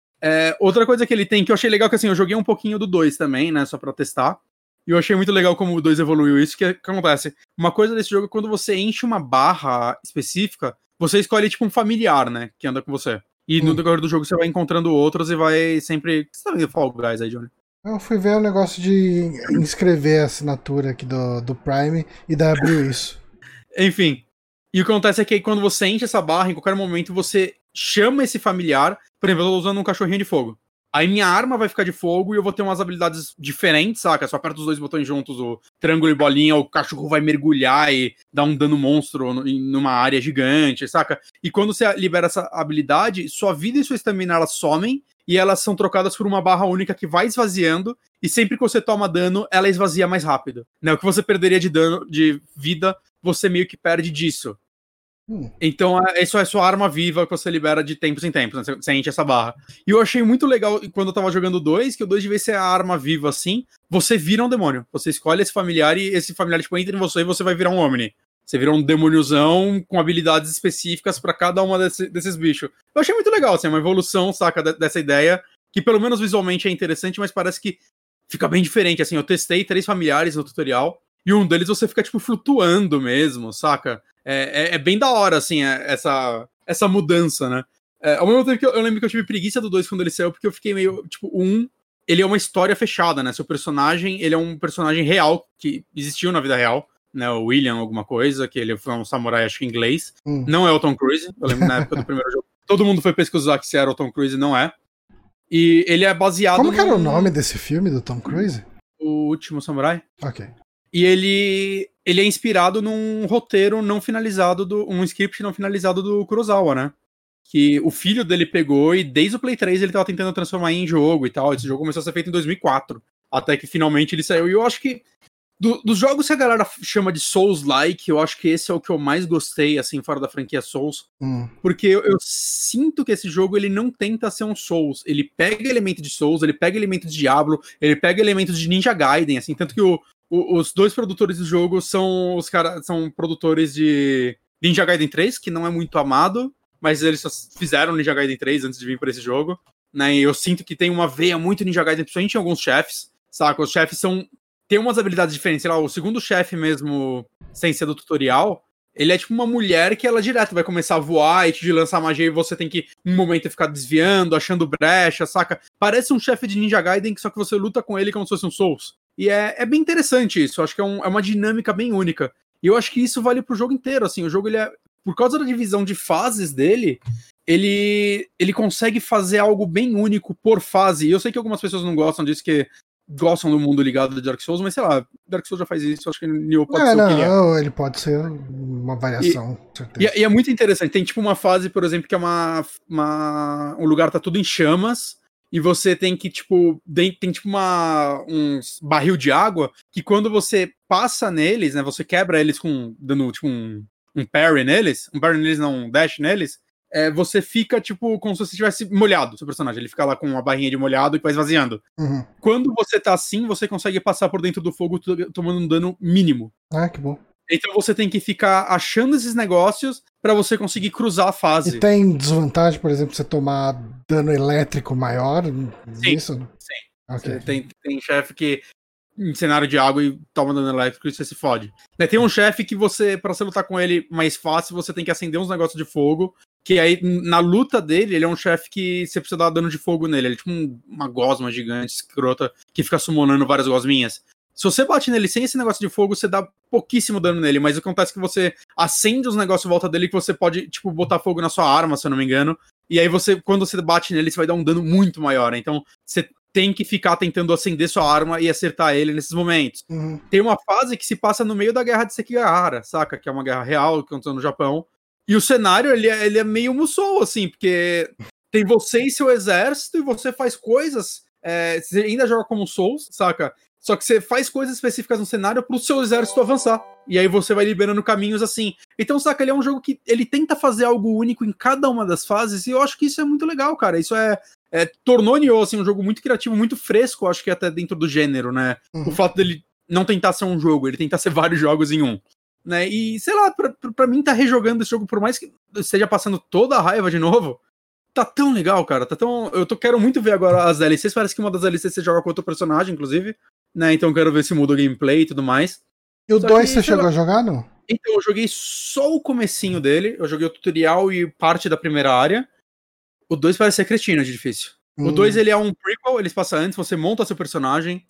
Speaker 2: Outra coisa que ele tem, que eu achei legal, que assim, eu joguei um pouquinho do 2 também, né? Só pra testar. E eu achei muito legal como o 2 evoluiu isso, que acontece. Uma coisa desse jogo é quando você enche uma barra específica, você escolhe tipo um familiar, né? Que anda com você. E no decorrer do jogo você vai encontrando outros e vai sempre... Você tá vendo Fall Guys aí, Johnny?
Speaker 1: Eu fui ver o negócio de inscrever a assinatura aqui do Prime e daí abriu isso.
Speaker 2: Enfim. E o que acontece é que quando você enche essa barra, em qualquer momento você chama esse familiar. Por exemplo, eu tô usando um cachorrinho de fogo. Aí minha arma vai ficar de fogo e eu vou ter umas habilidades diferentes, saca? Só aperta os 2 botões juntos, o triângulo e bolinha, o cachorro vai mergulhar e dar um dano monstro numa área gigante, saca? E quando você libera essa habilidade, sua vida e sua estamina elas somem e elas são trocadas por uma barra única que vai esvaziando, e sempre que você toma dano, ela esvazia mais rápido, né? O que você perderia de dano, de vida, você meio que perde disso. Então, isso é sua arma viva que você libera de tempos em tempos, né? Você enche essa barra. E eu achei muito legal, quando eu tava jogando o 2, que o 2, de vez ser a arma viva assim, você vira um demônio. Você escolhe esse familiar e esse familiar, tipo, entra em você e você vai virar um Omni. Você vira um demôniozão com habilidades específicas pra cada uma desses bichos. Eu achei muito legal, assim, uma evolução, saca, dessa ideia, que pelo menos visualmente é interessante, mas parece que fica bem diferente, assim. Eu testei 3 familiares no tutorial, e um deles você fica, tipo, flutuando mesmo, saca? É bem da hora, assim, essa mudança, né? Ao mesmo tempo que eu lembro que eu tive preguiça do 2 quando ele saiu, porque eu fiquei meio, tipo, ele é uma história fechada, né? Seu personagem, ele é um personagem real, que existiu na vida real, né? O William alguma coisa, que ele foi um samurai, acho que inglês. Não é o Tom Cruise, eu lembro na época do primeiro jogo. Todo mundo foi pesquisar que se era o Tom Cruise, não é. E ele é baseado
Speaker 1: Como que era o nome desse filme do Tom Cruise?
Speaker 2: O Último Samurai.
Speaker 1: Ok.
Speaker 2: E ele é inspirado num roteiro não finalizado, um script não finalizado do Kurosawa, né? Que o filho dele pegou e desde o Play 3 ele tava tentando transformar em jogo e tal. Esse jogo começou a ser feito em 2004. Até que finalmente ele saiu. E eu acho que dos jogos que a galera chama de Souls-like, eu acho que esse é o que eu mais gostei, assim, fora da franquia Souls. Porque eu sinto que esse jogo, ele não tenta ser um Souls. Ele pega elemento de Souls, ele pega elemento de Diablo, ele pega elementos de Ninja Gaiden, assim. Tanto que os 2 produtores do jogo são produtores de Ninja Gaiden 3, que não é muito amado, mas eles só fizeram Ninja Gaiden 3 antes de vir pra esse jogo, né? E eu sinto que tem uma veia muito Ninja Gaiden, principalmente em alguns chefes, saca? Os chefes tem umas habilidades diferentes, sei lá, o segundo chefe mesmo, sem ser do tutorial, ele é tipo uma mulher que ela direto vai começar a voar e te lançar magia e você tem que, um momento, ficar desviando, achando brecha, saca? Parece um chefe de Ninja Gaiden, só que você luta com ele como se fosse um Souls. E é bem interessante isso, eu acho que é uma dinâmica bem única. E eu acho que isso vale pro jogo inteiro, assim, o jogo, ele é, por causa da divisão de fases dele, ele consegue fazer algo bem único por fase. E eu sei que algumas pessoas não gostam disso, que gostam do mundo ligado de Dark Souls, mas sei lá, Dark Souls já faz isso, eu acho que Nioh pode ser o que ele é.
Speaker 1: Ele pode ser uma variação, com certeza.
Speaker 2: E é muito interessante, tem tipo uma fase, por exemplo, que é um lugar tá tudo em chamas, e você tem que, tipo, tem tipo uns barril de água, que quando você passa neles, né, você quebra eles dando tipo um parry neles, não, um dash neles, você fica, tipo, como se você tivesse molhado, seu personagem. Ele fica lá com uma barrinha de molhado e vai esvaziando. Quando você tá assim, você consegue passar por dentro do fogo tomando um dano mínimo.
Speaker 1: Ah, que bom.
Speaker 2: Então você tem que ficar achando esses negócios pra você conseguir cruzar a fase.
Speaker 1: E tem desvantagem, por exemplo, você tomar dano elétrico maior?
Speaker 2: Sim,
Speaker 1: Isso?
Speaker 2: sim.
Speaker 1: Okay.
Speaker 2: Tem chefe que em cenário de água e toma dano elétrico e você se fode. Né, tem um chefe que você, pra você lutar com ele mais fácil, você tem que acender uns negócios de fogo, que aí na luta dele, ele é um chefe que você precisa dar dano de fogo nele. Ele é tipo uma gosma gigante, escrota, que fica summonando várias gosminhas. Se você bate nele sem esse negócio de fogo, você dá pouquíssimo dano nele, mas o que acontece é que você acende os negócios em volta dele que você pode, tipo, botar fogo na sua arma, se eu não me engano, e aí você, quando você bate nele, você vai dar um dano muito maior. Então, você tem que ficar tentando acender sua arma e acertar ele nesses momentos.
Speaker 1: Uhum.
Speaker 2: Tem uma fase que se passa no meio da Guerra de Sekigahara, saca? Que é uma guerra real que aconteceu no Japão. E o cenário, ele é meio Musou, assim, porque tem você e seu exército e você faz coisas... você ainda joga como Souls, saca? Só que você faz coisas específicas no cenário pro seu exército avançar. E aí você vai liberando caminhos assim. Então, saca, ele é um jogo que ele tenta fazer algo único em cada uma das fases, e eu acho que isso é muito legal, cara. Isso tornou Nioh, assim, um jogo muito criativo, muito fresco, acho que até dentro do gênero, né?
Speaker 1: Uhum.
Speaker 2: O fato dele não tentar ser um jogo, ele tentar ser vários jogos em um. Né? E, sei lá, pra mim tá rejogando esse jogo, por mais que esteja passando toda a raiva de novo, tá tão legal, cara. Tá tão... quero muito ver agora as DLCs. Parece que uma das DLCs você joga com outro personagem, inclusive. Né? Então quero ver se muda o gameplay e tudo mais.
Speaker 1: E o 2 você chegou a jogar, não?
Speaker 2: Então, eu joguei só o comecinho dele. Eu joguei o tutorial e parte da primeira área. O 2 parece ser cretino de difícil. O 2, ele é um prequel, ele se passa antes, você monta seu personagem.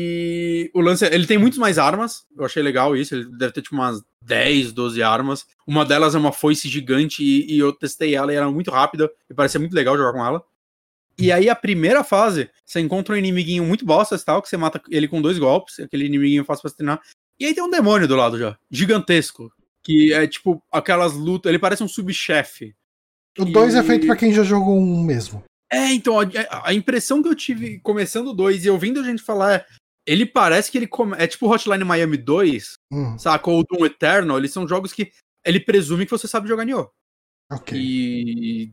Speaker 2: E o lance ele tem muitas mais armas. Eu achei legal isso. Ele deve ter tipo umas 10, 12 armas. Uma delas é uma foice gigante e eu testei ela e era muito rápida. E parecia muito legal jogar com ela. E aí a primeira fase, você encontra um inimiguinho muito bosta e tal, que você mata ele com 2 golpes. Aquele inimiguinho fácil pra se treinar. E aí tem um demônio do lado já, gigantesco. Que é tipo aquelas lutas. Ele parece um subchefe.
Speaker 1: O 2 é feito pra quem já jogou um mesmo.
Speaker 2: Então, a impressão que eu tive começando o 2 e ouvindo a gente falar ele parece que ele é tipo Hotline Miami 2, saca? Ou Doom Eternal, eles são jogos que ele presume que você sabe jogar Nioh.
Speaker 1: Ok.
Speaker 2: E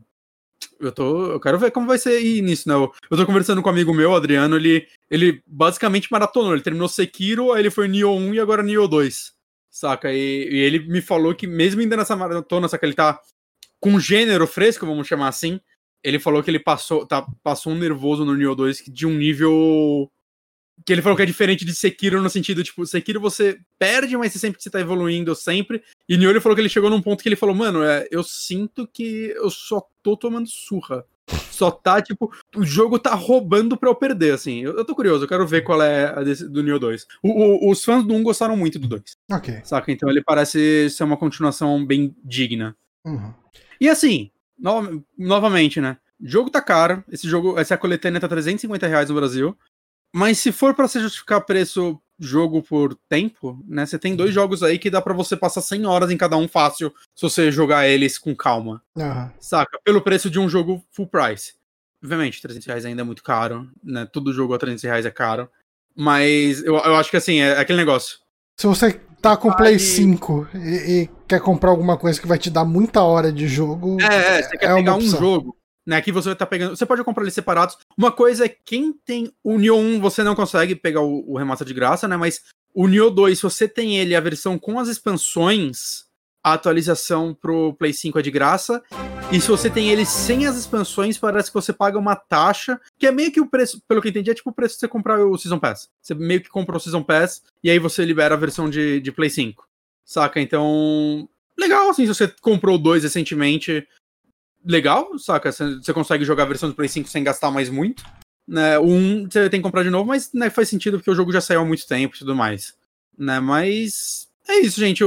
Speaker 2: eu quero ver como vai ser nisso, né? Eu tô conversando com um amigo meu, Adriano, ele basicamente maratonou, ele terminou Sekiro, aí ele foi Nioh 1 e agora Nioh 2, saca? E ele me falou que mesmo ainda nessa maratona, saca? Ele tá com um gênero fresco, vamos chamar assim, ele falou que ele passou um nervoso no Nioh 2 de um nível... Que ele falou que é diferente de Sekiro no sentido, tipo, Sekiro você perde, mas você sempre que você tá evoluindo sempre. E Nioh ele falou que ele chegou num ponto que ele falou, mano, eu sinto que eu só tô tomando surra. Só tá, tipo, o jogo tá roubando pra eu perder, assim. Eu tô curioso, eu quero ver qual é a do Nioh 2. Os fãs do 1 gostaram muito do 2.
Speaker 1: Ok.
Speaker 2: Saca? Então ele parece ser uma continuação bem digna.
Speaker 1: Uhum.
Speaker 2: E assim, novamente, né? O jogo tá caro. Essa coletânea tá R$350 no Brasil. Mas se for pra você justificar preço jogo por tempo, né? Você tem 2 jogos aí que dá pra você passar 100 horas em cada um fácil se você jogar eles com calma.
Speaker 1: Uhum.
Speaker 2: Saca? Pelo preço de um jogo full price. Obviamente, R$300 ainda é muito caro, né? Todo jogo a R$300 é caro. Mas eu acho que assim, é aquele negócio. Se
Speaker 1: você tá com Play 5 e quer comprar alguma coisa que vai te dar muita hora de jogo...
Speaker 2: você quer pegar um jogo... Né, que você vai estar pegando. Você pode comprar eles separados. Uma coisa é quem tem o Nioh 1, você não consegue pegar o remaster de graça, né? Mas o Nioh 2, se você tem ele, a versão com as expansões, a atualização pro Play 5 é de graça. E se você tem ele sem as expansões, parece que você paga uma taxa, que é meio que o preço, pelo que eu entendi, é tipo o preço de você comprar o Season Pass. Você meio que compra o Season Pass e aí você libera a versão de Play 5. Saca? Então, legal, assim, se você comprou o 2 recentemente. Legal, saca? Você consegue jogar a versão do Play 5 sem gastar mais muito. Né? O 1 você tem que comprar de novo, mas né, faz sentido porque o jogo já saiu há muito tempo e tudo mais. Né? Mas é isso, gente.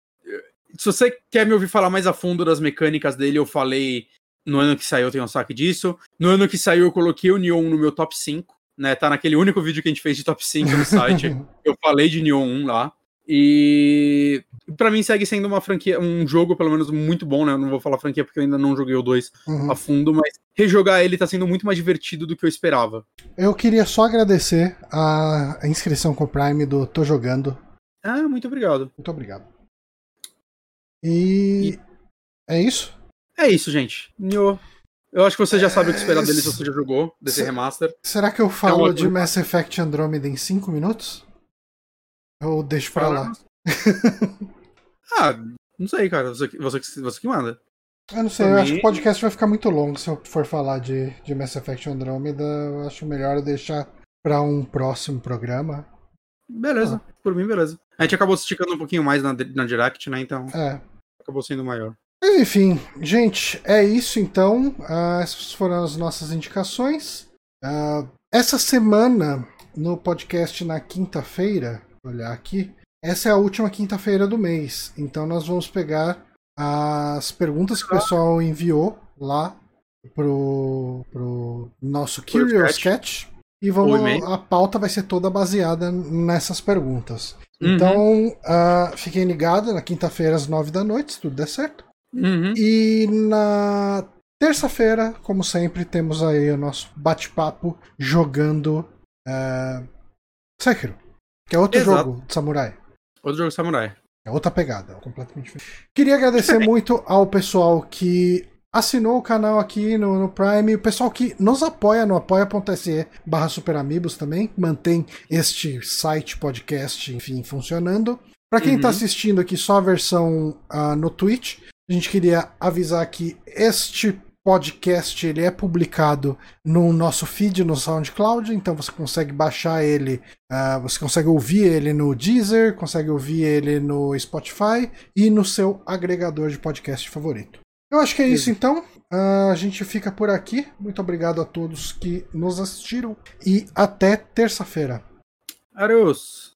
Speaker 2: Se você quer me ouvir falar mais a fundo das mecânicas dele, eu falei no ano que saiu, eu tenho um saque disso. No ano que saiu, eu coloquei o Nioh 1 no meu top 5. Né? Tá naquele único vídeo que a gente fez de top 5 no site. Eu falei de Nioh 1 lá. E pra mim segue sendo uma franquia, um jogo pelo menos muito bom, né? Eu não vou falar franquia porque eu ainda não joguei o 2 a fundo, mas rejogar ele tá sendo muito mais divertido do que eu esperava. Eu queria só agradecer a inscrição com o Prime do Tô Jogando. Muito obrigado. Muito obrigado. E é isso? É isso, gente. Nioh. Eu acho que você já sabe o que esperar dele se você já jogou, desse remaster. Será que eu falo de Mass Effect Andromeda em 5 minutos? Ou deixo pra lá? Não sei, cara. Você que manda.
Speaker 1: Eu não sei, eu acho que o podcast vai ficar muito longo se eu for falar de Mass Effect Andromeda. Eu acho melhor eu deixar pra um próximo programa.
Speaker 2: Beleza, por mim, beleza. A gente acabou se esticando um pouquinho mais na Direct, né? Então. Acabou sendo maior.
Speaker 1: Mas enfim, gente, é isso então. Essas foram as nossas indicações. Essa semana, no podcast na quinta-feira, vou olhar aqui, essa é a última quinta-feira do mês. Então nós vamos pegar as perguntas que o pessoal enviou lá pro nosso Curious Cat. E a pauta vai ser toda baseada nessas perguntas. Então, fiquem ligados na quinta-feira às 9 da noite, se tudo der certo. E na terça-feira, como sempre, temos aí o nosso bate-papo jogando Sekiro, que é outro jogo de samurai.
Speaker 2: Outro jogo de samurai.
Speaker 1: É outra pegada, completamente diferente. Queria agradecer muito ao pessoal que assinou o canal aqui no Prime, o pessoal que nos apoia no apoia.se/superamigos também, mantém este site, podcast, enfim, funcionando. Para quem está assistindo aqui só a versão no Twitch, a gente queria avisar que este podcast ele é publicado no nosso feed no SoundCloud, então você consegue baixar ele, você consegue ouvir ele no Deezer, consegue ouvir ele no Spotify e no seu agregador de podcast favorito. Eu acho que é isso então, a gente fica por aqui, muito obrigado a todos que nos assistiram e até terça-feira.
Speaker 2: Adeus!